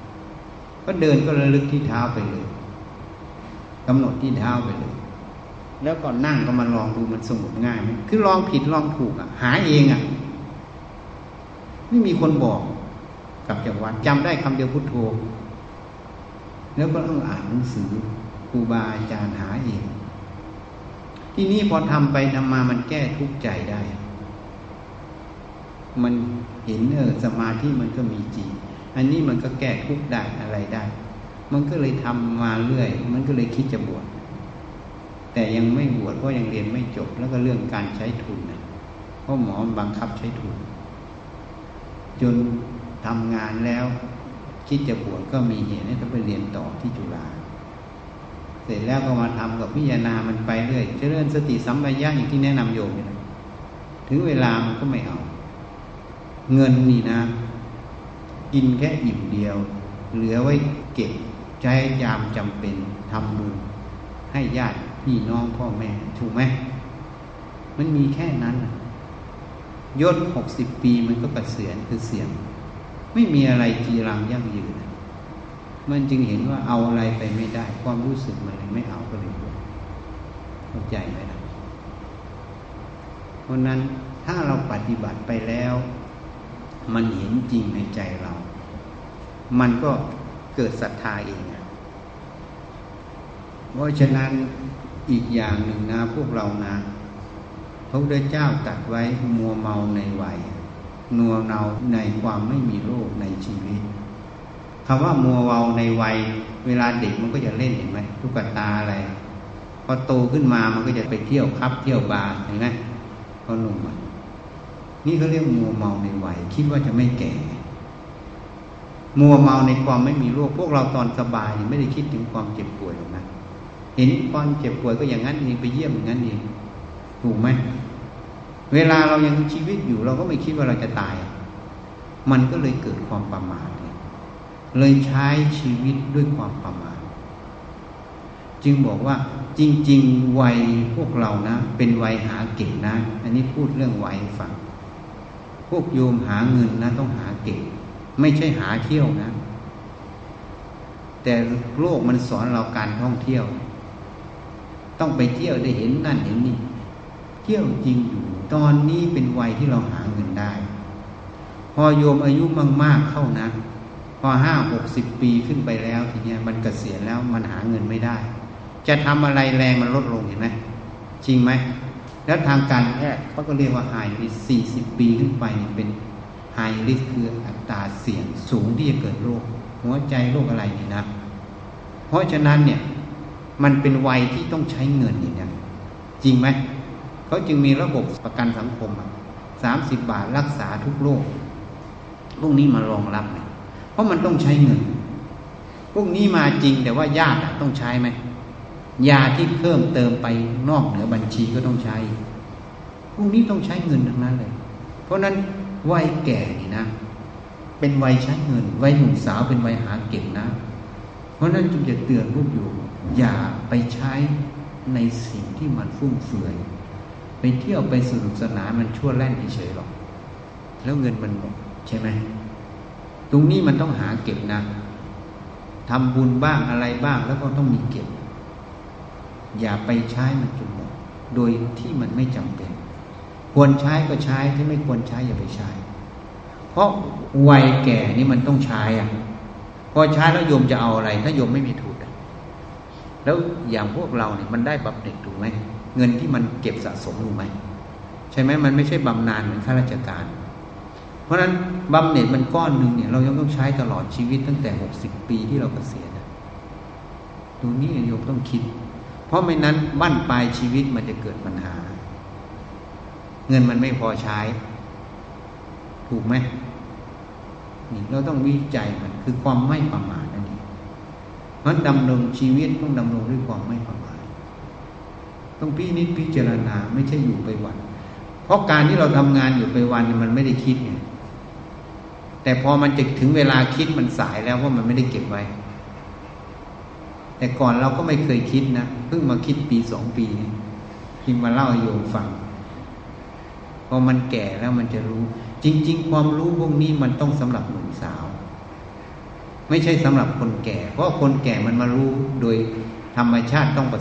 ก็เดินก็ระลึกที่เท้าไปเลยกำหนดที่เท้าไปเลยแล้วก็นั่งก็มาลองดูมันสงบง่ายไหมคือลองผิดลองถูกอ่ะหาเองอ่ะไม่มีคนบอกกลับจากวัดจำได้คำเดียวพุทโธแล้วก็ต้องอ่านหนังสือครูบาอาจารย์หาเองที่นี่พอทำไปทำมามันแก้ทุกข์ใจได้มันเห็นเออสมาธิมันก็มีจริงอันนี้มันก็แก้ทุกข์ได้อะไรได้มันก็เลยทำมาเรื่อยมันก็เลยคิดจะบวชแต่ยังไม่บวชเพราะยังเรียนไม่จบแล้วก็เรื่องการใช้ทุนนะเพราะหมอบังคับใช้ทุนจนทำงานแล้วคิดจะบวชก็มีเหตุให้ต้องไปเรียนต่อที่จุฬาเสร็จแล้วก็มาทำกับพิจารณามันไปเรื่อยเจริญสติสัมปชัญญะอย่างที่แนะนำโยมนี่นะถึงเวลามันก็ไม่เอาเงินนี่นะกินแค่อิ่มเดียวเหลือไว้เก็บใช้ยามจำเป็นทำบุญให้ญาติพี่น้องพ่อแม่ถูกไหมมันมีแค่นั้นยศหกสิบปีมันก็เกษียณคือเสียงไม่มีอะไรจีรังยั่งยืนมันจึงเห็นว่าเอาอะไรไปไม่ได้ความรู้สึกมันเลยไม่เอาก็เลยเข้าใจไหมนะเพราะนั้นถ้าเราปฏิบัติไปแล้วมันเห็นจริงในใจเรามันก็เกิดศรัทธาเองเพราะฉะนั้นอีกอย่างหนึ่งนะพวกเรานะพระพุทธเจ้าตรัสไว้มัวเมาในวัยนัวเนาในความไม่มีโลกในชีวิตคำว่ามัวเมาในวัยเวลาเด็กมันก็จะเล่นเห็นไหมตุ๊กตาอะไรพอโตขึ้นมามันก็จะไปเที่ยวครับเที่ยวบาร์เห็นไหมพอหนุ่มนี่เขาเรียกมัวเมาในวัยคิดว่าจะไม่แก่มัวเมาในความไม่มีโรคพวกเราตอนสบายไม่ได้คิดถึงความเจ็บป่วยหรอกนะเห็นความเจ็บป่วยก็อย่างนั้นเองไปเยี่ยมอย่างนั้นเองถูกไหมเวลาเรายังชีวิตอยู่เราก็ไม่คิดว่าเราจะตายมันก็เลยเกิดความประมาทเลยใช้ชีวิตด้วยความประมาทจึงบอกว่าจริงๆวัยพวกเรานะเป็นวัยหาเก็บนะอันนี้พูดเรื่องวัยฟังพวกโยมหาเงินนะต้องหาเก็บไม่ใช่หาเที่ยวนะแต่โลกมันสอนเราการท่องเที่ยวต้องไปเที่ยวได้เห็นนั่นเห็นนี่เที่ยวจริงอยู่ตอนนี้เป็นวัยที่เราหาเงินได้พอโยมอายุมากๆเข้านะพอห้าหกสิบปีขึ้นไปแล้วทีเนี้ยมันเกษียณแล้วมันหาเงินไม่ได้จะทำอะไรแรงมันลดลงเห็นไหมจริงไหมแล้วทางการแพทย์เขาก็เรียกว่าไฮริสสี่สิบปีขึ้นไปเป็นไฮริสคืออัตราเสี่ยงสูงที่จะเกิดโรคหัวใจโรคอะไรนี่นะเพราะฉะนั้นเนี่ยมันเป็นวัยที่ต้องใช้เงินอย่างนี้จริงไหมเขาจึงมีระบบประกันสังคมอ่ะสามสิบบาทรักษาทุกโรคพวกนี้มารองรับเนี่ยเพราะมันต้องใช้เงินพวกนี้มาจริงแต่ว่าญาติต้องใช้ไหมยาที่เพิ่มเติมไปนอกเหนือบัญชีก็ต้องใช้พวกนี้ต้องใช้เงินทั้งนั้นเลยเพราะนั้นวัยแก่นี่นะเป็นวัยใช้เงินวัยหนุ่มสาวเป็นวัยหาเก็บนะเพราะนั้นจึงจะเตือนพวกโยมอย่าไปใช้ในสิ่งที่มันฟุ่มเฟือยไปเที่ยวไปสนุกสนานมันชั่วแล่นเฉยๆหรอกแล้วเงินมันหมดใช่ไหมตรงนี้มันต้องหาเก็บนะทำบุญบ้างอะไรบ้างแล้วก็ต้องมีเก็บอย่าไปใช้มันจนหมดโดยที่มันไม่จำเป็นควรใช้ก็ใช้ที่ไม่ควรใช้อย่าไปใช้เพราะวัยแก่นี่มันต้องใช้อ่ะพอใช้แล้วโยมจะเอาอะไรถ้าโยมไม่มีทุนแล้วอย่างพวกเราเนี่ยมันได้บำเหน็จถูกไหมเงินที่มันเก็บสะสมถูกไหมใช่ไหมมันไม่ใช่บำนาญเหมือนข้าราชการเพราะฉะนั้นบำเหน็จมันก้อนหนึ่งเนี่ยเรายังต้องใช้ตลอดชีวิตตั้งแต่หกสิบปีที่เราเกษียณตรงนี้โยมต้องคิดเพราะไม่นั้นบั้นปลายชีวิตมันจะเกิดปัญหาเงินมันไม่พอใช้ถูกไหมนี่เราต้องวิจัยมันคือความไม่ประมาทนั่นเองเพราะดำรงชีวิตต้องดำรงด้วยความไม่ประมาทต้องพินิจพิจารณาไม่ใช่อยู่ไปวันเพราะการที่เราทำงานอยู่ไปวันมันไม่ได้คิดไงแต่พอมันจะถึงเวลาคิดมันสายแล้วเพราะมันไม่ได้เก็บไว้แต่ก่อนเราก็ไม่เคยคิดนะเพิ่งมาคิดปีสองปีนี้ที่มาเล่าให้โยมฟังพอมันแก่แล้วมันจะรู้จริงๆความรู้พวกนี้มันต้องสำหรับหนุ่มสาวไม่ใช่สำหรับคนแก่เพราะคนแก่มันมารู้โดยธรรมชาติต้องประสบ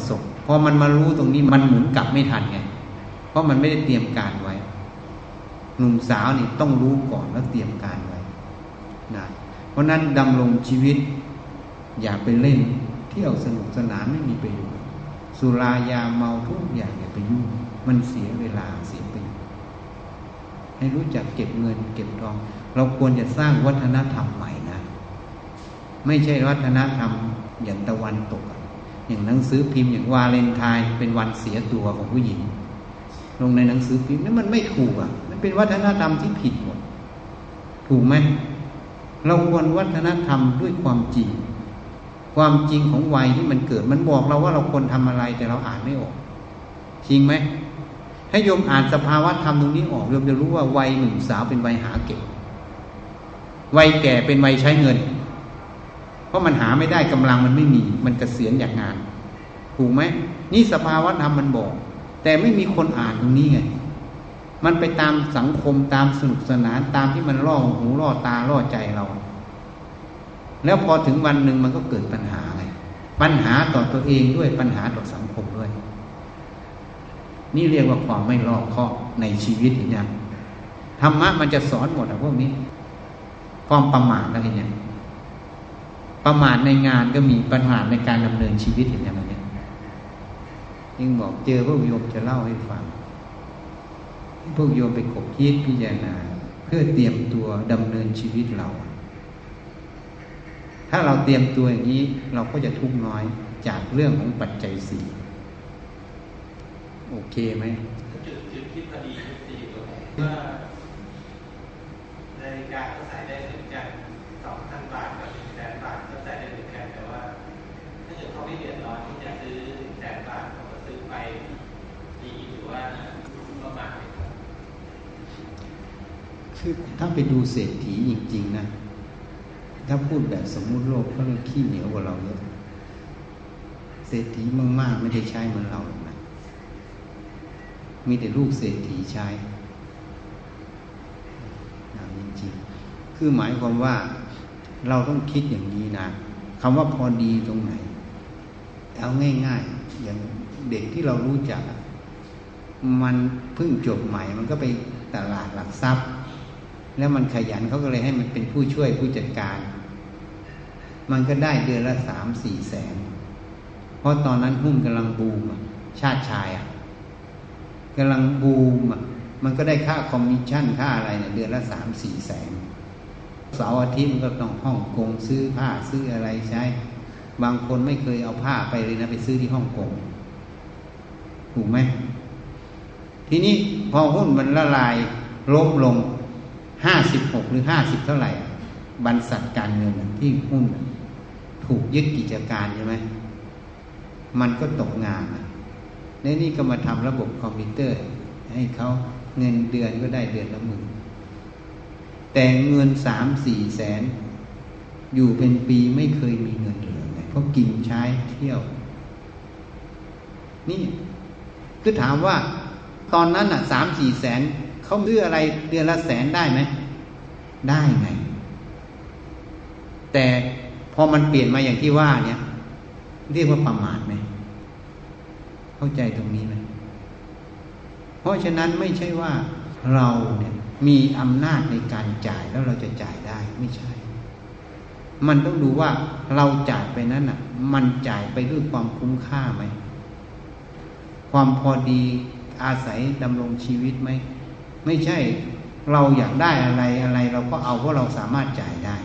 พอมันมารู้ตรงนี้มันหมุนกลับไม่ทันไงเพราะมันไม่ได้เตรียมการไว้หนุ่มสาวนี่ต้องรู้ก่อนแล้วเตรียมการไว้นะเพราะนั้นดำรงชีวิตอย่าไปเล่นเที่ยวสนุกสนานไม่มีประโยชน์สุรายาเมาทุกอย่างอย่าไปยุ่งมันเสียเวลาเสียประโยชน์ให้รู้จักเก็บเงินเก็บทองเราควรจะสร้างวัฒนธรรมใหม่นะไม่ใช่วัฒนธรรมอย่างตะวันตกอย่างหนังสือพิมพ์อย่างวาเลนไทน์เป็นวันเสียตัวของผู้หญิงลงในหนังสือพิมพ์นั้นมันไม่ถูกอ่ะมันเป็นวัฒนธรรมที่ผิดหมดถูกไหมเราควรวัฒนธรรมด้วยความจริงความจริงของวัยที่มันเกิดมันบอกเราว่าเราควรทำอะไรแต่เราอ่านไม่ออกจริงไหมให้โยมอ่านสภาวะธรรมตรงนี้ออกโยมจะรู้ว่าวัยหนุ่มสาวเป็นวัยหาเก็บวัยแก่เป็นวัยใช้เงินเพราะมันหาไม่ได้กำลังมันไม่มีมันเกษียณจากงานถูกไหมนี่สภาวะธรรมมันบอกแต่ไม่มีคนอ่านตรงนี้ไงมันไปตามสังคมตามสนุกสนานตามที่มันล่อหูล่อตาล่อใจเราแล้วพอถึงวันหนึ่งมันก็เกิดปัญหาไงปัญหาต่อตัวเองด้วยปัญหาต่อสังคมด้วยนี่เรียกว่าความไม่รอบคอบในชีวิตอย่างนี้ธรรมะมันจะสอนหมดอะพวกนี้ความประมาทอะไรเนี่ยประมาทในงานก็มีประมาทในการดำเนินชีวิตอย่างนี้เนี่ยยิ่งบอกเจอพวกโยมจะเล่าให้ฟังพวกโยมไปกบคิดพิจารณาเพื่อเตรียมตัวดำเนินชีวิตเราถ้าเราเตรียมตัวอย่างนี้เราก็จะทุกข์น้อยจากเรื่องของปัจจัยสี่โอเคไหมจุดจุดคิดพอดีจุดสี่ตัวว่านาฬิกาก็ใส่ได้เหมือนกันสองพันบาทกับหนึ่งแสนบาทก็ใส่ได้เหมือนกันแต่ว่าถ้าเกิดเขาไม่เดือดร้อนที่จะซื้อหนึ่งแสนบาทเขาก็ซื้อไปดีหรือว่าประมาณไหนครับคือถ้าไปดูเศรษฐีจริงๆนะถ้าพูดแบบสมมุติโลกเขาเลยขี้เหนียวกว่าเราเยอะเศรษฐีมากๆไม่ได้ใช้เหมือนเราหรอกนะมีแต่ลูกเศรษฐีใช้จริงๆคือหมายความว่าเราต้องคิดอย่างนี้นะคำว่าพอดีตรงไหนเอาง่ายๆอย่างเด็กที่เรารู้จักมันเพิ่งจบใหม่มันก็ไปตลาดหลักทรัพย์แล้วมันขยันเขาก็เลยให้มันเป็นผู้ช่วยผู้จัดการมันก็ได้เดือนละสามสี่แสนเพราะตอนนั้นหุ้นกำลังบูมชาติชายอ่ะกำลังบูมอ่ะมันก็ได้ค่าคอมมิชชั่นค่าอะไรเนี่ยเดือนละสามสี่แสนเสาร์อาทิตย์มันก็ต้องฮ่องกงซื้อผ้าซื้ออะไรใช้บางคนไม่เคยเอาผ้าไปเลยนะไปซื้อที่ฮ่องกงถูกไหมทีนี้พอหุ้นมันละลายล้มลงห้าสิบหกหรือห้าสิบเท่าไหร่บรรษัทการเงินที่หุ้นถูกยึดกิจการใช่ไหมมันก็ตกงานในนี่ก็มาทำระบบคอมพิวเตอร์ให้เขาเงินเดือนก็ได้เดือนละหมื่นแต่เงินสามสี่แสนอยู่เป็นปีไม่เคยมีเงินเหลือไงเพราะกินใช้เที่ยวนี่คือถามว่าตอนนั้นอ่ะสามสี่แสนเขาซื้ออะไรเดือนละแสนได้ไหมได้ไงแต่พอมันเปลี่ยนมาอย่างที่ว่าเนี่ยเรียกว่าประมาทไหมเข้าใจตรงนี้ไหมเพราะฉะนั้นไม่ใช่ว่าเราเนี่ยมีอำนาจในการจ่ายแล้วเราจะจ่ายได้ไม่ใช่มันต้องดูว่าเราจ่ายไปนั้นอ่ะมันจ่ายไปด้วยความคุ้มค่าไหมความพอดีอาศัยดำรงชีวิตไหมไม่ใช่เราอยากได้อะไรอะไรเราก็เอาเพราะเราสามารถจ่ายได้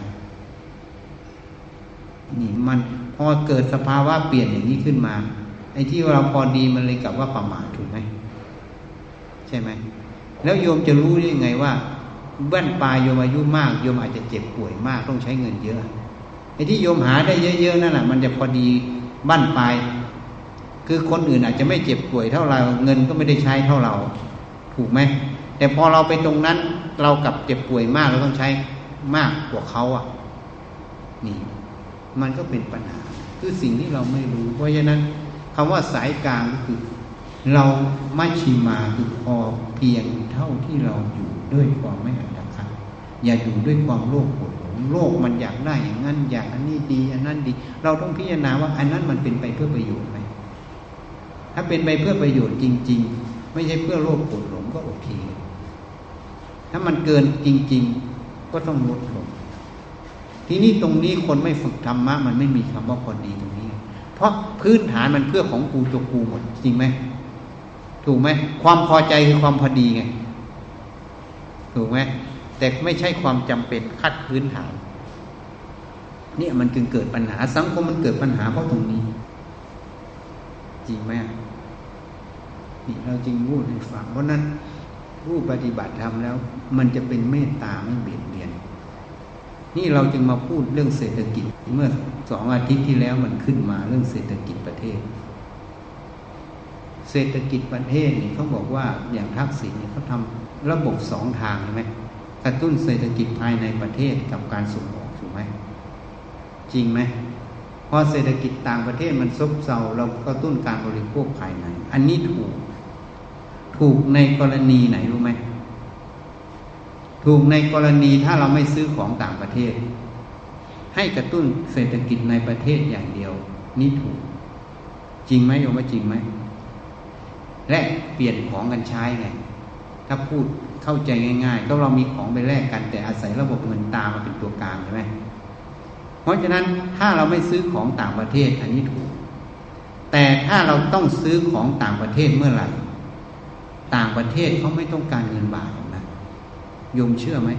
นี่มันพอเกิดสภาวะเปลี่ยนอย่างนี้ขึ้นมาไอ้ที่เราพอดีมันเลยกลับว่าประมาทถูกไหมใช่ไหมแล้วโยมจะรู้ได้ยังไงว่าบ้านปลายโยมอายุมากโยมอาจจะเจ็บป่วยมากต้องใช้เงินเยอะไอ้ที่โยมหาได้เยอะๆนั่นแหละมันจะพอดีบ้านปลายคือคนอื่นอาจจะไม่เจ็บป่วยเท่าเราเงินก็ไม่ได้ใช้เท่าเราถูกไหมแต่พอเราไปตรงนั้นเรากลับเจ็บป่วยมากเราต้องใช้มากกว่าเขาอ่ะนี่มันก็เป็นปัญหาคือสิ่งที่เราไม่รู้เพราะฉะนั้นคำว่าสายกลางก็คือเรามัชชิมาคือพอเพียงเท่าที่เราอยู่ด้วยความไม่อัตคัดอย่าอยู่ด้วยความโลภโกรธหลงโลภมันอยากได้อย่างนั้นอยากอันนี้ดีอันนั้นดีเราต้องพิจารณาว่าอันนั้นมันเป็นไปเพื่อประโยชน์ไหมถ้าเป็นไปเพื่อประโยชน์จริงๆไม่ใช่เพื่อโลภโกรธหลงก็โอเคถ้ามันเกินจริงๆก็ต้องลดลงทีนี้ตรงนี้คนไม่ฝึกธรรมะมันไม่มีคำว่าพอดีตรงนี้เพราะพื้นฐานมันเพื่อของกูตัวกูหมดจริงไหมถูกไหมความพอใจคือความพอดีไงถูกไหมแต่ไม่ใช่ความจำเป็นคัดพื้นฐานเนี่ยมันจึงเกิดปัญหาสังคมมันเกิดปัญหาเพราะตรงนี้จริงไหมนี่เราจริงพูดให้ฟังเพราะนั้นผู้ปฏิบัติธรรมแล้วมันจะเป็นเมตตาไม่เบียดเบียนนี่เราจึงมาพูดเรื่องเศรษฐกิจเมื่อสองอาทิตย์ที่แล้วมันขึ้นมาเรื่องเศรษฐกิจประเทศเศรษฐกิจประเทศนี่เขาบอกว่าอย่างทักษิณเนี่ยเขาทำระบบสองทางใช่ไหมกระตุ้นเศรษฐกิจภายในประเทศกับการส่งออกถูกไหมจริงไหมพอเศรษฐกิจต่างประเทศมันซบเซาเรากระตุ้นการบริโภคภายในอันนี้ถูกถูกในกรณีไหนรู้ไหมถูกในกรณีถ้าเราไม่ซื้อของต่างประเทศให้กระตุ้นเศรษฐกิจในประเทศอย่างเดียวนี่ถูกจริงไหมโยมว่าจริงไหมและเปลี่ยนของกันใช้ไงถ้าพูดเข้าใจง่ายๆก็เรามีของไปแลกกันแต่อาศัยระบบเงินตามาเป็นตัวกลางใช่ไหมเพราะฉะนั้นถ้าเราไม่ซื้อของต่างประเทศอันนี้ถูกแต่ถ้าเราต้องซื้อของต่างประเทศเมื่อไหร่ต่างประเทศเขาไม่ต้องการเงินบาทนะโยมเชื่อไหม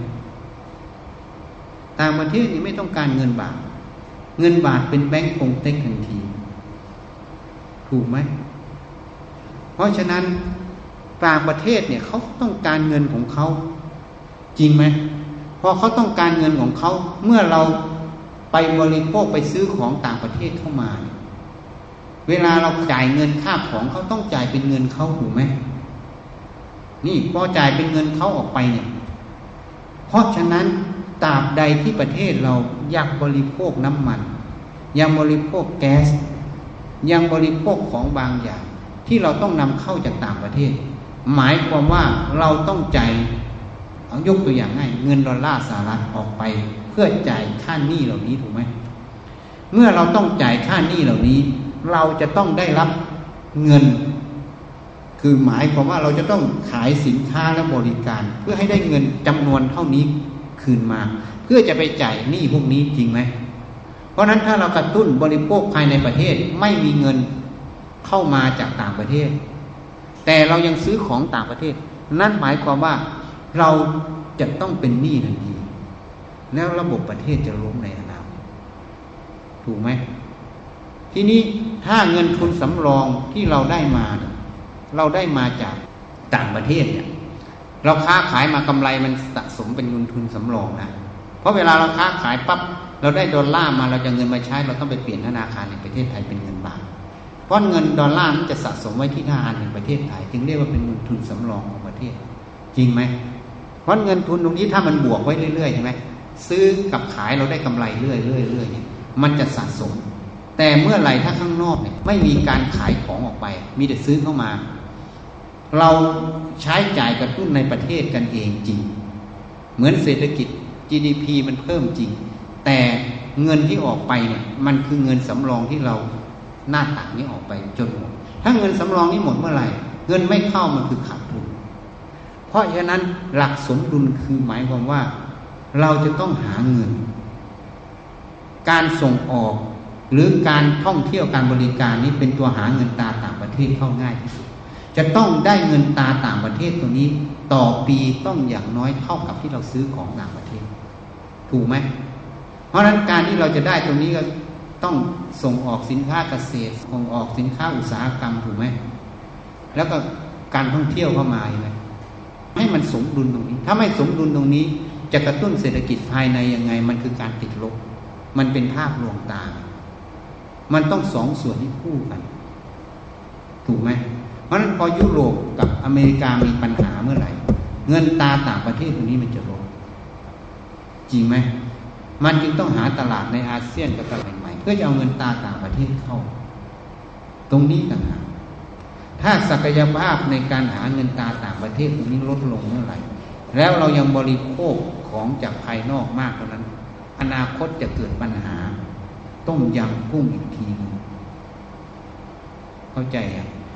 ต่างประเทศนี่ไม่ต้องการเงินบาทเงินบาทเป็นแบงก์คงเต็กทันทีถูกไหมเพราะฉะนั้นต่างประเทศเนี่ยเขาต้องการเงินของเขาจริงไหมพอเขาต้องการเงินของเขาเมื่อเราไปบริโภคไปซื้อของต่างประเทศเข้ามาเวลาเราจ่ายเงินค่าของเขาต้องจ่ายเป็นเงินเขาถูกไหมนี่พอจ่ายเป็นเงินเขาออกไปเนี่ยเพราะฉะนั้นตราบใดที่ประเทศเราอยากบริโภคน้ำมันยังบริโภคแก๊สยังบริโภคของบางอย่างที่เราต้องนำเข้าจากต่างประเทศหมายความว่าเราต้องจ่ายเอายกตัวอย่างง่ายเงินดอลลาร์สหรัฐออกไปเพื่อจ่ายค่าหนี้เหล่านี้ถูกไหมเมื่อเราต้องจ่ายค่าหนี้เหล่านี้เราจะต้องได้รับเงินคือหมายความว่าเราจะต้องขายสินค้าและบริการเพื่อให้ได้เงินจำนวนเท่านี้คืนมาเพื่อจะไปจ่ายหนี้พวกนี้จริงไหมเพราะนั้นถ้าเรากระตุ้นบริโภคภายในประเทศไม่มีเงินเข้ามาจากต่างประเทศแต่เรายังซื้อของต่างประเทศนั่นหมายความว่าเราจะต้องเป็นหนี้ทันทีแล้วระบบประเทศจะล้มในอนาคตถูกไหมทีนี้ถ้าเงินทุนสำรองที่เราได้มาเราได้มาจากต่างประเทศเนี่ยเราค้าขายมากำไรมันสะสมเป็นเงินทุนสำรองนะเพราะเวลาเราค้าขายปั๊บเราได้ดอลลาร์มาเราจะเงินมาใช้เราต้องไปเปลี่ยนธนาคารในประเทศไทยเป็นเงินบาทเพราะเงินดอลลาร์มันจะสะสมไว้ที่ธนาคารในประเทศไทยจึงเรียกว่าเป็นเงินทุนสำรองของประเทศจริงไหมเพราะเงินทุนตรงนี้ถ้ามันบวกไว้เรื่อยๆใช่ไหมซื้อกับขายเราได้กำไรเรื่อยๆเรื่อยๆเนี่ยมันจะสะสมแต่เมื่อไหร่ถ้าข้างนอกเนี่ยไม่มีการขายของออกไปมีแต่ซื้อเข้ามาเราใช้จ่ายกระตุ้นในประเทศกันเองจริงเหมือนเศรษฐกิจ จี ดี พี มันเพิ่มจริงแต่เงินที่ออกไปเนี่ยมันคือเงินสำรองที่เราหน้าต่างนี้ออกไปจนหมดถ้าเงินสำรองนี้หมดเมื่อไหร่เงินไม่เข้ามันคือขาดทุนเพราะฉะนั้นหลักสมดุลคือหมายความว่าเราจะต้องหาเงินการส่งออกหรือการท่องเที่ยวการบริการนี้เป็นตัวหาเงินตราต่างประเทศเข้าง่ายที่สุดจะต้องได้เงินตราต่างประเทศตัวนี้ต่อปีต้องอย่างน้อยเท่ากับที่เราซื้อของต่างประเทศถูกไหมเพราะฉะนั้นการที่เราจะได้ตรงนี้ก็ต้องส่งออกสินค้าเกษตรส่งออกสินค้าอุตสาหกรรมถูกไหมแล้วก็การท่องเที่ยวเข้ามาใช่ไหมให้มันสมดุลตรงนี้ถ้าไม่สมดุลตรงนี้จะกระตุ้นเศรษฐกิจภายในยังไงมันคือการติดลบมันเป็นภาพลวงตามันต้องสองส่วนที่คู่กันถูกไหมเพราะฉะนั้นพอยุโรปกับอเมริกามีปัญหาเมื่อไหร่เงินตราต่างประเทศตรงนี้มันจะลดจริงไหมมันจึงต้องหาตลาดในอาเซียนกับตลาดใหม่เพื่อจะเอาเงินตราต่างประเทศเข้าตรงนี้ต่างหากถ้าศักยภาพในการหาเงินตราต่างประเทศตรงนี้ลดลงเมื่อไหร่แล้วเรายังบริโภคของจากภายนอกมากเท่านั้นอนาคตจะเกิดปัญหาต้มยำกุ้งอีกทีนึงเข้าใจยัง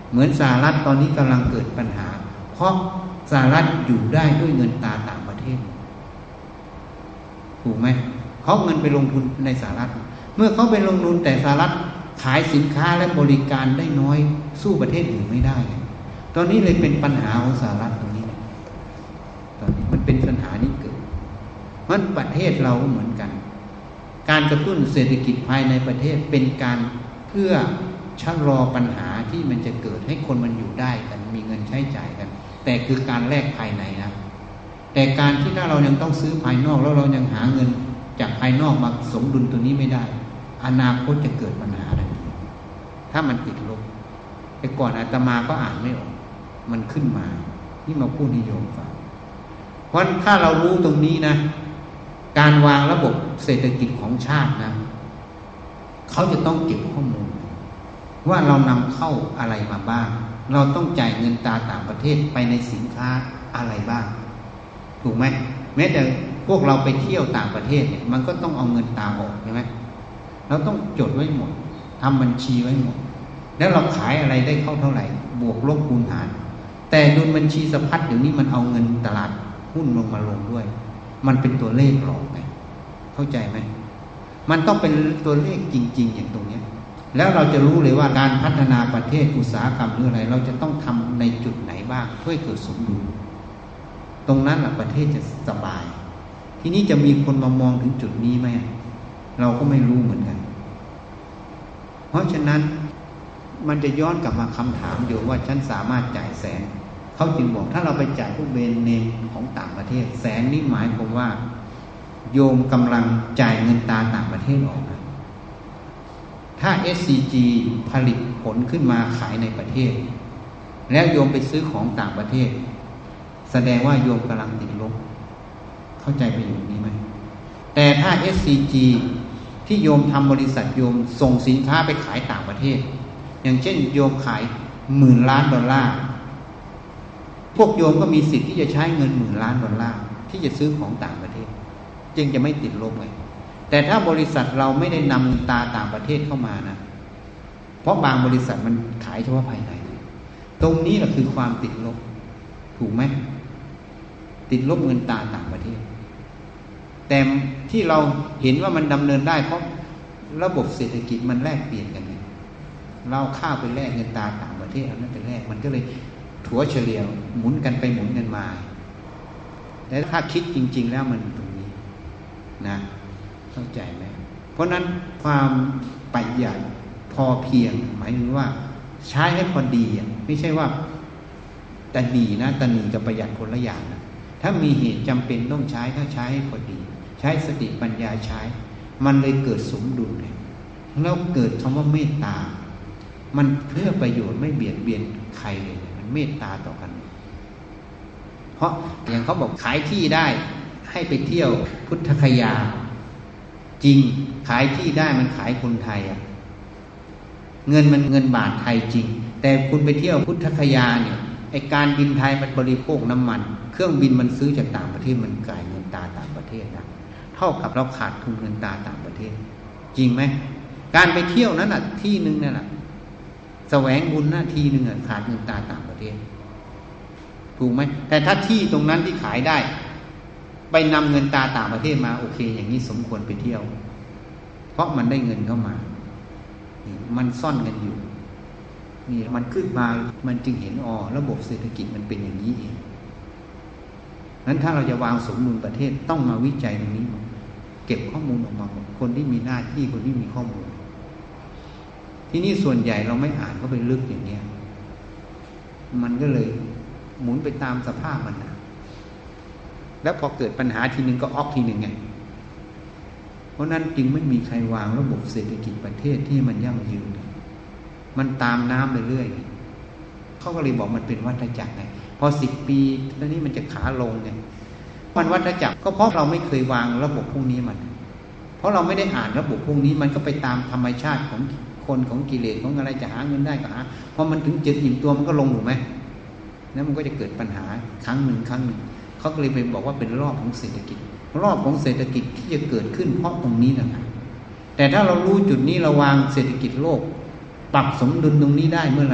เหมือนสหรัฐตอนนี้กำลังเกิดปัญหาเพราะสหรัฐอยู่ได้ด้วยเงินตราต่างประเทศถูกไหมเขาเงินไปลงทุนในสหรัฐเมื่อเขาไปลงทุนแต่สหรัฐขายสินค้าและบริการได้น้อยสู้ประเทศอื่นไม่ได้ตอนนี้เลยเป็นปัญหาของสหรัฐตรงนี้ตอนนี้มันเป็นปัญหานี้เกิดมันประเทศเราก็เหมือนกันการกระตุ้นเศรษฐกิจภายในประเทศเป็นการเพื่อชะลอปัญหาที่มันจะเกิดให้คนมันอยู่ได้กันมีเงินใช้จ่ายกันแต่คือการแลกภายในนะแต่การที่ถ้าเรายังต้องซื้อภายนอกแล้วเรายังหาเงินจากภายนอกมาสมดุลตัวนี้ไม่ได้อนาคตจะเกิดปัญหาอะไรถ้ามันติดลบแต่ก่อนอาตมาก็อ่านไม่ออกมันขึ้นมาที่มาพูดนิยมฟังเพราะถ้าเรารู้ตรงนี้นะการวางระบบเศรษฐกิจของชาตินะเขาจะต้องเก็บข้อมูลว่าเรานำเข้าอะไรมาบ้างเราต้องจ่ายเงินตราต่างประเทศไปในสินค้าอะไรบ้างถูกไหมแม้แต่พวกเราไปเที่ยวต่างประเทศเนี่ยมันก็ต้องเอาเงินตราออกใช่ไหมเราต้องจดไว้หมดทำบัญชีไว้หมดแล้วเราขายอะไรได้เข้าเท่าไหร่บวกลบคูณหารแต่ดุลบัญชีสะพัดเดี๋ยวนี้มันเอาเงินตลาดหุ้นลงมาลงด้วยมันเป็นตัวเลขหลอกไงเข้าใจไหมมันต้องเป็นตัวเลขจริงๆอย่างตรงนี้แล้วเราจะรู้เลยว่าการพัฒนาประเทศอุตสาหกรรมหรืออะไรเราจะต้องทำในจุดไหนบ้างเพื่อเกิดสมดุลตรงนั้นแหละประเทศจะสบายทีนี้จะมีคนมามองถึงจุดนี้ไหมเราก็ไม่รู้เหมือนกันเพราะฉะนั้นมันจะย้อนกลับมาคำถามเดียวว่าฉันสามารถจ่ายแสนเขาจึงบอกถ้าเราไปจ่ายพวกเบนเนมของต่างประเทศแสนนี่หมายความว่าโยมกำลังจ่ายเงินตราต่างประเทศออกนะถ้า เอส ซี จี ผลิตผลขึ้นมาขายในประเทศแล้วโยมไปซื้อของต่างประเทศแสดงว่าโยมกำลังติดลบเข้าใจไปอย่างนี้ไหมแต่ถ้า เอส ซี จี ที่โยมทำบริษัทโยมส่งสินค้าไปขายต่างประเทศอย่างเช่นโยมขายหมื่นล้านดอลลาร์พวกโยมก็มีสิทธิ์ที่จะใช้เงินหมื่นล้านดอลลาร์ที่จะซื้อของต่างประเทศจึงจะไม่ติดลบไงแต่ถ้าบริษัทเราไม่ได้นำตราต่างประเทศเข้ามานะเพราะบางบริษัทมันขายเฉพาะภายในตรงนี้แหละคือความติดลบถูกไหมติดลบเงินตราต่างประเทศแต่ที่เราเห็นว่ามันดำเนินได้เพราะระบบเศรษฐกิจมันแลกเปลี่ยนกันไงเราข้าวไปแลกเงินตราต่างประเทศเอานั้นไปแลกมันก็เลยถัวเฉลี่ยหมุนกันไปหมุนกันมาแต่ถ้าคิดจริงๆแล้วมันตรงนี้นะเข้าใจไหมเพราะนั้นความประหยัดพอเพียงหมายถึงว่าใช้ให้พอดีไม่ใช่ว่าแต่ดีนะแต่หนีกับประหยัดคนละอย่างนะถ้ามีเหตุจำเป็นต้องใช้ก็ใช้ให้พอดีใช้สติปัญญาใช้มันเลยเกิดสมดุลเลยแล้วเกิดคำว่าเมตตามันเพื่อประโยชน์ไม่เบียดเบียนใครเลยมันเมตตาต่อกันเพราะอย่างเขาบอกขายที่ได้ให้ไปเที่ยวพุทธคยาจริงขายที่ได้มันขายคนไทยอ่ะเงินมันเงินบาทไทยจริงแต่คุณไปเที่ยวพุทธคยาเนี่ยไอการบินไทยมันบริโภคน้ำมันเครื่องบินมันซื้อจากต่างประเทศมันจ่ายเงินตราต่างประเทศนะเท่ากับเราขาดทุนเงินตราต่างประเทศจริงไหมการไปเที่ยวนั้นอ่ะที่นึงนั่นแหละแสวงบุญหน้าที่นึงอ่ะขาดเงินตราต่างประเทศถูกไหมแต่ถ้าที่ตรงนั้นที่ขายได้ไปนำเงินตราต่างประเทศมาโอเคอย่างนี้สมควรไปเที่ยวเพราะมันได้เงินเข้ามามันซ่อนกันอยู่นี่มันขึ้นมามันจึงเห็นอ๋อระบบเศรษฐกิจมันเป็นอย่างนี้เองนั้นถ้าเราจะวางสมดุลประเทศต้องมาวิจัยตรงนี้เก็บข้อมูลออกมาคนที่มีหน้าที่คนที่มีข้อมูลที่นี่ส่วนใหญ่เราไม่อ่านเข้าไปลึกอย่างเนี้ยมันก็เลยหมุนไปตามสภาพมันนะแล้วพอเกิดปัญหาทีนึงก็ออกทีนึงไงเพราะนั้นจึงไม่มีใครวางระบบเศรษฐกิจประเทศที่มันยั่งยืนมันตามน้ำไปเรื่อยเขาก็เลยบอกมันเป็นวัฏจักรไงพอสิบปีแล้วนี่มันจะขาลงไงมันวัฏจักรก็เพราะเราไม่เคยวางระบบพวกนี้มันเพราะเราไม่ได้อ่านระบบพวกนี้มันก็ไปตามธรรมชาติของคนของกิเลสของอะไรจะหาเงินได้ก็หาพอมันถึงจุดอิ่มตัวมันก็ลงถูกไหมแล้วมันก็จะเกิดปัญหาครั้งหนึ่งครั้งหนึ่งเขาก็เลยไปบอกว่าเป็นรอบของเศรษฐกิจรอบของเศรษฐกิจที่จะเกิดขึ้นเพราะตรงนี้นะแต่ถ้าเรารู้จุดนี้เราวางเศรษฐกิจโลกปรับสมดุลตรงนี้ได้เมื่อไหร่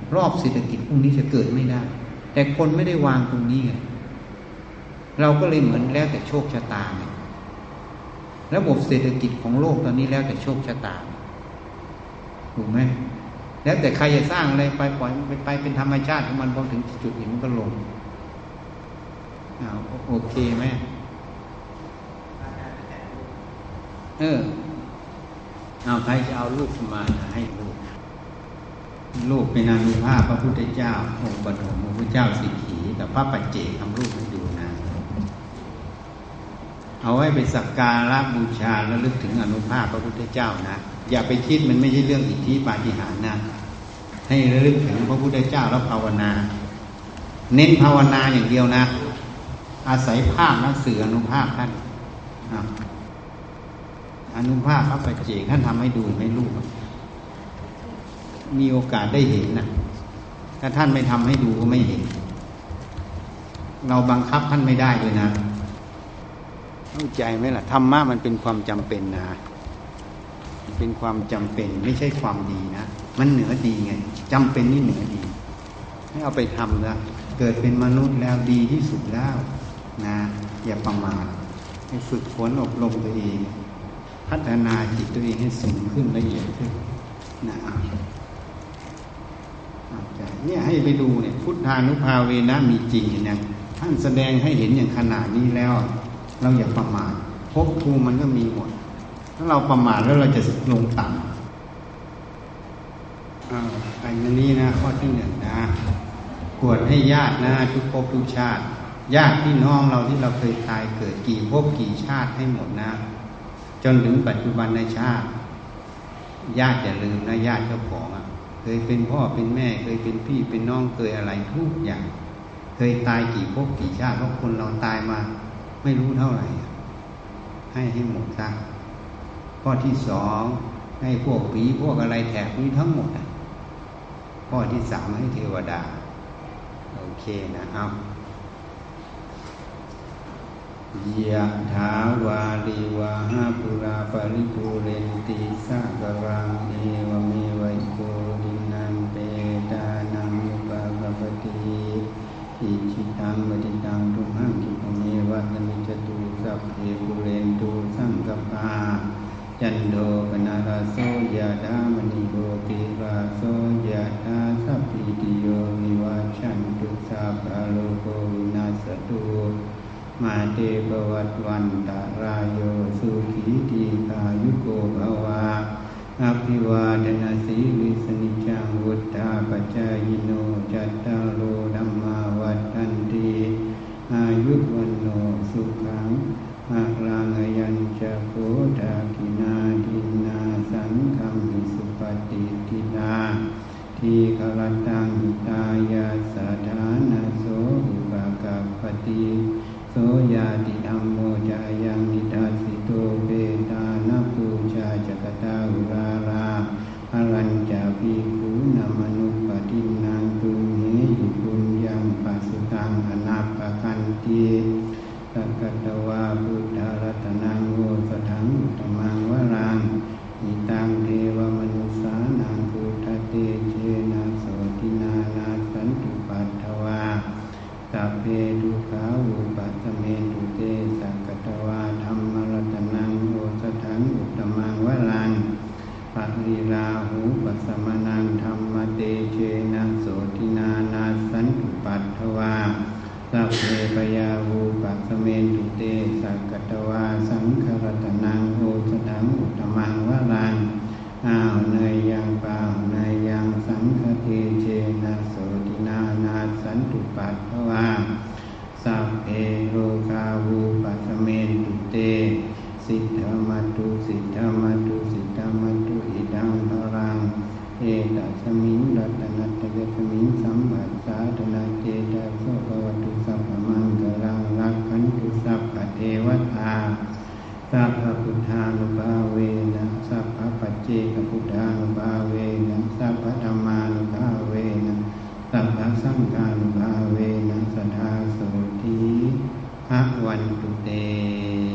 รอบเศรษฐกิจพวกนี้จะเกิดไม่ได้แต่คนไม่ได้วางตรงนี้ไงเราก็เลยเหมือนแล้วแต่โชคชะตาไงระบบเศรษฐกิจของโลกตอนนี้แล้วแต่โชคชะตาถูกไหมแล้วแต่ใครจะสร้างอะไรไปปล่อยไปไปเป็นธรรมชาติของมันพอถึงจุดหนึ่งมันก็ลงอ้าวโอเคไหมเออเอาใครจะเอาลูกมาให้ลูกลูกเป็นอนุภาพพระพุทธเจ้าองค์ปฐมพระพุทธเจ้าสิกขีกับพระปัจเจกทำรูปให้ดูนะเอาไว้ไปสักการะบูชาแล้วลึกถึงอนุภาพพระพุทธเจ้านะอย่าไปคิดมันไม่ใช่เรื่องอิทธิปาฏิหาริย์นะให้ระลึกถึงพระพุทธเจ้าแล้วภาวนาเน้นภาวนาอย่างเดียวนะอาศัยภาพนะสื่ออนุภาพท่านอนุภาพพระปัจเจกท่านทำให้ดูให้ลูกมีโอกาสได้เห็นนะถ้าท่านไม่ทำให้ดูก็ไม่เห็นเราบังคับท่านไม่ได้เลยนะเข้าใจไหมล่ะธรรมะมันเป็นความจำเป็นนะเป็นความจำเป็นไม่ใช่ความดีนะมันเหนือดีไงจำเป็นนี่เหนือดีให้เอาไปทำนะเกิดเป็นมนุษย์แล้วดีที่สุดแล้วนะอย่าประมาทให้ฝึกฝนอบรมตัวเองพัฒนาจิตตัวเองให้สูงขึ้นละเอียดขึ้นนะเนี่ยให้ไปดูเนี่ยพุทธานุภาเวนะมีจริงนะท่านแสดงให้เห็นอย่างขนาดนี้แล้วเราอย่าประมาทภพภูมิมันก็มีหมดถ้าเราประมาทแล้วเราจะลงต่ำอ่าอันนี้นะข้อที่หนึ่งนะควรให้ญาตินะทุกภพทุกชาติญาติพี่น้องเราที่เราเคยตายเกิดกี่ภพกี่ชาติให้หมดนะจนถึงปัจจุบันในชาติญาติอย่าลืมนะญาติเจ้าของอ่ะเคยเป็นพ่อเป็นแม่เคยเป็นพี่เป็นน้องเคยอะไรทุกอย่างเคยตายกี่ภพกี่ชาติเพราะคนเราตายมาไม่รู้เท่าไหร่ให้ให้หมดซะข้อที่สองให้พวกผีพวกอะไรแถบนี้ทั้งหมดข้อที่สามให้เทวดาโอเคนะครับยะถาวาลิวาหาปุราปริปุเรนติสากรังเอวเมวัยโกดินันเปตานังอุปกปติอิจิตังปฏิตังทุมหังคิปเมวัตมิจตุสัพเพปุเรนตุสังกปาจันโดปนาราโสยะธามณิโกติราโสยะธาสัพพิติโยวิวัชชันตุสัพพะโลกวินาศตุมาเตปวัตวันตารายโยสุขีตีกายุโกภวาอภิวาทนาสีลิสนิจังวุฒาปัจจายโนจัตตารโลธัมมาวัฏฏันติอายุวันโนสุขังอาลังยัญจโกฏากินาทินาสังฆัมมิสุปฏิทินาทีฆรตังหิตายาสาธานาโสอุปกัปปติโสยาติธัมโมจายังนิทัสสิโตเปตานะปูชาจักตาอุราราอรัญจาภิกขุนามนุปตินังตุเมหิปุญญังปัสสุตังอนาปคันติสักกัตวาพุทธรัตนังโอสถังอุตมังวรังอิตังเทวมนุสานังพุทธเตเชนะโสตินานาสันตุปัฏฐวาสัพเพทุกขาอุปัสสเมตุเตสักกัตวาธัมมรัตนังโอสถังอุตมังวรังปัจจิราหูปัสสมนังธัมมเตเชนะโสตินานาสันตุปัฏฐวาสัพเพปยาหูปัสสเมตุเตสักกัตวาสังฆรัตนังโอสถังอุตมังวรังอ้าวเนยยังปาเนยยังสังฆเทเชนะโสตินานาสันตุปัฏฐวาสัพเพโลกาหูปัสสเมตุเตสิทธมัตตุสิทธมัตตุสิทธมัตตุอิดังพรังเอตัสมิงรัตนัตยสมิงสัมปัสสาธนาเจตาโสภวตุสัพพมังกลังรักขันตุสัพพเทวตาสัพพพุทธานุภาเวนะสัพพปัจเจกพุทธานุภาเวนะสัพพธัมมานุภาเวนะสัพพสังฆานุภาเวนะสัทธาโสติภวันตุเต